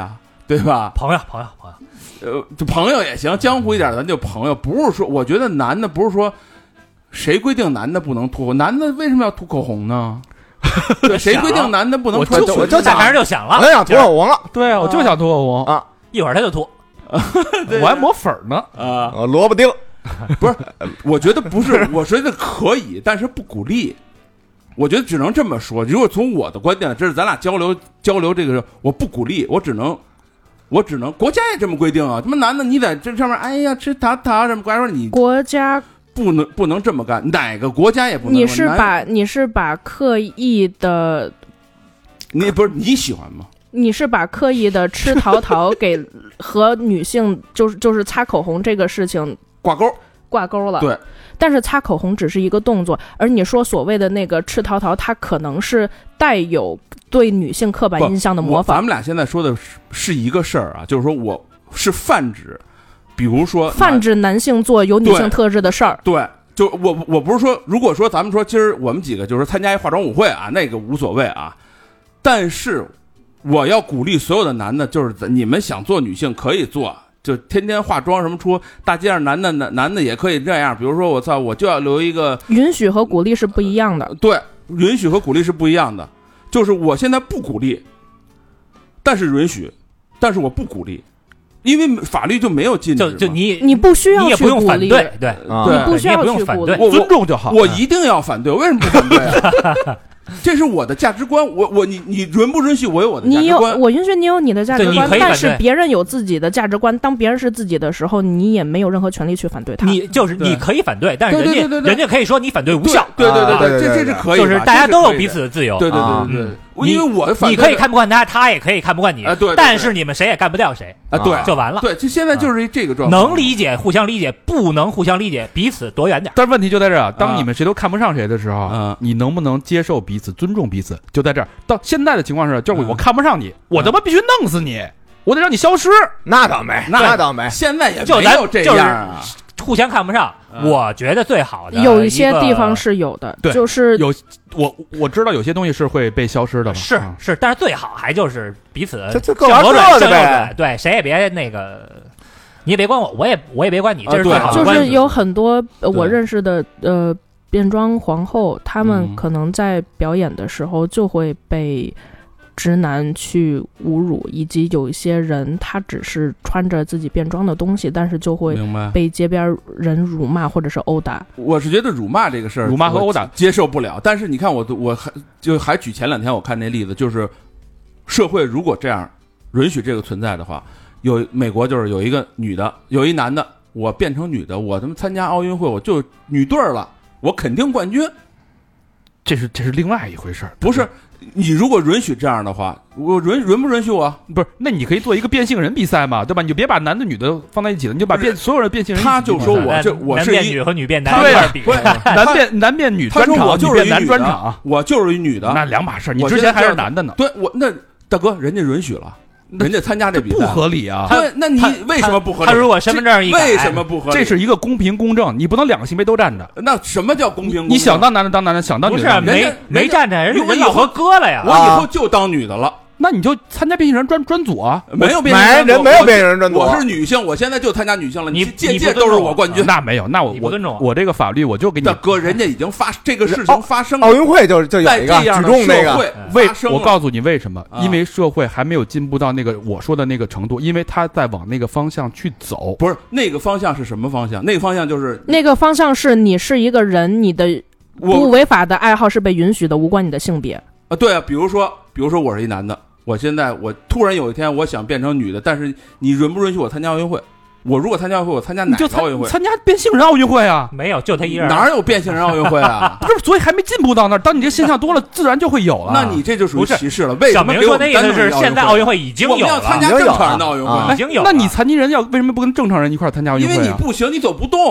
对吧？ 朋友，朋友，朋友，呃，就朋友也行，江湖一点咱就朋友。不是说，我觉得男的不是说谁规定男的不能涂，男的为什么要涂口红呢？对，谁规定男的不能穿？我就我就在那就想了， 我想涂口红了。 对啊，我就想涂口红啊， 一会儿他就涂， 我还抹粉呢啊， 萝卜丁。 不是，我觉得不是，我觉得可以，但是不鼓励。我觉得只能这么说。如果从我的观点，这是咱俩交流交流这个，我不鼓励，我只能，我只能，国家也这么规定啊。他妈男的，你在这上面，哎呀，吃塔塔什么，怪说你国家不能不能这么干，哪个国家也不能。 你是把你是把刻意的， 你不是你喜欢吗？ 你是把刻意的吃桃桃给和女性就是就是擦口红这个事情挂钩挂钩了。 对。 但是擦口红只是一个动作，而你说所谓的那个吃桃桃，它可能是带有对女性刻板印象的模仿。 咱们俩现在说的是是一个事儿啊，就是说我是泛指，比如说泛指男性做有女性特质的事儿。 对，就我我不是说，如果说咱们说今儿我们几个就是参加一化妆舞会啊，那个无所谓啊，但是我要鼓励所有的男的，就是你们想做女性可以做。就天天化妆什么出大街上男的男男的也可以这样，比如说我操，我就要留一个允许和鼓励是不一样的。 对，允许和鼓励是不一样的。就是我现在不鼓励，但是允许，但是我不鼓励，因为法律就没有禁止。 就就你你不需要你也不用反对，对， 对， 你不需要去反对， 尊重就好。 我一定要反对，我为什么不反对啊？这是我的价值观，我我你你允不允许我有我的价值观？ 你有，我允许你有你的价值观，但是别人有自己的价值观。当别人是自己的时候，你也没有任何权利去反对他。 你就是你可以反对，但是人家人家可以说你反对无效。 对对对对，这这是可以， 就是大家都有彼此的自由。 对对对对，因为我你可以看不惯他，他也可以看不惯你。 对， 但是你们谁也干不掉谁啊！对， 就完了。 对，就现在就是这个状态。 能理解，互相理解；不能互相理解，彼此躲远点。 但是问题就在这儿啊，当你们谁都看不上谁的时候，你能不能接受彼此、尊重彼此？就在这儿，到现在的情况是，就是我看不上你，嗯、我他妈必须弄死你，我得让你消失。 那倒没，那倒没， 现在也没有这样啊， 就是、互相看不上。嗯、我觉得最好的有一些地方是有的， 对， 就是有我我知道有些东西是会被消失的嘛， 是是，但是最好还就是彼此这各玩各的呗， 对，谁也别那个。你也别管我，我也我也别管你，这是最好的关系。就是有很多、呃、我认识的呃变装皇后，他们可能在表演的时候就会被直男去侮辱，以及有一些人他只是穿着自己变装的东西，但是就会被街边人辱骂或者是殴打。 我是觉得辱骂这个事儿， 辱骂和殴打接受不了。但是你看我，我还就还举前两天我看那例子，就是社会如果这样允许这个存在的话。有美国就是有一个女的，有一男的，我变成女的，我他妈参加奥运会，我就女队了，我肯定冠军。 这是这是另外一回事儿， 不是你如果允许这样的话，我允允不允许我？ 不是，那你可以做一个变性人比赛嘛，对吧？你就别把男的女的放在一起了，你就把变所有人变性人。 他就说我这我是男变女和女变男对呀，比男变男变女专场， 女变男专场， 我就是一女的， 那两码事。你之前还是男的呢。 对我那大哥，人家允许了。人家参加这比赛不合理啊！ 对，那你为什么不合理？ 他如果身份证一改， 为什么不合理？ 这是一个公平公正，你不能两个性别都站着。 那什么叫公平公正？ 你想当男的当男的，想当女的不是没没站着，人家老何割了呀！ 我以后就当女的了。 那你就参加变性人专专组啊！ 没有变性人， 人没有变性人专组。 我是女性，我现在就参加女性了。 你届届都是我冠军。 那没有，那我我我这个法律我就给你。 大哥，人家已经发这个事情发生了。 奥运会就就有一个举重那个。 为我告诉你为什么？因为社会还没有进步到那个我说的那个程度，因为他在往那个方向去走。 不是那个方向是什么方向？那个方向就是那个方向是你是一个人，你的不违法的爱好是被允许的，无关你的性别啊。对啊，比如说，比如说我是一男的。我现在我突然有一天我想变成女的，但是你允不允许我参加奥运会？我如果参加奥运会，我参加哪个奥运会？ 参加变性人奥运会啊？ 没有，就他一人。 哪有变性人奥运会啊？ 不是，所以还没进步到那儿。当你这现象多了，自然就会有了。 那你这就属于歧视了。为什么？ 小明说那意思是现在奥运会已经有了， 我们要参加正常人的奥运会， 已经有。 那你残疾人要为什么不跟正常人一块参加奥运会？ 因为你不行，你走不动。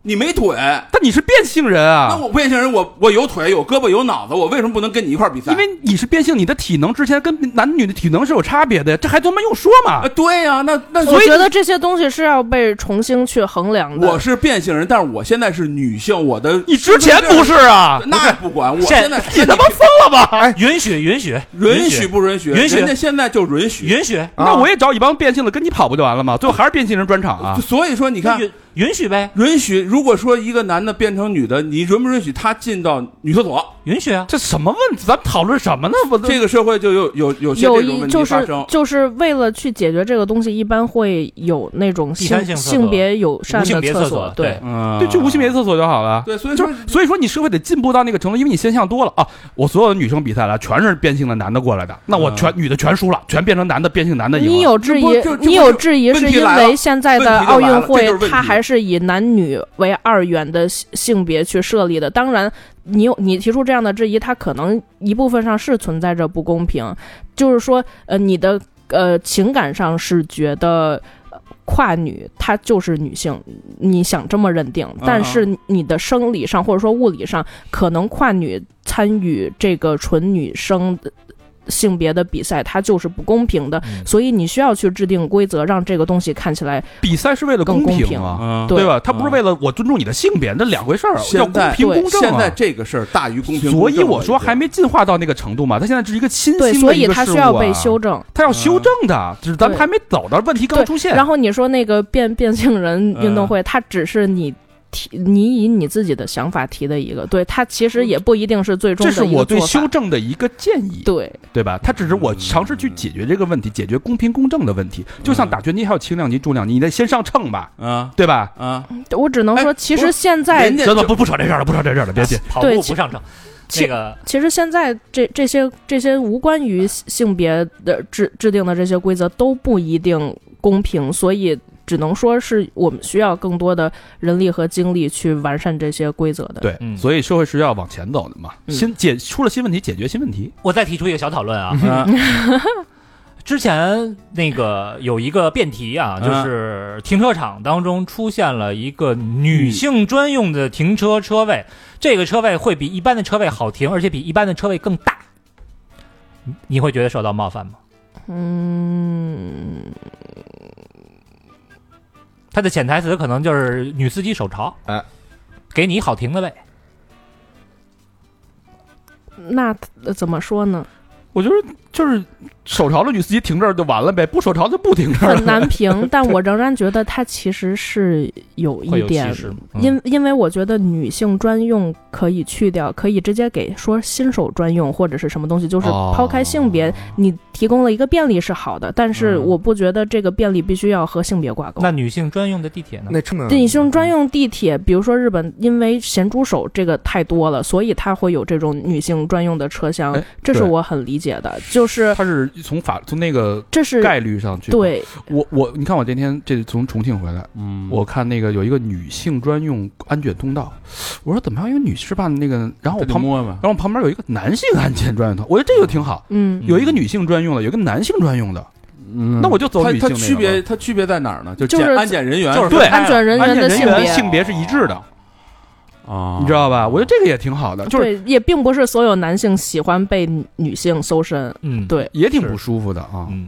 你没腿， 但你是变性人啊。 那我变性人，我我有腿有胳膊有脑子，我为什么不能跟你一块比赛？ 因为你是变性，你的体能之前跟男女的体能是有差别的呀，这还他妈用说吗？ 啊，对呀、啊，那那我觉得这些东西是要被重新去衡量的。 我是变性人，但是我现在是女性，我的你之前不是啊？ 那不管，我现在你他妈疯了吧？ 哎，允许允许允许不允许？ 允许， 人家现在就允许允许。 那我也找一帮变性的跟你跑不就完了吗？最后还是变性人专场啊！ 所以说你看。 允许呗， 允许。如果说一个男的变成女的，你允不允许他进到女厕所？ 允许啊。 这什么问题？咱们讨论什么呢？我这个社会就有有有些这种问题发生， 就是就是为了去解决这个东西，一般会有那种性性别友善的厕所，对， 嗯， 对，去无性别厕所就好了。 对，所以说所以说你社会得进步到那个程度，因为你现象多了啊。我所有的女生比赛来，全是变性的男的过来的，那我全、嗯、女的全输了，全变成男的变性男的赢了。 你有质疑？你有质疑是因为现在的奥运会它还是以男女为二元的性别去设立的，当然你有你提出这样的质疑，它可能一部分上是存在着不公平，就是说呃你的呃情感上是觉得跨女她就是女性，你想这么认定，但是你的生理上或者说物理上可能跨女参与这个纯女生性别的比赛它就是不公平的、嗯、所以你需要去制定规则，让这个东西看起来比赛是为了公平啊， 嗯、 对吧？它不是为了我尊重你的性别，那两回事儿，要公平公正、啊。 现在这个事儿大于公平公正， 所以我说还没进化到那个程度嘛。它现在是一个新兴的一个事物、啊、 对，所以它需要被修正， 它要修正的，只是咱们还没走到问题刚出现。 然后你说那个变变性人运动会，它只是你。你以你自己的想法提的一个，对，它其实也不一定是最终的一个做法， 这是我对修正的一个建议， 对对吧？它只是我尝试去解决这个问题，解决公平公正的问题。就像打拳击还有轻量级、重量级，你得先上秤吧， 啊， 对吧？ 啊， 我只能说，其实现在不不不扯这事儿了，不扯这事儿了，别别跑步不上秤。这个其实现在这这些这些无关于性别的制制定的这些规则都不一定公平，所以。只能说是我们需要更多的人力和精力去完善这些规则的。 对，嗯、所以社会是要往前走的嘛。嗯、新解出了新问题，解决新问题。 我再提出一个小讨论啊，嗯、之前那个有一个辩题啊，就是停车场当中出现了一个女性专用的停车车位，这个车位会比一般的车位好停，而且比一般的车位更大。你会觉得受到冒犯吗？嗯。他的潜台词可能就是女司机手潮，哎，给你好停的位。 那怎么说呢？ 我觉得就是手潮的女司机停这儿就完了呗，不手潮就不停这儿。 很难评，但我仍然觉得它其实是有一点， 嗯、 因因为我觉得女性专用可以去掉，可以直接给说新手专用或者是什么东西，就是抛开性别，哦、你提供了一个便利是好的，但是我不觉得这个便利必须要和性别挂钩。 那女性专用的地铁呢？ 那女性专用地铁，比如说日本，因为咸猪手这个太多了，所以它会有这种女性专用的车厢，这是我很理解的，就是它是从法从那个这是概率上去。 对， 我我你看我今天这从重庆回来，嗯，我看那个有一个女性专用安检通道，我说怎么样一个女士办那个，然后我旁然后我旁边有一个男性安检专用通道，我觉得这个挺好，嗯，有一个女性专用的，有一个男性专用的。嗯，那我就走女性那个。 它区别它区别在哪儿呢？就就是安检人员， 就是对安检人员的性别性别是一致的啊，你知道吧？我觉得这个也挺好的，就是也并不是所有男性喜欢被女性搜身， 嗯， 对， 也挺不舒服的啊。 嗯，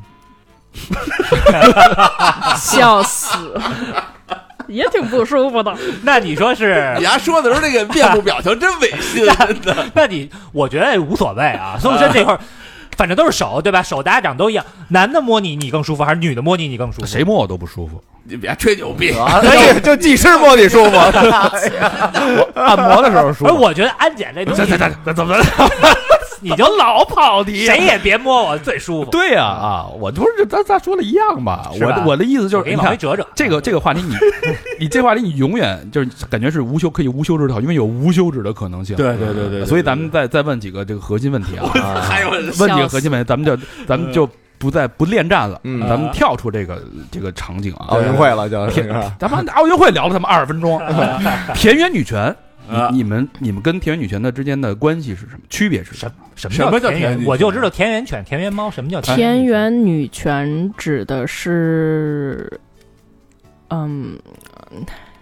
笑死，也挺不舒服的。 那你说是？ 你丫说的时候那个面部表情真违心，真的。 那你我觉得无所谓啊，搜身这块儿。反正都是手，对吧？手打掌都一样。男的摸你，你更舒服，还是女的摸你，你更舒服？ 谁摸我都不舒服。 你别吹牛逼， 就就技师摸你舒服， 按摩的时候舒服。 我觉得安检这东西， 怎怎怎么？ 你就老跑题，谁也别摸我最舒服。 对呀啊，我不是咱咱说的一样吧？我我的意思就是，你看折折这个这个话题，你你这话题你永远就是感觉是无休可以无休止讨论，因为有无休止的可能性。 对对对对， 所以咱们再再问几个这个核心问题啊， 还有问几个核心问题，咱们就咱们就不再不恋战了，咱们跳出这个这个场景啊， 奥运会了就， 咱们奥运会聊了他们二十分钟，田园女权。你你们你们跟田园女权的之间的关系是什么？区别是什么？ 什么什么叫田园？我就知道田园犬、田园猫。什么叫田园女权？指的是，嗯，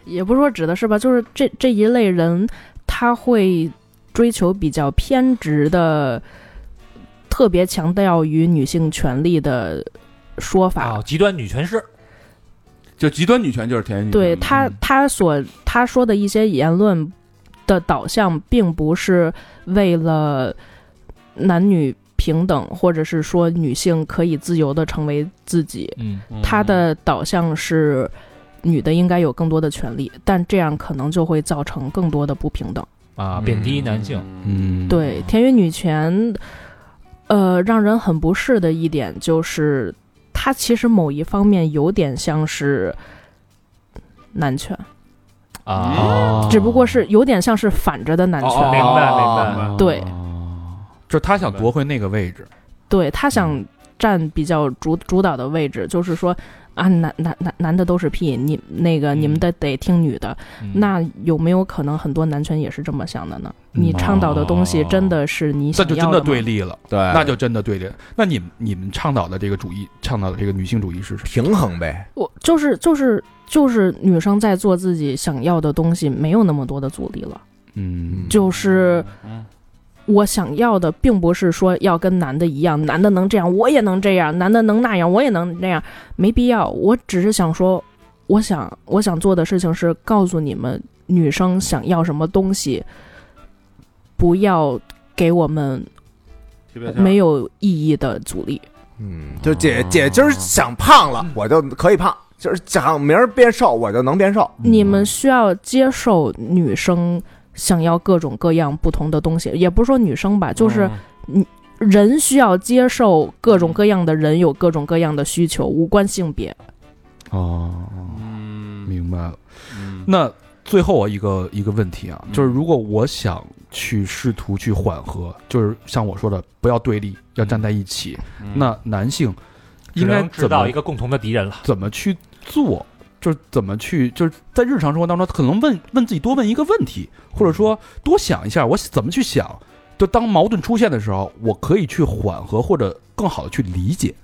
也不是说指的是吧，就是这这一类人，他会追求比较偏执的，特别强调于女性权利的说法， 啊，极端女权式， 就极端女权就是田园女权。 对他他所他说的一些言论的导向，并不是为了男女平等，或者是说女性可以自由的成为自己， 嗯， 他的导向是女的应该有更多的权利，但这样可能就会造成更多的不平等啊，贬低男性。 嗯， 对，田园女权呃让人很不适的一点就是它其实某一方面有点像是男权啊， 只不过是有点像是反着的男权， 哦、明白明白， 对， 就是他想夺回那个位置， 对他想占比较主主导的位置，就是说啊，男男男男的都是屁，你那个、嗯、你们的得听女的、嗯，那有没有可能很多男权也是这么想的呢？嗯、你倡导的东西真的是你想要的吗？ 那就真的对立了， 对， 那就真的对立。那你们你们倡导的这个主义，倡导的这个女性主义是什么？ 平衡呗。 我就是就是就是女生在做自己想要的东西，没有那么多的阻力了。 嗯， 就是我想要的并不是说要跟男的一样，男的能这样我也能这样，男的能那样我也能那样，没必要。我只是想说，我想我想做的事情是告诉你们，女生想要什么东西，不要给我们没有意义的阻力。 嗯，就姐姐今儿想胖了，我就可以胖；今儿想明儿变瘦，我就能变瘦。 你们需要接受女生想要各种各样不同的东西，也不是说女生吧，就是你人需要接受各种各样的人有各种各样的需求，无关性别。 哦，明白了。那最后我一个一个问题啊，就是如果我想去试图去缓和，就是像我说的，不要对立，要站在一起，那男性应该知道一个共同的敌人了， 怎么去做？就是怎么去，就是在日常生活当中，可能问问自己多问一个问题，或者说多想一下，我怎么去想，就当矛盾出现的时候，我可以去缓和或者更好的去理解。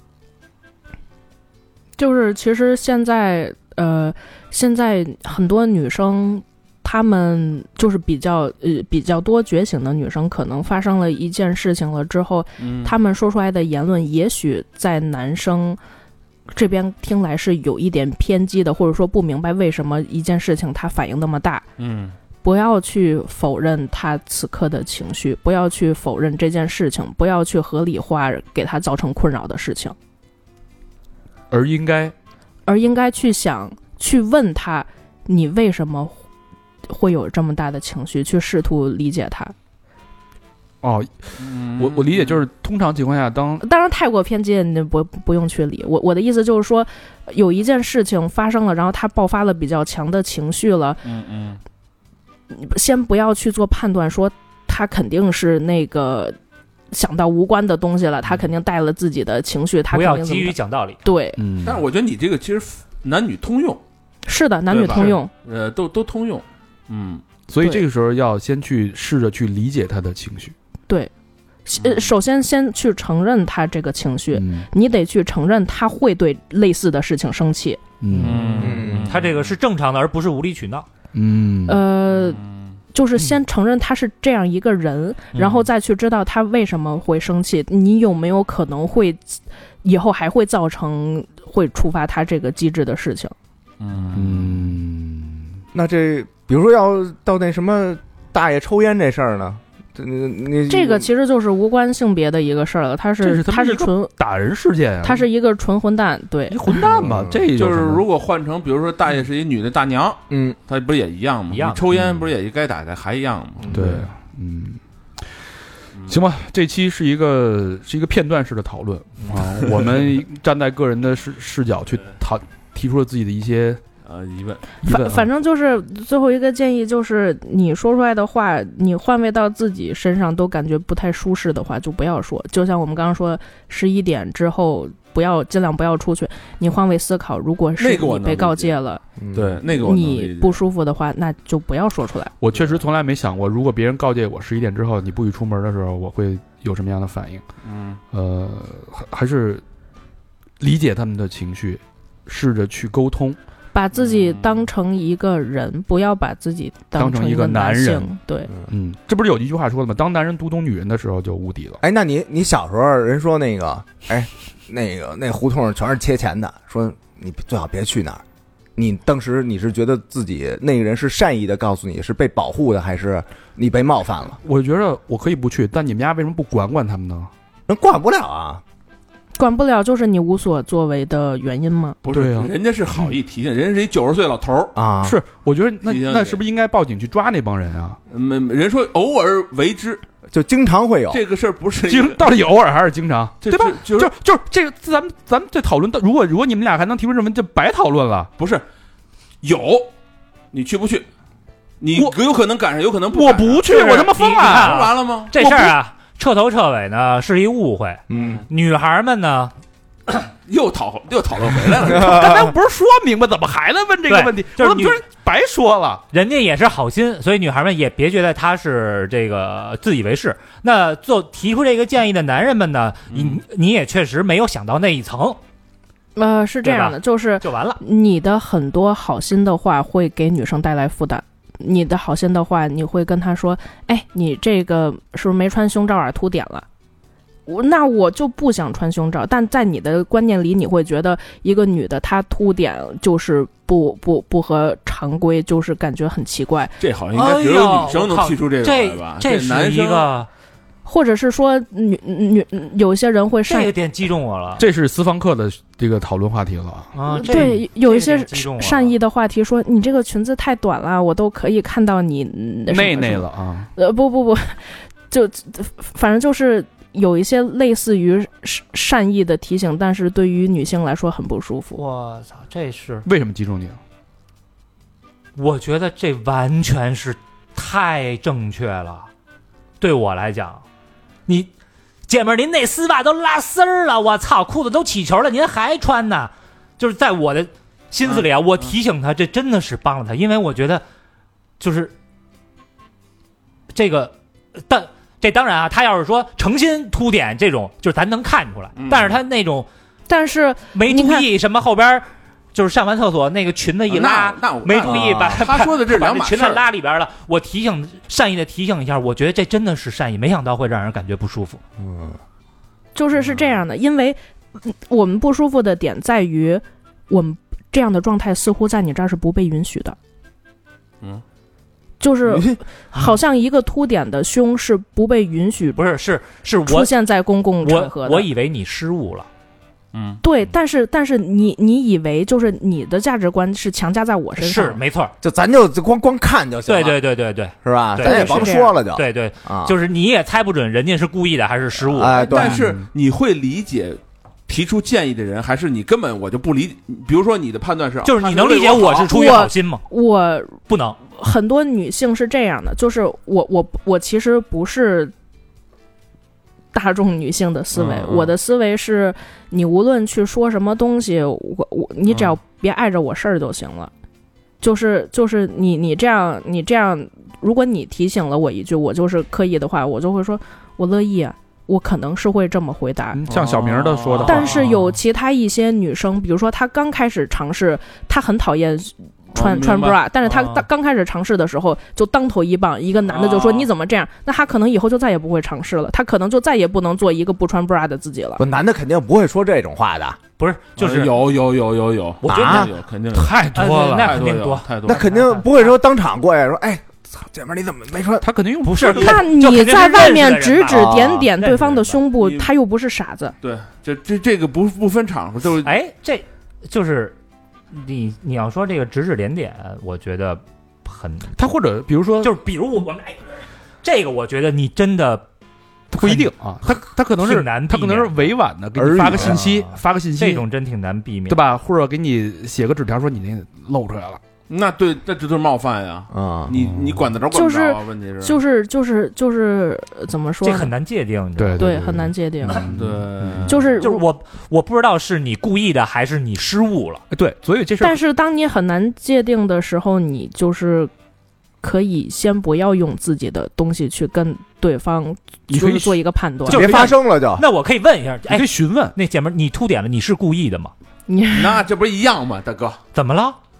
就是其实现在呃，现在很多女生，她们就是比较呃比较多觉醒的女生，可能发生了一件事情了之后，嗯、她们说出来的言论，也许在男生这边听来是有一点偏激的，或者说不明白为什么一件事情它反应那么大。 嗯， 不要去否认他此刻的情绪，不要去否认这件事情，不要去合理化给他造成困扰的事情， 而应该而应该去想，去问他你为什么会有这么大的情绪，去试图理解他。 哦，我我理解就是通常情况下，当当然太过偏激，你不不用去理。我我的意思就是说，有一件事情发生了，然后他爆发了比较强的情绪了， 嗯嗯， 先不要去做判断，说他肯定是那个想到无关的东西了，他肯定带了自己的情绪，他不要急于讲道理。 对， 嗯，但是我觉得你这个其实男女通用， 是的，男女通用， 呃，都都通用，嗯， 所以这个时候要先去试着去理解他的情绪。 对，呃，首先先去承认他这个情绪， 嗯、 你得去承认他会对类似的事情生气。 嗯， 嗯他这个是正常的，而不是无理取闹。 嗯， 呃，就是先承认他是这样一个人，嗯、然后再去知道他为什么会生气，你有没有可能会以后还会造成会触发他这个机制的事情。 嗯， 那这比如说要到那什么大爷抽烟这事儿呢？你你这个其实就是无关性别的一个事儿了，他是他是纯打人事件啊， 他是一个纯混蛋，对， 一混蛋嘛，这就是如果换成比如说大爷是一女的大娘， 嗯， 他不是也一样吗？ 一样， 你抽烟不是也该打的还一样吗？ 对，嗯，行吧，这期是一个是一个片段式的讨论啊，我们站在个人的视视角去讨提出了自己的一些。 呃，疑问， 反反正就是最后一个建议，就是你说出来的话，你换位到自己身上都感觉不太舒适的话，就不要说。就像我们刚刚说，十一点之后不要尽量不要出去。你换位思考，如果是你被告诫了， 那个、对那个你不舒服的话，那就不要说出来。 我确实从来没想过，如果别人告诫我十一点之后你不许出门的时候，我会有什么样的反应。 嗯， 呃，还是理解他们的情绪，试着去沟通。 把自己当成一个人，不要把自己当成一个男人。对， 嗯，这不是有一句话说的吗？当男人读懂女人的时候就无敌了。 哎，那你你小时候人说那个，哎，那个那胡同全是切钱的，说你最好别去那儿。你当时你是觉得自己那个人是善意的告诉你是被保护的，还是你被冒犯了？ 我觉得我可以不去，但你们家为什么不管管他们呢？ 人管不了啊。 管不了就是你无所作为的原因吗？ 不是，啊、人家是好意提醒，人家是一九十岁老头儿啊。 是，我觉得那那是不是应该报警去抓那帮人啊？ 嗯，人说偶尔为之， 就经常会有这个事儿，不是经到底偶尔还是经常，对吧？ 就就就这个，咱们咱们这讨论，如果如果你们俩还能提出什么，就白讨论了。 不是有，你去不去？你有可能赶上，有可能不。 我不去，我他妈疯了， 完了吗？ 这事儿啊。彻头彻尾呢是一误会， 嗯， 女孩们呢又讨又讨论回来了。 刚才我不是说明白，怎么还在问这个问题？ 就是你白说了， 人家也是好心，所以女孩们也别觉得他是这个自以为是。那做提出这个建议的男人们呢，你、嗯、你也确实没有想到那一层。 呃，是这样的，就是就完了。 你的很多好心的话会给女生带来负担。你的好心的话，你会跟他说：“哎，你这个是不是没穿胸罩啊？凸点了。”我那我就不想穿胸罩，但在你的观念里，你会觉得一个女的她凸点就是不不不合常规，就是感觉很奇怪。 这好像应该只有女生能提出这个来吧？ 这这男生一个。 或者是说女女有些人会善， 这个点击中我了。 这是私房课的这个讨论话题了啊。 对，有一些善意的话题说你这个裙子太短了，我都可以看到你内内了啊。 呃，不不不，就反正就是有一些类似于善意的提醒，但是对于女性来说很不舒服。 我操，这是为什么击中你了？ 我觉得这完全是太正确了，对我来讲。你姐们儿，您那丝袜都拉丝儿了，我操，裤子都起球了，您还穿呢？就是在我的心思里啊，嗯、我提醒他，这真的是帮了他，因为我觉得，就是这个，但这当然啊，他要是说诚心凸点这种，就是咱能看出来，嗯、但是他那种， 但是没注意什么后边。就是上完厕所那个裙子一拉， 那那没注意把、啊、 他说的这两码事，裙子拉里边了。我提醒善意的提醒一下，我觉得这真的是善意，没想到会让人感觉不舒服。 嗯， 就是是这样的，因为我们不舒服的点在于，我们这样的状态似乎在你这儿是不被允许的。 嗯， 就是好像一个凸点的胸是不被允许， 不是是是我出现在公共场合的。 我我以为你失误了。 嗯， 对，但是但是你你以为就是你的价值观是强加在我身上， 是没错， 就咱就光光看就行了， 对对对对对， 是吧？ 对咱也甭说了就， 对对啊， 就是你也猜不准人家是故意的还是失误， 哎，对。 但是你会理解提出建议的人，还是你根本我就不理？比如说你的判断是， 就是你能理解我是出于好心吗？ 我, 我不能。 很多女性是这样的，就是我我我其实不是。大众女性的思维、嗯嗯、我的思维是你无论去说什么东西，我我你只要别碍着我事儿就行了、嗯、就是就是你你这样你这样如果你提醒了我一句我就是刻意的话，我就会说我乐意啊，我可能是会这么回答、 嗯、像小明的说的话。 但是有其他一些女生，比如说她刚开始尝试，她很讨厌穿、哦、穿 bra， 但是他刚开始尝试的时候就当头一棒，一个男的就说、哦、你怎么这样，那他可能以后就再也不会尝试了，他可能就再也不能做一个不穿 bra 的自己了。 不，男的肯定不会说这种话的， 不是，就是有有有有有， 我觉得、 啊、有肯定有太多了， 那肯定多， 太多， 那肯定不会说当场过来说，哎，操，姐妹你怎么没穿？ 他肯定用不是， 那你在外面指指点点对方的胸部，他又不是傻子。 对，这这这个不不分场合，就是哎，这就是。你你要说这个指指点点，我觉得很他或者比如说就是比如我们哎，这个我觉得你真的不一定啊，他他可能是他可能是委婉的给你发个信息，发个信息， 这种真挺难避免， 对吧？或者给你写个纸条说你那露出来了。 那对，那这都是冒犯呀！啊，你你管得着管不着啊？问题是就是就是就是怎么说？ 这很难界定， 对对，很难界定。 对， 就是就是我我不知道是你故意的还是你失误了。 对，所以这事。 但是当你很难界定的时候，你就是可以先不要用自己的东西去跟对方就是做一个判断， 就别发生了就。 那我可以问一下， 你可以询问那姐们，你凸点了，你是故意的吗？ 那这不是一样吗，大哥？ 怎么了？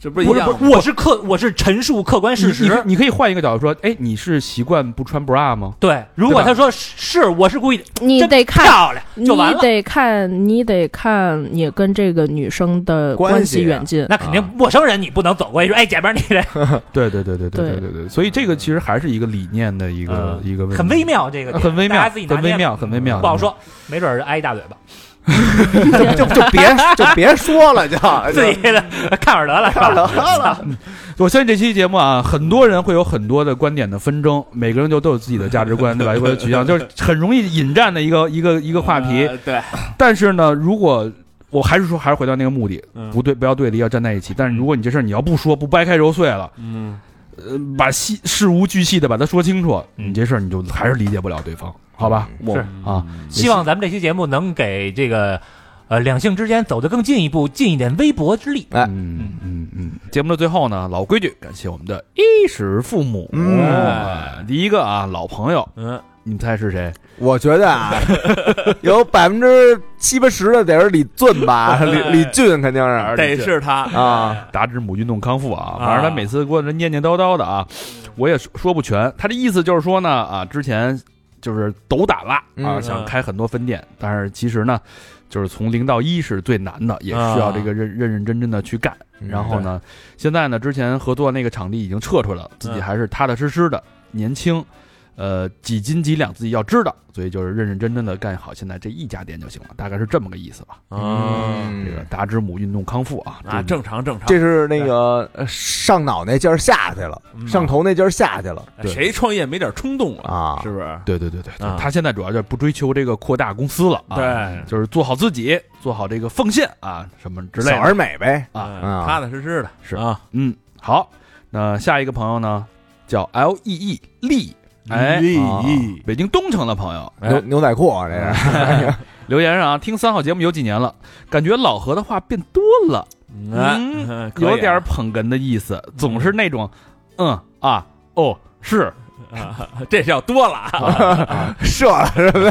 这不是一样吗？ 不是不是，我是客，我是陈述客观事你实。 你可以换一个角度说，哎，你是习惯不穿 bra 吗？ 对，如果他说是，我是故意的， 你得看漂亮就完了。 你得看，你得看你跟这个女生的关系远近。 那肯定陌生人，你不能走过去说，哎，姐们儿，你这对对对对对对对对，所以这个其实还是一个理念的一个一个问题， 很微妙，这个很微妙， 很微妙，很微妙， 不好说，没准挨一大嘴巴。 就就就别就别说了，就自己的看会得了， 看得了。 我相信这期节目啊，很多人会有很多的观点的纷争，每个人就都有自己的价值观，对吧？或者取向，就是很容易引战的一个一个一个话题。 呃、对。 但是呢，如果我还是说，还是回到那个目的，不对，不要对立，要站在一起。但是如果你这事儿你要不说，不掰开揉碎了，嗯，呃，把细事无巨细的把它说清楚，你这事儿你就还是理解不了对方。好吧， 是啊， 希望咱们这期节目能给这个呃两性之间走得更进一步，尽一点微薄之力。 哎，嗯嗯嗯。节目的最后呢，老规矩，感谢我们的衣食父母。嗯，哎、第一个啊，老朋友，嗯，你们猜是谁？ 我觉得啊，有百分之七八十的得是李俊吧，李李俊肯定是得是他啊。达之母运动康复啊，反正他每次给我念念叨叨的啊，我也说不全。他的意思就是说呢，啊，之前。就是斗胆了啊，想开很多分店，但是其实呢，就是从零到一是最难的，也需要这个认认认真真的去干。然后呢，现在呢，之前合作那个场地已经撤出来了，自己还是踏踏实实的，年轻，呃，几斤几两自己要知道，所以就是认认真真的干好现在这一家店就行了，大概是这么个意思吧。嗯，这个达之母运动康复啊， 啊，正常正常。 这是那个上脑那劲儿下去了，上头那劲儿下去了。 谁创业没点冲动啊？ 是不是？ 对对对对，他现在主要就是不追求这个扩大公司了， 对， 就是做好自己，做好这个奉献啊，什么之类的， 小而美呗啊，踏踏实实的是啊，嗯，好，那下一个朋友呢，叫 L E E 力。哎，啊、北京东城的朋友， 牛牛仔裤啊，这是留言上啊，听三好节目有几年了，感觉老何的话变多了，嗯，嗯有点捧哏的意思，总是那种，嗯啊哦是， 啊、这是要多了， 啊、射了是不是？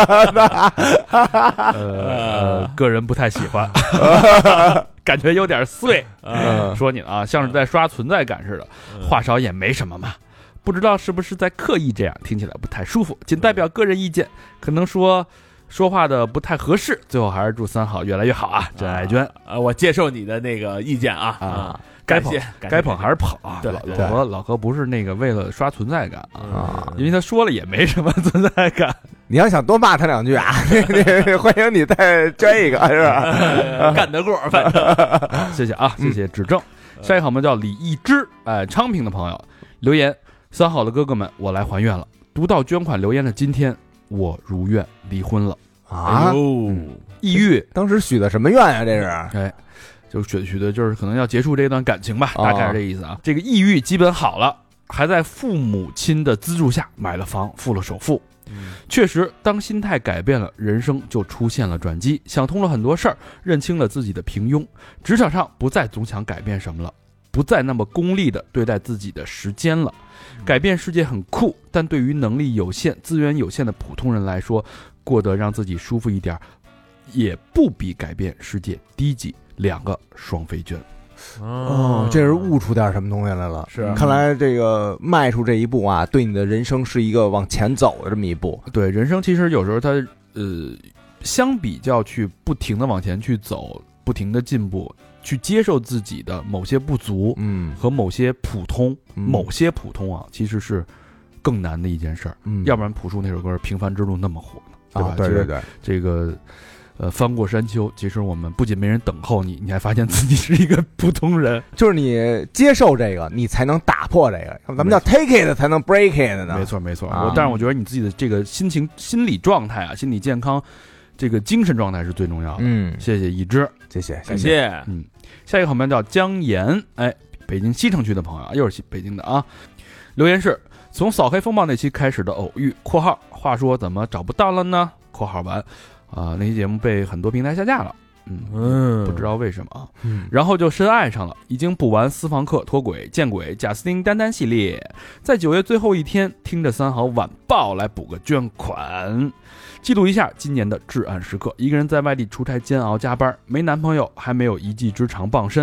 呃，个人不太喜欢，感觉有点碎。嗯、说你啊，像是在刷存在感似的，话少也没什么嘛。不知道是不是在刻意这样，听起来不太舒服，仅代表个人意见，可能说说话的不太合适。最后还是祝三好越来越好啊！真爱娟啊，我接受你的那个意见啊啊，该捧该捧还是捧啊！ 对， 老何老何不是那个为了刷存在感啊，因为他说了也没什么存在感。 你要想多骂他两句啊，欢迎你再摘一个，是吧？ 干得过，反正谢谢啊，谢谢指正。下一个好朋友叫李一之，哎，昌平的朋友留言。三好的哥哥们，我来还愿了。读到捐款留言的今天，我如愿离婚了啊！ 嗯、抑郁， 当时许的什么愿啊？这是哎，就许许的就是可能要结束这段感情吧，大概是这意思啊。哦、这个抑郁基本好了，还在父母亲的资助下买了房，付了首付。嗯、确实，当心态改变了，人生就出现了转机，想通了很多事儿，认清了自己的平庸，职场上不再总想改变什么了，不再那么功利的对待自己的时间了。改变世界很酷，但对于能力有限、资源有限的普通人来说，过得让自己舒服一点，也不比改变世界低级。两个双飞娟， 哦，这是悟出点什么东西来了。 是， 看来这个迈出这一步啊，对你的人生是一个往前走的这么一步。 对，人生其实有时候它呃，相比较去不停的往前去走，不停的进步。去接受自己的某些不足，嗯，和某些普通，嗯、某些普通啊，其实是更难的一件事儿。嗯，要不然朴树那首歌《平凡之路》那么火呢，对吧？ 啊、对对对， 这个呃，翻过山丘，其实我们不仅没人等候你，你还发现自己是一个普通人。 就是你接受这个，你才能打破这个。咱们叫 take it 才能 break it 呢。 没错没错，啊、我但是我觉得你自己的这个心情、心理状态啊，心理健康。这个精神状态是最重要的。 嗯， 谢谢一只， 谢谢， 感谢。 嗯，下一个好朋友叫姜岩，哎，北京西城区的朋友，又是北京的啊。留言是从扫黑风暴那期开始的偶遇（括号话说怎么找不到了呢？）（括号完）啊，那期节目被很多平台下架了，嗯嗯，不知道为什么啊。嗯，然后就深爱上了，已经补完私房课、脱轨、见鬼、贾斯汀丹丹系列，在九月最后一天听着三好晚报来补个捐款。记录一下今年的至暗时刻，一个人在外地出差煎熬加班，没男朋友，还没有一技之长傍身，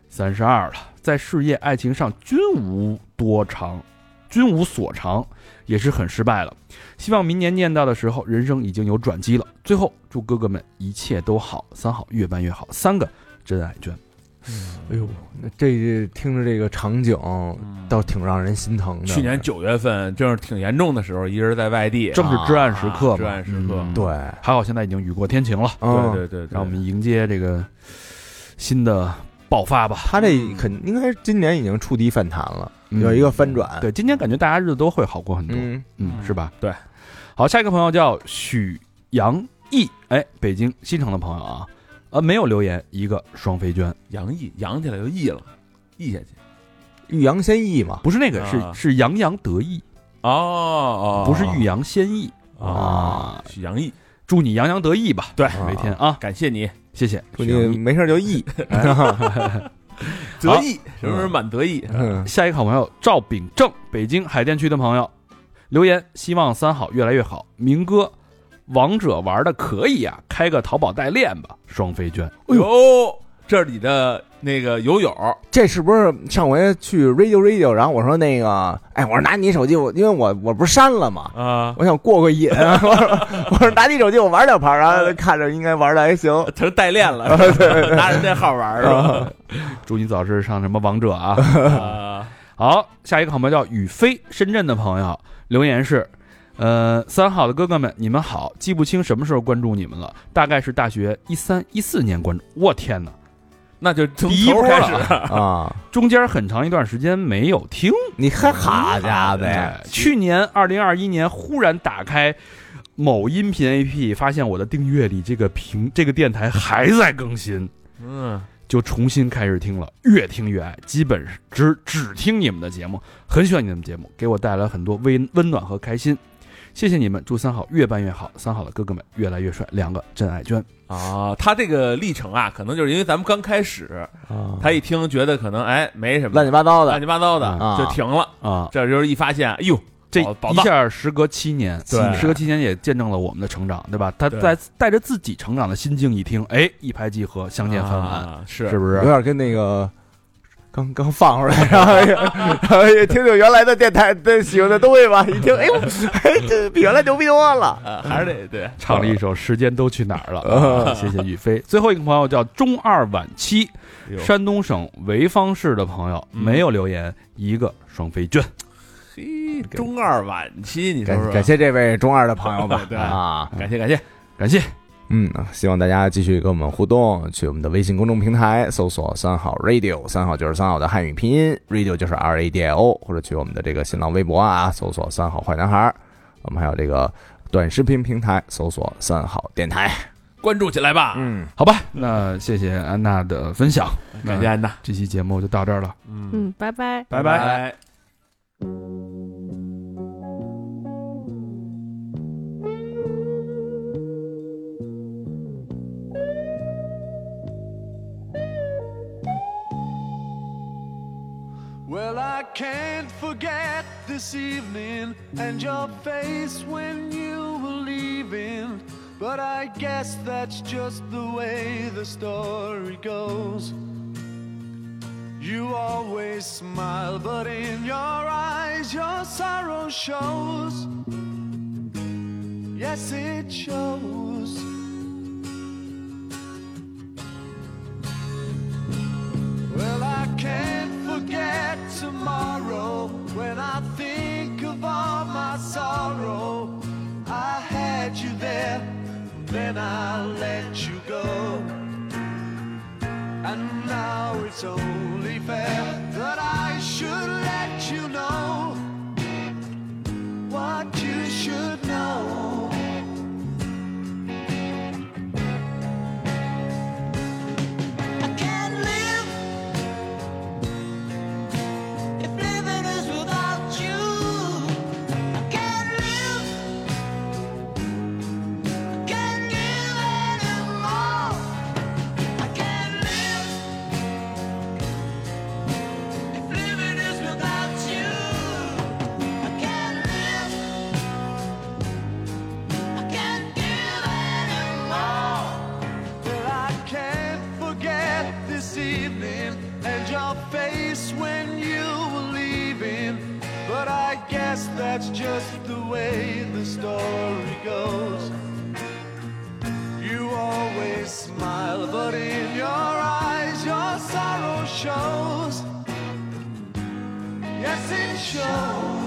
三十二了，在事业爱情上均无多长，均无所长，也是很失败了。希望明年念到的时候，人生已经有转机了。最后祝哥哥们一切都好，三好越办越好。三个真爱娟。 哎呦，那这听着这个场景，倒挺让人心疼的。 去年九月份正是挺严重的时候，一人在外地， 正是至暗时刻嘛， 至暗时刻。 嗯、 对， 还好现在已经雨过天晴了。 嗯、 对对对， 让我们迎接这个新的爆发吧。 他这肯应该今年已经触底反弹了，嗯、有一个翻转。 对，今年感觉大家日子都会好过很多， 嗯, 嗯是吧？ 对。 好，下一个朋友叫许阳毅，哎，北京新城的朋友啊。呃，没有留言，一个双飞娟， 扬毅扬起来就毅了，毅下去， 欲扬先抑嘛， 不是那个，是、 啊、 是洋洋得意哦哦， 不是欲扬先抑啊，许扬毅， 祝你洋洋得意吧， 对， 每天啊， 感谢你， 谢谢， 祝你没事就意， 得意，是不是满得意？ 嗯， 下一个好朋友赵秉正，北京海淀区的朋友留言，希望三好越来越好，明哥。王者玩的可以啊，开个淘宝代练吧，双飞娟。 哎呦，这是你的那个友友， 这是不是上回去 radio radio， 然后我说那个，哎，我说拿你手机，我因为我我不是删了嘛， 啊， 我想过个瘾，我说我说拿你手机我玩两盘，然后看着应该玩的还行， 成代练了，拿人家号玩是吧？ 祝你早日上什么王者啊！ 啊好，下一个好朋友叫宇飞，深圳的朋友留言是。呃，三好的哥哥们，你们好！记不清什么时候关注你们了，大概是大学一三一四年关注。我天哪， 那就从第一波开始啊！ 中间很长一段时间没有听。 你看好家伙呗！ 去年二零二一年忽然打开某音频 A P P， 发现我的订阅里这个屏这个电台还在更新， 嗯， 就重新开始听了，越听越爱，基本只只听你们的节目，很喜欢你们的节目，给我带来很多温温暖和开心。谢谢你们，祝三好越办越好，三好的哥哥们越来越帅，两个真爱娟啊！他这个历程啊，可能就是因为咱们刚开始， 啊、 他一听觉得可能哎没什么， 乱七八糟的， 乱七八糟的、 啊、 就停了啊。 这就是一发现，哎呦， 这一下时隔七年， 对， 时隔七年也见证了我们的成长，对吧？他在带着自己成长的心境一听，哎，一拍即合，相见恨晚， 啊、是是不是？ 有点跟那个。刚刚放出来，然后也然后也听听原来的电台的喜欢的东西吧。一听，哎呦，这比原来牛逼多了， 啊、还是得对唱了一首《时间都去哪儿了》啊。谢谢宇飞。最后一个朋友叫中二晚七，山东省潍坊市的朋友没有留言，一个双飞娟。 嘿，中二晚期，你说说， 感谢这位中二的朋友吧， 对啊， 感谢感谢感谢。 嗯，希望大家继续跟我们互动，去我们的微信公众平台搜索三好 radio， 三好就是三好的汉语拼音 ，radio 就是 R A D I O， 或者去我们的这个新浪微博啊，搜索三好坏男孩，我们还有这个短视频平台搜索三好电台， 关注起来吧。 嗯， 好吧，那谢谢安娜的分享， 感谢安娜， 这期节目就到这儿了。 嗯嗯，拜拜， 拜拜。 Well, I can't forget this evening and your face when you were leaving, but I guess that's just the way the story goes. You always smile, but in your eyes your sorrow shows. Yes, it shows. Well, I can't forget tomorrow when I think of all my sorrow. I had you there, then I let you go, and now it's only fair that I should let you know what you should know. your face when you were leaving, but I guess that's just the way the story goes. You always smile, but in your eyes your sorrow shows. Yes, it shows.